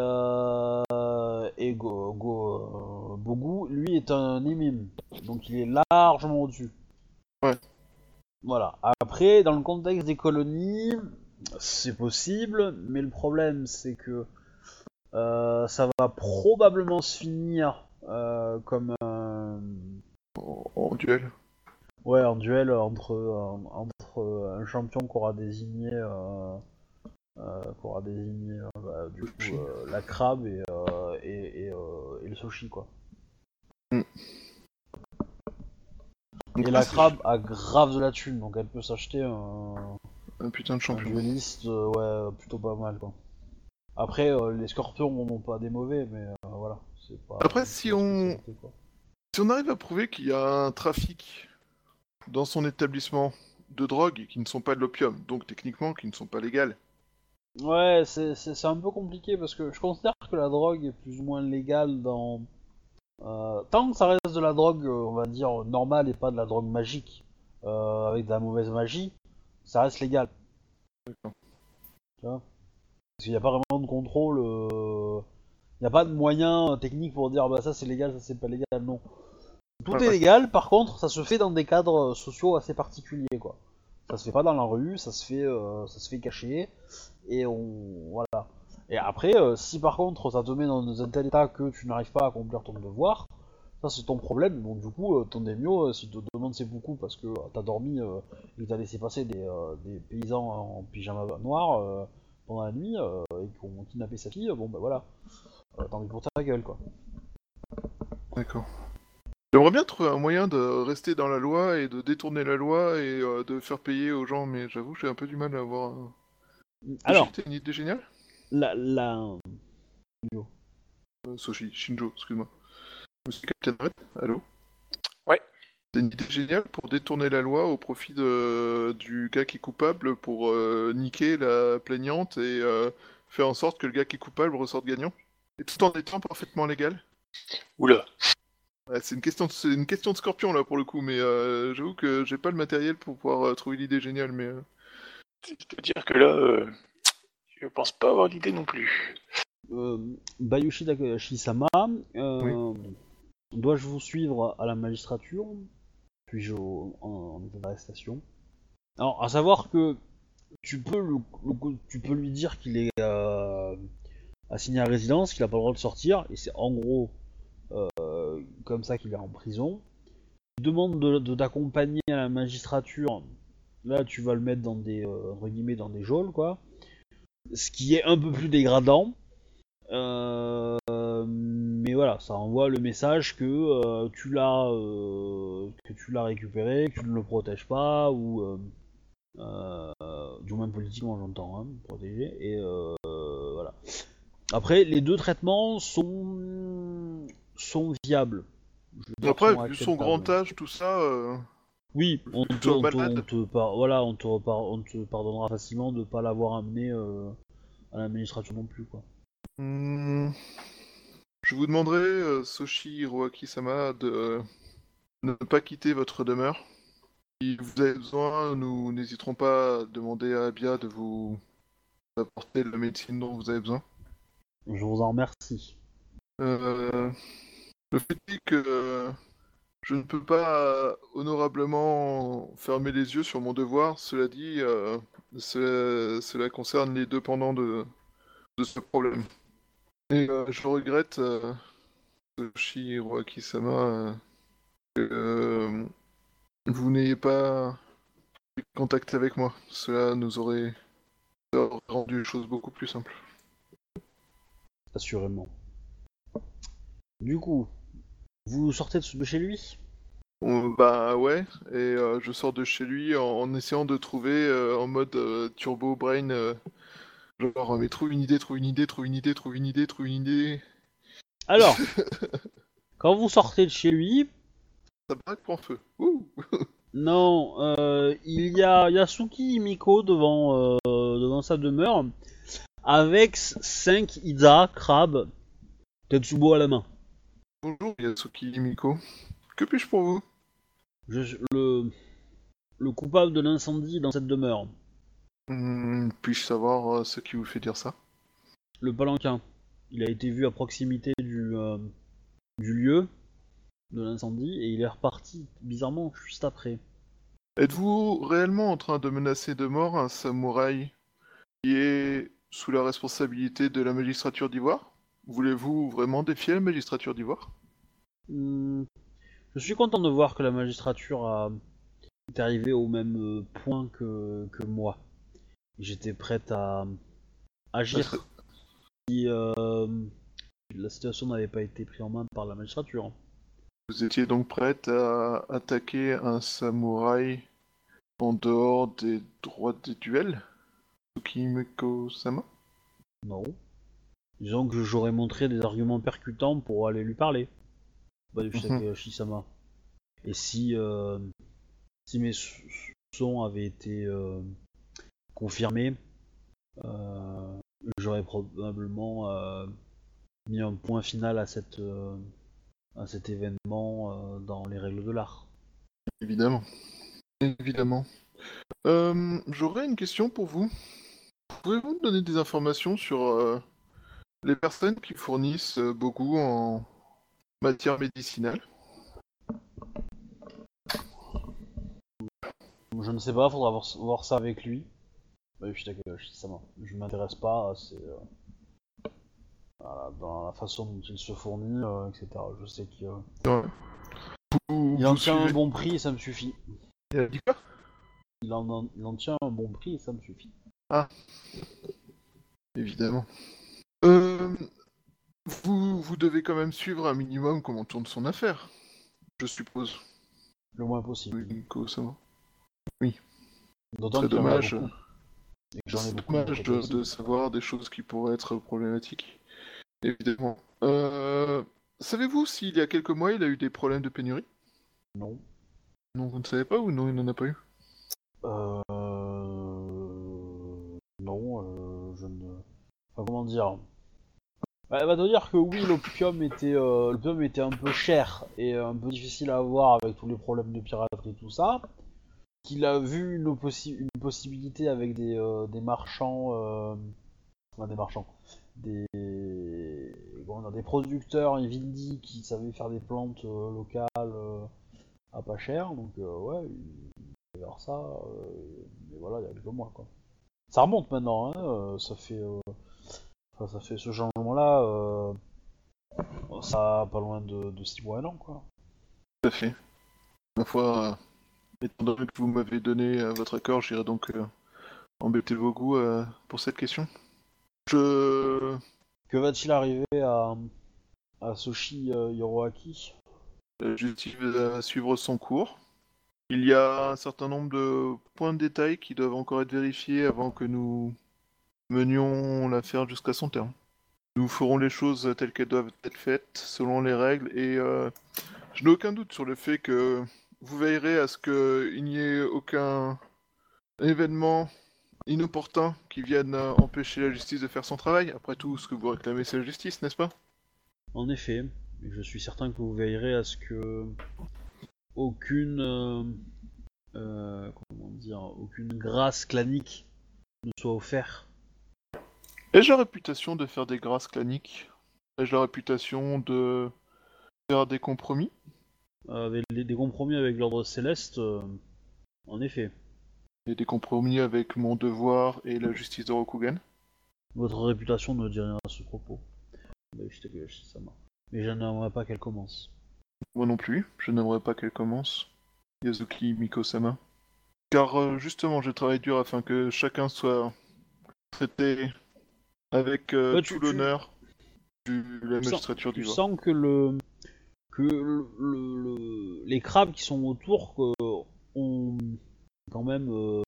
Speaker 1: Bogu, lui, est un Emim. Donc il est largement au-dessus.
Speaker 2: Ouais.
Speaker 1: Voilà. Après, dans le contexte des colonies, c'est possible, mais le problème, c'est que ça va probablement se finir comme
Speaker 2: en duel.
Speaker 1: Ouais, un duel entre un champion qu'aura désigné du coup la crabe et le sushi quoi.
Speaker 2: Mm.
Speaker 1: Et la crabe a grave de la thune, donc elle peut s'acheter
Speaker 2: un putain de champion.
Speaker 1: Un dueliste, ouais, plutôt pas mal quoi. Après, les scorpions n'ont pas des mauvais, mais voilà, c'est pas.
Speaker 2: Après, si on Si on arrive à prouver qu'il y a un trafic dans son établissement de drogues qui ne sont pas de l'opium, donc techniquement qui ne sont pas légales.
Speaker 1: Ouais, c'est un peu compliqué parce que je considère que la drogue est plus ou moins légale dans... tant que ça reste de la drogue, on va dire, normale et pas de la drogue magique, avec de la mauvaise magie, ça reste légal.
Speaker 2: D'accord.
Speaker 1: Tu vois, parce qu'il n'y a pas vraiment de contrôle, il n'y a pas de moyen technique pour dire bah ça c'est légal, ça c'est pas légal, non. Tout est
Speaker 2: Ouais.
Speaker 1: légal, par contre, ça se fait dans des cadres sociaux assez particuliers, quoi. Ça se fait pas dans la rue, ça se fait caché, et voilà. Et après, si par contre ça te met dans un tel état que tu n'arrives pas à accomplir ton devoir, ça c'est ton problème. Donc du coup, ton mieux, si tu te demandes c'est beaucoup parce que t'as dormi et que t'as laissé passer des paysans en pyjama noir pendant la nuit et qui ont kidnappé sa fille, bon bah voilà, tant pis pour ta gueule, quoi.
Speaker 2: D'accord. J'aimerais bien trouver un moyen de rester dans la loi et de détourner la loi et de faire payer aux gens, mais j'avoue j'ai un peu du mal à avoir...
Speaker 1: Alors,
Speaker 2: Soshi, t'as une idée géniale
Speaker 1: la...
Speaker 2: Soshi, Shinjo, excuse-moi. Monsieur Captain Red, allô?
Speaker 3: Ouais.
Speaker 2: T'as une idée géniale pour détourner la loi au profit du gars qui est coupable pour niquer la plaignante et faire en sorte que le gars qui est coupable ressorte gagnant? Et tout en étant parfaitement légal?
Speaker 3: Oula.
Speaker 2: Ouais, c'est une question de scorpion là pour le coup, mais j'avoue que j'ai pas le matériel pour pouvoir trouver l'idée géniale, mais...
Speaker 3: Je dois dire que là, je pense pas avoir l'idée non plus.
Speaker 1: Bayushi Takashi-sama, dois-je vous suivre à la magistrature? Puis-je en état d'arrestation? Alors, à savoir que tu peux tu peux lui dire qu'il est assigné à résidence, qu'il a pas le droit de sortir, et c'est en gros comme ça qu'il est en prison. Il demande de t'accompagner à la magistrature. Là, tu vas le mettre dans des entre guillemets dans des geôles, quoi. Ce qui est un peu plus dégradant. Mais voilà, ça envoie le message que tu l'as récupéré, que tu ne le protèges pas, ou du moins politiquement j'entends, hein, protégé. Et voilà. Après, les deux traitements sont viables. Je veux dire,
Speaker 2: Après,
Speaker 1: sont
Speaker 2: vu son grand
Speaker 1: acceptables.
Speaker 2: âge, tout ça...
Speaker 1: Oui,
Speaker 2: vu que tu sois malade...
Speaker 1: voilà, on te pardonnera facilement de ne pas l'avoir amené à l'administration non plus, quoi.
Speaker 2: Hmm, je vous demanderai, Soshi Hiroaki-sama, de ne pas quitter votre demeure. Si vous avez besoin, nous n'hésiterons pas à demander à Abia de vous apporter la médecine dont vous avez besoin.
Speaker 1: Je vous en remercie.
Speaker 2: Le fait est que je ne peux pas honorablement fermer les yeux sur mon devoir. Cela dit, cela concerne les deux pendants de ce problème. Et je regrette, Soshi Hiroaki-sama, que vous n'ayez pas pris contact avec moi. Cela nous aurait rendu les choses beaucoup plus simples.
Speaker 1: Assurément. Du coup, vous sortez de chez lui?
Speaker 2: Bah ouais, et je sors de chez lui en essayant de trouver en mode Turbo Brain, genre mais trouve une idée, trouve une idée, trouve une idée, trouve une idée, trouve une idée.
Speaker 1: Alors, quand vous sortez de chez lui,
Speaker 2: Ça braque pour feu. Ouh.
Speaker 1: non, il y a Yasuki Himiko devant sa demeure avec 5 Ida crabes Tetsubo à la main.
Speaker 2: Bonjour Yasuki Miko. Que puis-je pour vous?
Speaker 1: Je, le coupable de l'incendie dans cette demeure,
Speaker 2: Puis-je savoir ce qui vous fait dire ça?
Speaker 1: le palanquin, il a été vu à proximité du lieu de l'incendie et il est reparti bizarrement juste après.
Speaker 2: Êtes-vous réellement en train de menacer de mort un samouraï qui est sous la responsabilité de la magistrature d'Ivoire? Voulez-vous vraiment défier la magistrature d'Ivoire?
Speaker 1: Hmm, je suis content de voir que la magistrature est arrivée au même point que moi. J'étais prête à agir si la situation n'avait pas été prise en main par la magistrature.
Speaker 2: Vous étiez donc prête à attaquer un samouraï en dehors des droits des duels? Tsukimiko-sama?
Speaker 1: Non. Disons que j'aurais montré des arguments percutants pour aller lui parler. Takeyoshi-sama. Et si mes soupçons avaient été confirmés, j'aurais probablement mis un point final à cet événement dans les règles de l'art.
Speaker 2: Évidemment. Évidemment. J'aurais une question pour vous. Pouvez-vous me donner des informations sur les personnes qui fournissent beaucoup en matière médicinale?
Speaker 1: Je ne sais pas, faudra voir ça avec lui. Takeyoshi-sama. Je m'intéresse pas à dans la façon dont il se fournit, etc. Je sais qu'il il en tient un bon prix et ça me suffit.
Speaker 2: Il a dit quoi?
Speaker 1: Il en tient un bon prix et ça me suffit.
Speaker 2: Ah. Évidemment. Vous devez quand même suivre un minimum comment tourne son affaire, je suppose.
Speaker 1: Le moins possible.
Speaker 2: Oui, Nico-sama.
Speaker 1: D'autant
Speaker 2: Très
Speaker 1: qu'il y en a
Speaker 2: dommage.
Speaker 1: beaucoup. Et que j'en ai
Speaker 2: C'est
Speaker 1: beaucoup
Speaker 2: dommage
Speaker 1: côté aussi.
Speaker 2: de savoir des choses qui pourraient être problématiques. Évidemment. Savez-vous s'il y a quelques mois il a eu des problèmes de pénurie?
Speaker 1: Non.
Speaker 2: Non, vous ne savez pas ou non, il n'en a pas eu?
Speaker 1: Non, je ne... Enfin, comment dire... Bah, elle va te dire que oui, l'opium était un peu cher et un peu difficile à avoir avec tous les problèmes de piraterie, tout ça. Qu'il a vu une possibilité avec des marchands... Enfin, des marchands... Des producteurs Vindi qui savaient faire des plantes locales à pas cher, donc ouais, il va vers ça, mais voilà, il y a quelques mois quoi. Ça remonte maintenant, hein, ça fait ce changement-là, ça a pas loin de 6 mois, 1 an quoi.
Speaker 2: Tout à fait. Ma foi, étant donné que vous m'avez donné votre accord, j'irai donc embêter vos goûts pour cette question.
Speaker 1: Que va-t-il arriver à Soshi Hiroaki?
Speaker 2: Justice va suivre son cours. Il y a un certain nombre de points de détail qui doivent encore être vérifiés avant que nous menions l'affaire jusqu'à son terme. Nous ferons les choses telles qu'elles doivent être faites, selon les règles, et je n'ai aucun doute sur le fait que vous veillerez à ce qu'il n'y ait aucun événement inopportun qui vienne empêcher la justice de faire son travail. Après tout, ce que vous réclamez, c'est la justice, n'est-ce pas?
Speaker 1: En effet, et je suis certain que vous veillerez à ce que aucune aucune grâce clanique ne soit offerte.
Speaker 2: Ai-je la réputation de faire des grâces claniques? Ai-je la réputation de faire des compromis?
Speaker 1: Avec des compromis avec l'ordre céleste, en effet.
Speaker 2: Et des compromis avec mon devoir et la justice de Rokugan?
Speaker 1: Votre réputation ne dit rien à ce propos. Mais je n'aimerais pas qu'elle commence.
Speaker 2: Moi non plus, je n'aimerais pas qu'elle commence. Yasuki Miko-sama. Car justement, je travaille dur afin que chacun soit traité avec tout l'honneur de la magistrature
Speaker 1: tu
Speaker 2: d'Ivoire.
Speaker 1: sens que les crabes qui sont autour ont quand même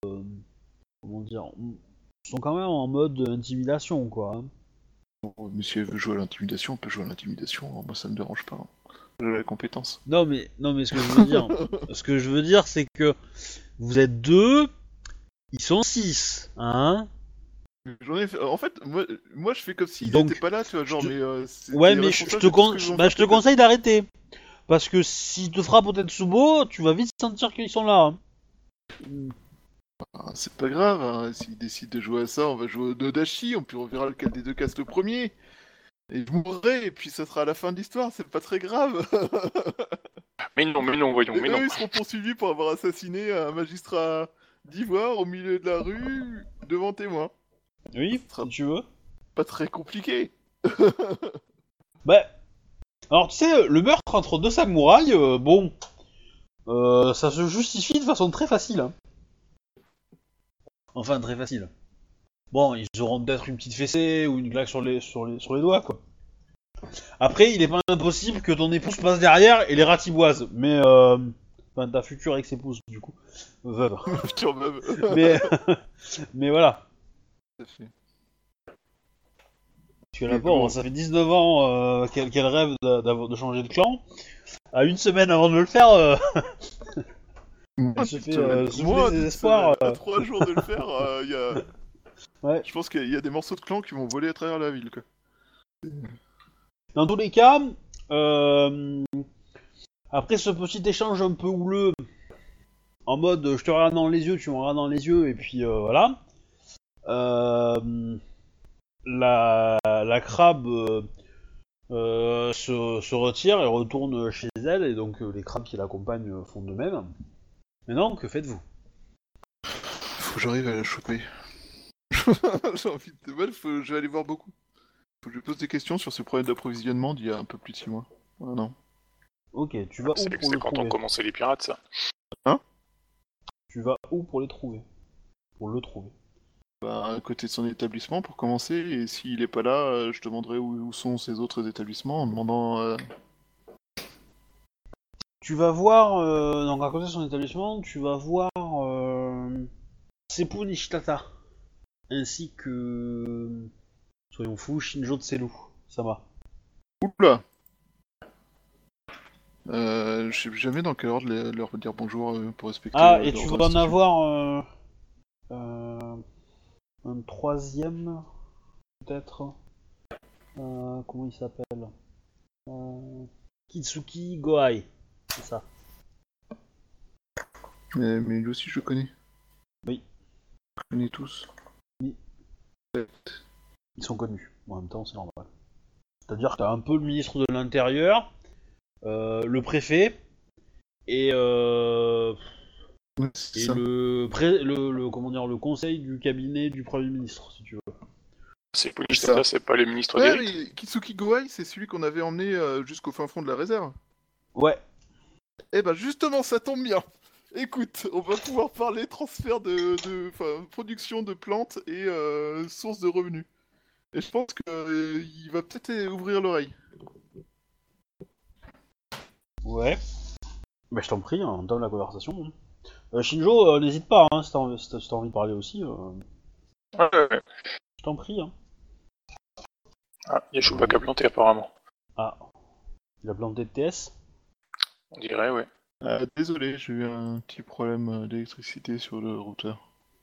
Speaker 1: sont quand même en mode intimidation quoi. Hein.
Speaker 2: Bon, mais si elle veut jouer à l'intimidation, on peut jouer à l'intimidation. Alors, moi, ça me dérange pas. J'ai la compétence.
Speaker 1: Non mais ce que je veux dire, c'est que vous êtes 2, ils sont 6, hein.
Speaker 2: J'en ai fait... En fait, moi je fais comme s'ils
Speaker 1: Donc,
Speaker 2: étaient pas là, tu vois, genre,
Speaker 1: ouais, mais je te conseille d'arrêter. Parce que s'ils te frappent au Tetsubo, tu vas vite sentir qu'ils sont là. Hein.
Speaker 2: Ah, c'est pas grave, hein. S'ils décident de jouer à ça, on va jouer au Dodashi, on verra lequel des deux casse le premier. Et je mourrai, et puis ça sera à la fin de l'histoire, c'est pas très grave.
Speaker 3: Mais non, voyons, mais non.
Speaker 2: Eux, ils seront poursuivis pour avoir assassiné un magistrat d'Ivoire au milieu de la rue, devant témoin.
Speaker 1: Oui, si tu veux.
Speaker 2: Pas très compliqué.
Speaker 1: Bah, alors tu sais, le meurtre entre 2 samouraïs, ça se justifie de façon très facile. Hein. Enfin, très facile. Bon, ils auront peut-être une petite fessée ou une claque sur les doigts, quoi. Après, il est pas impossible que ton épouse passe derrière et les ratiboise, mais enfin ta future ex-épouse, du coup, veuve.
Speaker 2: Future veuve.
Speaker 1: mais voilà.
Speaker 2: Tout à fait.
Speaker 1: que la pauvre, ça fait 19 ans qu'elle rêve de changer de clan. À une semaine avant de le faire, elle se fait souffler ses espoirs.
Speaker 2: À 3 jours de le faire,
Speaker 1: Ouais.
Speaker 2: je pense qu'il y a des morceaux de clan qui vont voler à travers la ville, quoi.
Speaker 1: Dans tous les cas, après ce petit échange un peu houleux, en mode je te regarde dans les yeux, tu me regardes dans les yeux, et puis voilà, la crabe se retire et retourne chez elle, et donc les crabes qui l'accompagnent font de même. Maintenant, que faites-vous?
Speaker 2: Faut que j'arrive à la choper. J'ai envie de mal, je vais aller voir beaucoup. Faut que je lui pose des questions sur ce problème d'approvisionnement d'il y a un peu plus de 6 mois. Ah non.
Speaker 1: Ok, tu vas où
Speaker 3: C'est
Speaker 1: pour le
Speaker 3: quand on
Speaker 1: trouver?
Speaker 3: commençait les pirates, ça.
Speaker 1: Tu vas où pour les trouver? Pour le trouver.
Speaker 2: Bah, à côté de son établissement pour commencer, et s'il est pas là, je demanderai où sont ses autres établissements en demandant.
Speaker 1: Tu vas voir, donc à côté de son établissement, tu vas voir Seppu Nishitata, ainsi que, soyons fous, Shinjo Tselu, Sama.
Speaker 2: Oula. Je sais jamais dans quel ordre leur dire bonjour pour respecter.
Speaker 1: Ah, et
Speaker 2: leur
Speaker 1: tu vas en
Speaker 2: institut.
Speaker 1: avoir un troisième, peut-être. Comment il s'appelle Kitsuki Gohai, c'est ça.
Speaker 2: Mais lui aussi je connais.
Speaker 1: Oui.
Speaker 2: Je connais tous.
Speaker 1: Oui. Ils sont connus, en même temps c'est normal. C'est-à-dire que t'as un peu le ministre de l'Intérieur, le préfet, et
Speaker 2: Ouais, c'est ça.
Speaker 1: le conseil du cabinet du Premier ministre, si tu veux.
Speaker 3: C'est pas
Speaker 2: ça.
Speaker 3: ça, c'est pas le ministre
Speaker 2: Ouais,
Speaker 3: d'Eric.
Speaker 2: mais Kitsuki Gohai, c'est celui qu'on avait emmené jusqu'au fin fond de la réserve.
Speaker 1: Ouais.
Speaker 2: Eh ben justement, ça tombe bien. Écoute, on va pouvoir parler transfert de production de plantes et source de revenus. Et je pense qu'il va peut-être ouvrir l'oreille.
Speaker 1: Ouais. Bah je t'en prie, hein, on donne la conversation. Shinjo, n'hésite pas, hein, si t'as envie de parler aussi.
Speaker 3: Ouais.
Speaker 1: Je t'en prie, hein.
Speaker 3: Ah, il y a Chewbacca planté apparemment.
Speaker 1: Ah. Il a planté de TS.
Speaker 3: On dirait, ouais.
Speaker 2: Désolé, j'ai eu un petit problème d'électricité sur le routeur.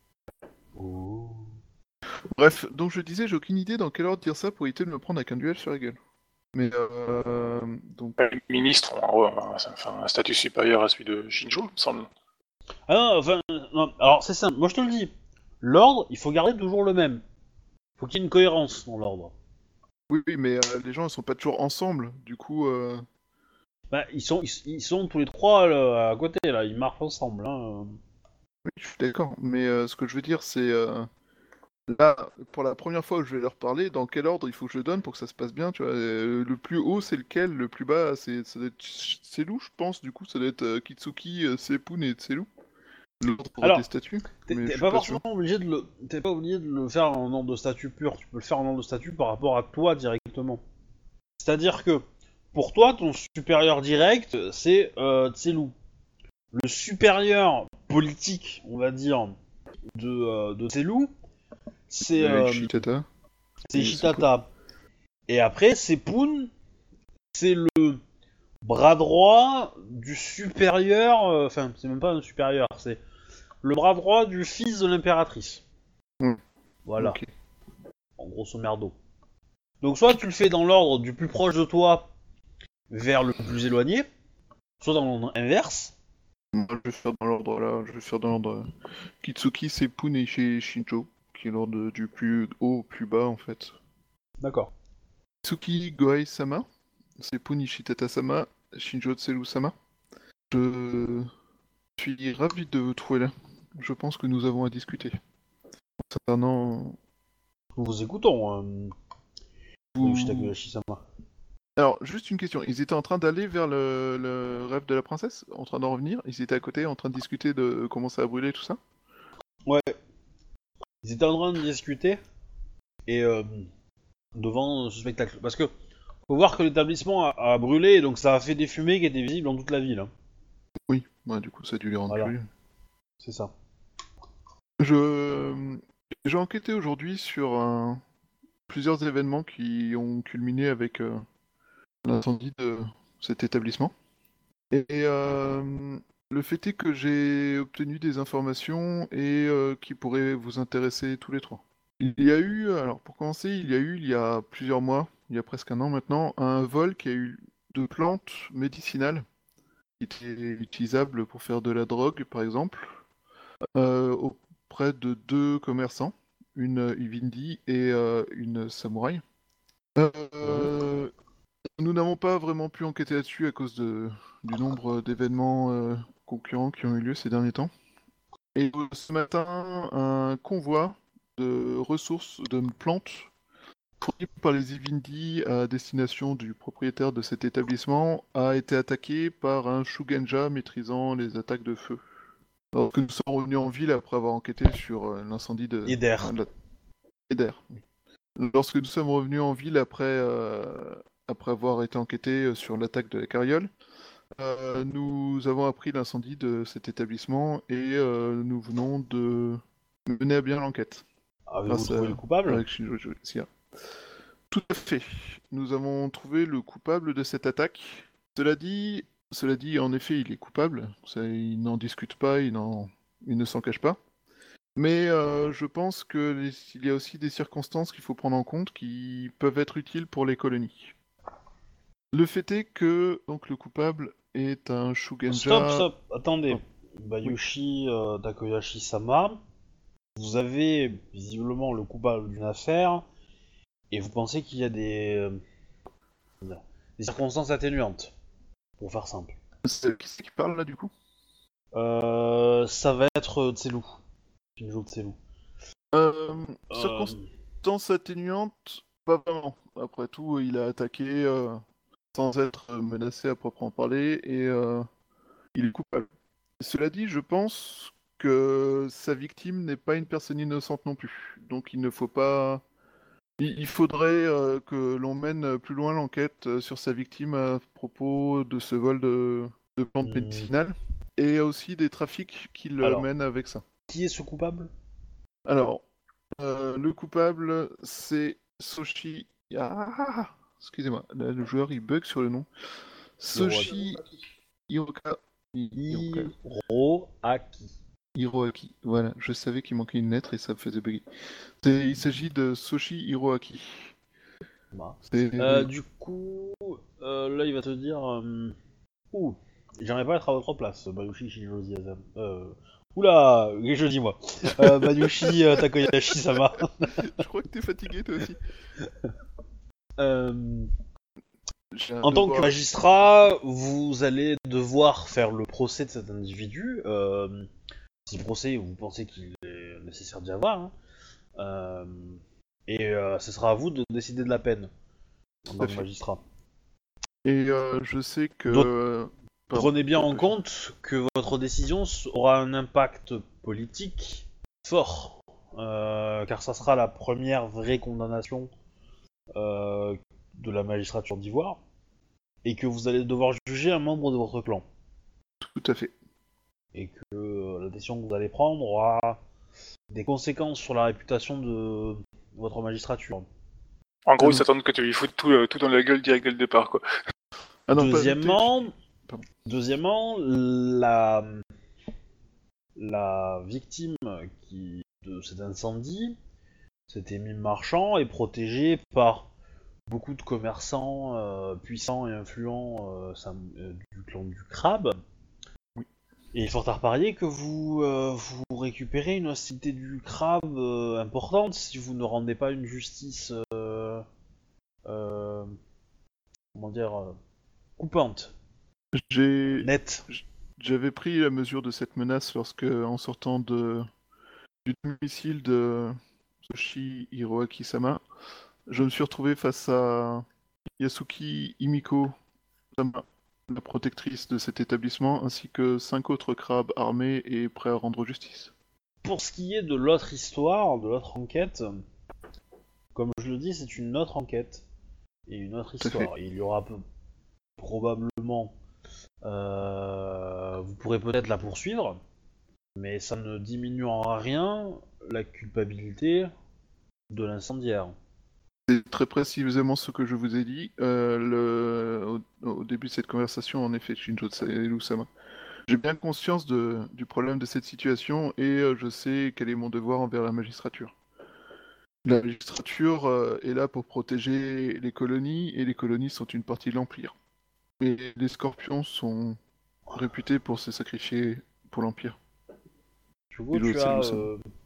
Speaker 1: Oh.
Speaker 2: Bref, donc je disais, j'ai aucune idée dans quel ordre dire ça pour éviter de me prendre avec un duel sur la gueule. Mais donc...
Speaker 3: Le ministre, en gros, ça fait un statut supérieur à celui de Shinjo, il me semble.
Speaker 1: Ah non, enfin, non, alors c'est simple, moi je te le dis. L'ordre, il faut garder toujours le même. Faut qu'il y ait une cohérence dans l'ordre.
Speaker 2: Oui, mais les gens ils sont pas toujours ensemble, du coup...
Speaker 1: Bah, ils sont tous les trois là, à côté, là, ils marchent ensemble. Hein.
Speaker 2: Oui, je suis d'accord, mais ce que je veux dire c'est... Là, pour la première fois où je vais leur parler, dans quel ordre il faut que je le donne pour que ça se passe bien, tu vois. Le plus haut, c'est lequel? Le plus bas, ça doit être Tselu, je pense, du coup, ça doit être Kitsuki, Sepun et Tselu. L'ordre
Speaker 1: Alors,
Speaker 2: des statuts.
Speaker 1: T'es
Speaker 2: Mais je suis
Speaker 1: pas
Speaker 2: pas sûr.
Speaker 1: forcément obligé t'es pas obligé de le faire en ordre de statut pur, tu peux le faire en ordre de statut par rapport à toi directement. C'est-à-dire que, pour toi, ton supérieur direct, c'est Tselu. Le supérieur politique, on va dire, de Tselu, c'est
Speaker 2: Ishitata.
Speaker 1: Ishitata. Et après, Sepun, c'est le bras droit du supérieur, enfin, c'est même pas un supérieur, c'est le bras droit du fils de l'impératrice. Voilà,
Speaker 2: Ok.
Speaker 1: en grosso merdo. Donc soit tu le fais dans l'ordre du plus proche de toi vers le plus éloigné, soit dans l'ordre inverse.
Speaker 2: Moi, je vais faire dans l'ordre là, je vais faire dans l'ordre Kitsuki, Sepun et Shinjo, qui est l'ordre du plus haut au plus bas en fait.
Speaker 1: D'accord.
Speaker 2: Kitsuki Gohei-sama, Sepun Ishitata-sama, Shinjo Tselu-sama. Je suis ravi de vous trouver là. Je pense que nous avons à discuter. Concernant...
Speaker 1: Nous vous écoutons,
Speaker 2: Vous-
Speaker 1: Yoshitaka-sama.
Speaker 2: Alors, juste une question. Ils étaient en train d'aller vers le rêve de la princesse? En train d'en revenir? Ils étaient à côté en train de discuter de comment ça a brûlé tout ça?
Speaker 1: Ouais. Ils étaient en train de discuter, et devant ce spectacle. Parce que faut voir que l'établissement a brûlé, donc ça a fait des fumées qui étaient visibles dans toute la ville. Hein.
Speaker 2: Oui, bah, du coup ça a dû les rendre
Speaker 1: Voilà.
Speaker 2: curieux.
Speaker 1: C'est ça.
Speaker 2: J'ai enquêté aujourd'hui sur un plusieurs événements qui ont culminé avec l'incendie de cet établissement. Et le fait est que j'ai obtenu des informations et qui pourraient vous intéresser tous les trois. Il y a eu, alors pour commencer, il y a plusieurs mois, il y a presque un an maintenant, un vol qui a eu de plantes médicinales qui étaient utilisables pour faire de la drogue, par exemple, auprès de deux commerçants, une Ivindi et une Samouraï. Nous n'avons pas vraiment pu enquêter là-dessus à cause du nombre d'événements concurrents qui ont eu lieu ces derniers temps. Et ce matin, un convoi de ressources, de plantes, fournies par les Ivindi à destination du propriétaire de cet établissement, a été attaqué par un Shugenja maîtrisant les attaques de feu. Alors que nous sommes revenus en ville après avoir enquêté sur l'incendie de...
Speaker 1: Eder.
Speaker 2: Eder. Oui. Lorsque nous sommes revenus en ville après avoir été enquêté sur l'attaque de la carriole, nous avons appris l'incendie de cet établissement et nous venons de mener à bien l'enquête.
Speaker 1: Avez-vous trouvé le coupable?
Speaker 2: Avec Shinjo Sia. Tout à fait. Nous avons trouvé le coupable de cette attaque. Cela dit, en effet, il est coupable. Il n'en discute pas, il ne s'en cache pas. Mais je pense qu'il y a aussi des circonstances qu'il faut prendre en compte qui peuvent être utiles pour les colonies. Le fait est que donc, le coupable est un Shugenja...
Speaker 1: Stop, attendez. Bayushi Takoyashi-sama, vous avez visiblement le coupable d'une affaire, et vous pensez qu'il y a des circonstances atténuantes, pour faire simple.
Speaker 2: Qui c'est qui parle là du coup?
Speaker 1: Ça va être Tselu. Shinjo Tselu.
Speaker 2: Circonstances atténuantes, pas vraiment. Après tout, il a attaqué sans être menacé à proprement parler, et il est coupable. Cela dit, je pense que sa victime n'est pas une personne innocente non plus. Donc il ne faut pas... Il faudrait que l'on mène plus loin l'enquête sur sa victime à propos de ce vol de plantes médicinales, et aussi des trafics qu'il mène avec ça.
Speaker 1: Qui est ce coupable?
Speaker 2: Alors, le coupable, c'est Soshi... Ah, excusez-moi, là, le joueur il bug sur le nom. Soshi Hiroka... Hiroaki. Voilà, je savais qu'il manquait une lettre et ça me faisait bugger. Il s'agit de Soshi Hiroaki.
Speaker 1: Du coup, là il va te dire... j'aimerais pas être à votre place, Bayushi Shinjo Ziyazam. Oula, je dis moi. Bayushi Takoyashi-sama.
Speaker 2: Je crois que t'es fatigué toi aussi.
Speaker 1: En tant que magistrat, vous allez devoir faire le procès de cet individu. Si procès vous pensez qu'il est nécessaire d'y avoir. Et ce sera à vous de décider de la peine en tant que magistrat.
Speaker 2: Et je sais que...
Speaker 1: Prenez bien en compte que votre décision aura un impact politique fort, car ça sera la première vraie condamnation de la magistrature d'Ivoire, et que vous allez devoir juger un membre de votre clan.
Speaker 2: Tout à fait. Et
Speaker 1: que la décision que vous allez prendre aura des conséquences sur la réputation de votre magistrature.
Speaker 3: En gros, ils s'attendent que tu lui foutes tout dans la gueule direct dès le départ, quoi.
Speaker 1: Ah non, Deuxièmement, la victime de cet incendie, c'était Mime Marchand, est protégée par beaucoup de commerçants puissants et influents du clan du crabe.
Speaker 2: Oui.
Speaker 1: Et il est fort à parier que vous récupérez une hostilité du crabe importante si vous ne rendez pas une justice coupante. Net.
Speaker 2: J'avais pris la mesure de cette menace lorsque, en sortant du domicile de Soshi Hiroaki-sama, je me suis retrouvé face à Yasuki Himiko-sama, la protectrice de cet établissement, ainsi que 5 autres crabes armés et prêts à rendre justice.
Speaker 1: Pour ce qui est de l'autre histoire, de l'autre enquête, comme je le dis, c'est une autre enquête et une autre histoire. Il y aura probablement... vous pourrez peut-être la poursuivre, mais ça ne diminue en rien la culpabilité de l'incendiaire.
Speaker 2: C'est très précisément ce que je vous ai dit au début de cette conversation, en effet, Shinjo Sama. J'ai bien conscience du problème de cette situation et je sais quel est mon devoir envers la magistrature. La magistrature est là pour protéger les colonies et les colonies sont une partie de l'Empire. Et les Scorpions sont réputés pour se sacrifier pour l'Empire.
Speaker 1: Du coup,
Speaker 2: Hello,
Speaker 1: tu as,
Speaker 2: salut, Sama.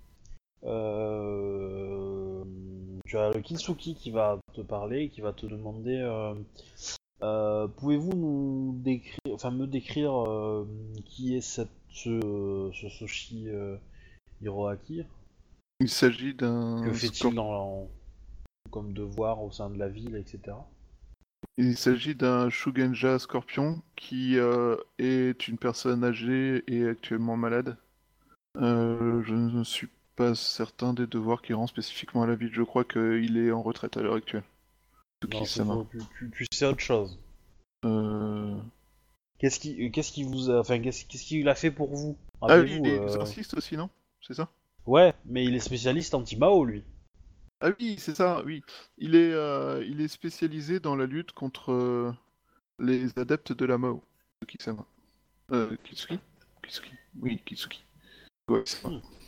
Speaker 1: tu as le Kitsuki qui va te parler, qui va te demander pouvez-vous me décrire qui est ce Soshi Hiroaki?
Speaker 2: Il s'agit
Speaker 1: Que
Speaker 2: d'un
Speaker 1: fait-il comme devoir au sein de la ville, etc.
Speaker 2: Il s'agit d'un Shugenja Scorpion qui est une personne âgée et actuellement malade. Je ne suis pas certain des devoirs qu'il rend spécifiquement à la ville. Je crois qu'il est en retraite à l'heure actuelle.
Speaker 1: Non, c'est
Speaker 2: Tsukisama.
Speaker 1: faux, tu sais autre chose. Qu'est-ce qui vous a... Enfin, qu'est-ce qu'il a fait pour vous?
Speaker 2: Ah oui,
Speaker 1: Rappelez-vous.
Speaker 2: il est exorciste aussi, non? C'est ça?
Speaker 1: Ouais, mais il est spécialiste anti-Mao, lui.
Speaker 2: Ah oui, c'est ça, oui. Il est spécialisé dans la lutte contre les adeptes de la Mao. Tsukisama. Kitsuki? Kitsuki. Oui, Kitsuki. Ouais, c'est ça.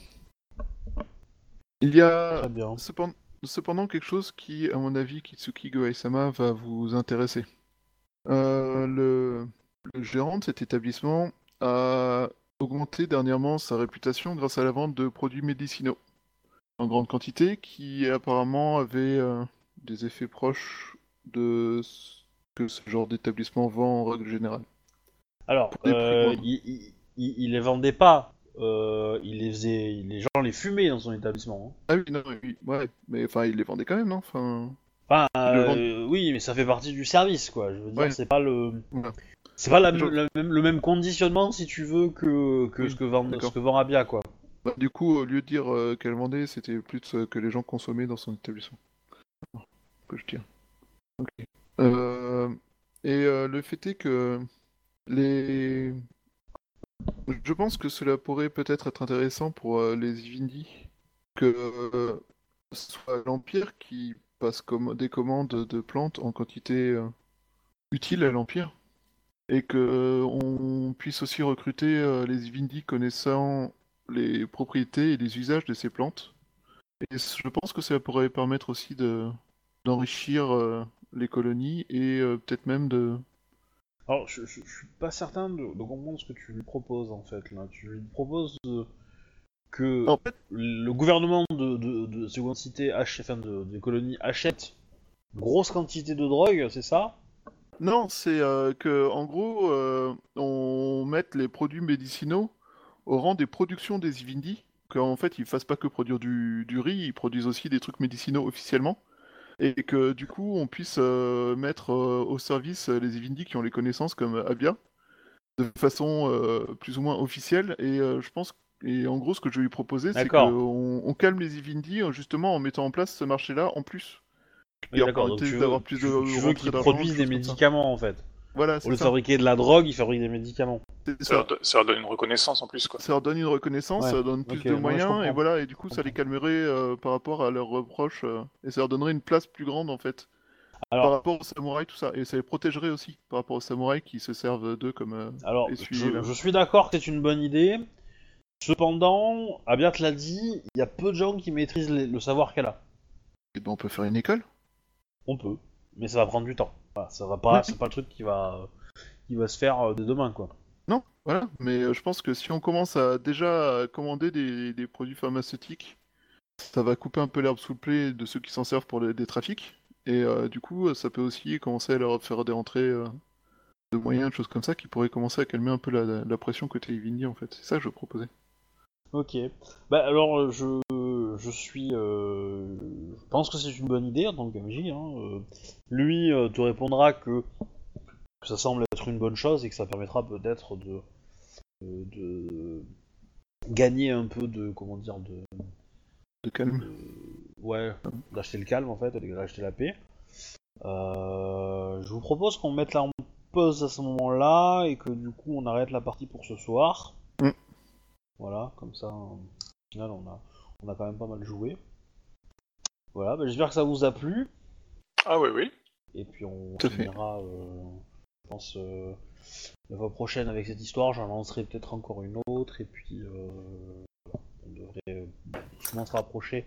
Speaker 2: Il y a
Speaker 1: Très bien.
Speaker 2: cependant quelque chose qui, à mon avis, Kitsuki Goai-sama va vous intéresser. Le gérant de cet établissement a augmenté dernièrement sa réputation grâce à la vente de produits médicinaux en grande quantité qui apparemment avaient des effets proches de ce que ce genre d'établissement vend en règle générale.
Speaker 1: Alors,
Speaker 2: Pour des prix moindres.
Speaker 1: il les vendait pas. Les gens les fumaient dans son établissement.
Speaker 2: Ah oui, non, oui, ouais, mais enfin, il les vendait quand même, non? Enfin,
Speaker 1: Enfin,
Speaker 2: il le vend.
Speaker 1: oui, mais ça fait partie du service, quoi. Je veux dire,
Speaker 2: Ouais.
Speaker 1: c'est pas le...
Speaker 2: Voilà.
Speaker 1: C'est pas
Speaker 2: Je-
Speaker 1: le même conditionnement, si tu veux, que
Speaker 2: Oui,
Speaker 1: ce
Speaker 2: d'accord.
Speaker 1: que vend Abia, quoi.
Speaker 2: Bah, du coup, au lieu de dire qu'elle vendait, c'était plus que les gens consommaient dans son établissement. Que je tire. Ok. Euh, le fait est que les... Je pense que cela pourrait peut-être être intéressant pour les Ivindi, que ce soit l'Empire qui passe des commandes de plantes en quantité utile à l'Empire, et que on puisse aussi recruter les Ivindi connaissant les propriétés et les usages de ces plantes. Et je pense que ça pourrait permettre aussi d'enrichir les colonies et peut-être même de...
Speaker 1: Alors, je suis pas certain de comprendre ce que tu lui proposes, en fait, là. Tu lui proposes que
Speaker 2: En fait,
Speaker 1: le gouvernement de seconde cité, des colonies, achète une grosse quantité de drogue, c'est ça?
Speaker 2: non, c'est que en gros, on mette les produits médicinaux au rang des productions des Ivindi, qu'en fait ils fassent pas que produire du riz, ils produisent aussi des trucs médicinaux officiellement, et que du coup on puisse mettre au service les Ivindi qui ont les connaissances comme Abia, de façon plus ou moins officielle, et je pense, et en gros ce que je vais lui proposer c'est
Speaker 1: D'accord.
Speaker 2: qu'on calme les Ivindi justement en mettant en place ce marché-là en plus, qui
Speaker 1: Oui,
Speaker 2: leur
Speaker 1: d'accord. Donc
Speaker 2: permettait d'avoir plus de
Speaker 1: tu veux
Speaker 2: rentrées
Speaker 1: qu'ils
Speaker 2: d'argent, des
Speaker 1: produisent des
Speaker 2: choses comme ça.
Speaker 1: médicaments, en fait.
Speaker 2: Voilà,
Speaker 1: Au
Speaker 2: c'est
Speaker 1: lieu de
Speaker 2: ça.
Speaker 1: fabriquer de la drogue, ils fabriquent des médicaments.
Speaker 2: C'est
Speaker 3: Ça leur,
Speaker 2: ça.
Speaker 3: ça leur donne une reconnaissance en plus, quoi.
Speaker 2: Ça leur donne une reconnaissance,
Speaker 1: Ouais,
Speaker 2: ça leur donne plus
Speaker 1: ok,
Speaker 2: de
Speaker 1: non mais je
Speaker 2: moyens, et
Speaker 1: comprends.
Speaker 2: voilà, et du coup
Speaker 1: Je
Speaker 2: ça les
Speaker 1: comprends.
Speaker 2: calmerait par rapport à leurs reproches, et ça leur donnerait une place plus grande en fait, par
Speaker 1: Alors,
Speaker 2: rapport aux samouraïs, tout ça, et ça les protégerait aussi par rapport aux samouraïs qui se servent d'eux comme essuie-là.
Speaker 1: je suis d'accord que c'est une bonne idée. Cependant, Abia te l'a dit, il y a peu de gens qui maîtrisent le savoir qu'elle a.
Speaker 2: Et ben on peut faire une école.
Speaker 1: On peut, mais ça va prendre du temps. Voilà, ça va
Speaker 2: Oui.
Speaker 1: pas, c'est pas le truc qui va se faire dès demain, quoi.
Speaker 2: Non, voilà, mais je pense que si on commence à déjà commander des produits pharmaceutiques, ça va couper un peu l'herbe sous le pied de ceux qui s'en servent pour des trafics, et du coup ça peut aussi commencer à leur faire des rentrées de moyens, de choses comme ça, qui pourraient commencer à calmer un peu la pression côté Ivindi en fait. C'est ça que je proposais.
Speaker 1: Ok. Bah alors, je pense que c'est une bonne idée en tant que MJ. Hein. Lui te répondra que ça semble être une bonne chose et que ça permettra peut-être de gagner un peu de, comment dire,
Speaker 2: De calme.
Speaker 1: ouais, d'acheter le calme en fait, et d'acheter la paix. Je vous propose qu'on mette là en pause à ce moment-là et que du coup on arrête la partie pour ce soir.
Speaker 2: Mm.
Speaker 1: Voilà, comme ça, au final on a quand même pas mal joué. Voilà, bah, j'espère que ça vous a plu.
Speaker 3: Ah oui, oui.
Speaker 1: Et puis on
Speaker 2: Tout à fait.
Speaker 1: finira, je pense, la fois prochaine avec cette histoire. J'en lancerai peut-être encore une autre. Et puis on devrait doucement se rapprocher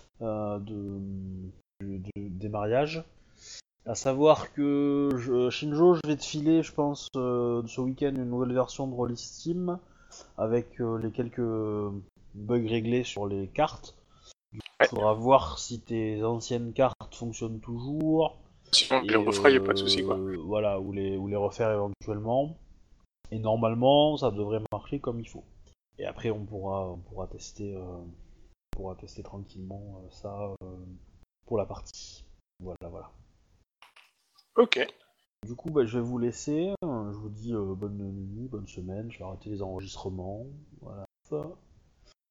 Speaker 1: des mariages. À savoir que Shinjo, je vais te filer, je pense, ce week-end une nouvelle version de Roll Steam avec les quelques bugs réglés sur les cartes. Il
Speaker 3: Ouais.
Speaker 1: faudra voir si tes anciennes cartes fonctionnent toujours
Speaker 3: Sinon, je les
Speaker 1: et
Speaker 3: referai, y a pas de souci, quoi.
Speaker 1: voilà, ou les refaire éventuellement. Et normalement, ça devrait marcher comme il faut. Et après, on pourra tester tranquillement ça pour la partie. Voilà, voilà.
Speaker 3: Ok.
Speaker 1: Du coup, bah, je vais vous laisser. Je vous dis bonne nuit, bonne semaine. Je vais arrêter les enregistrements. Voilà.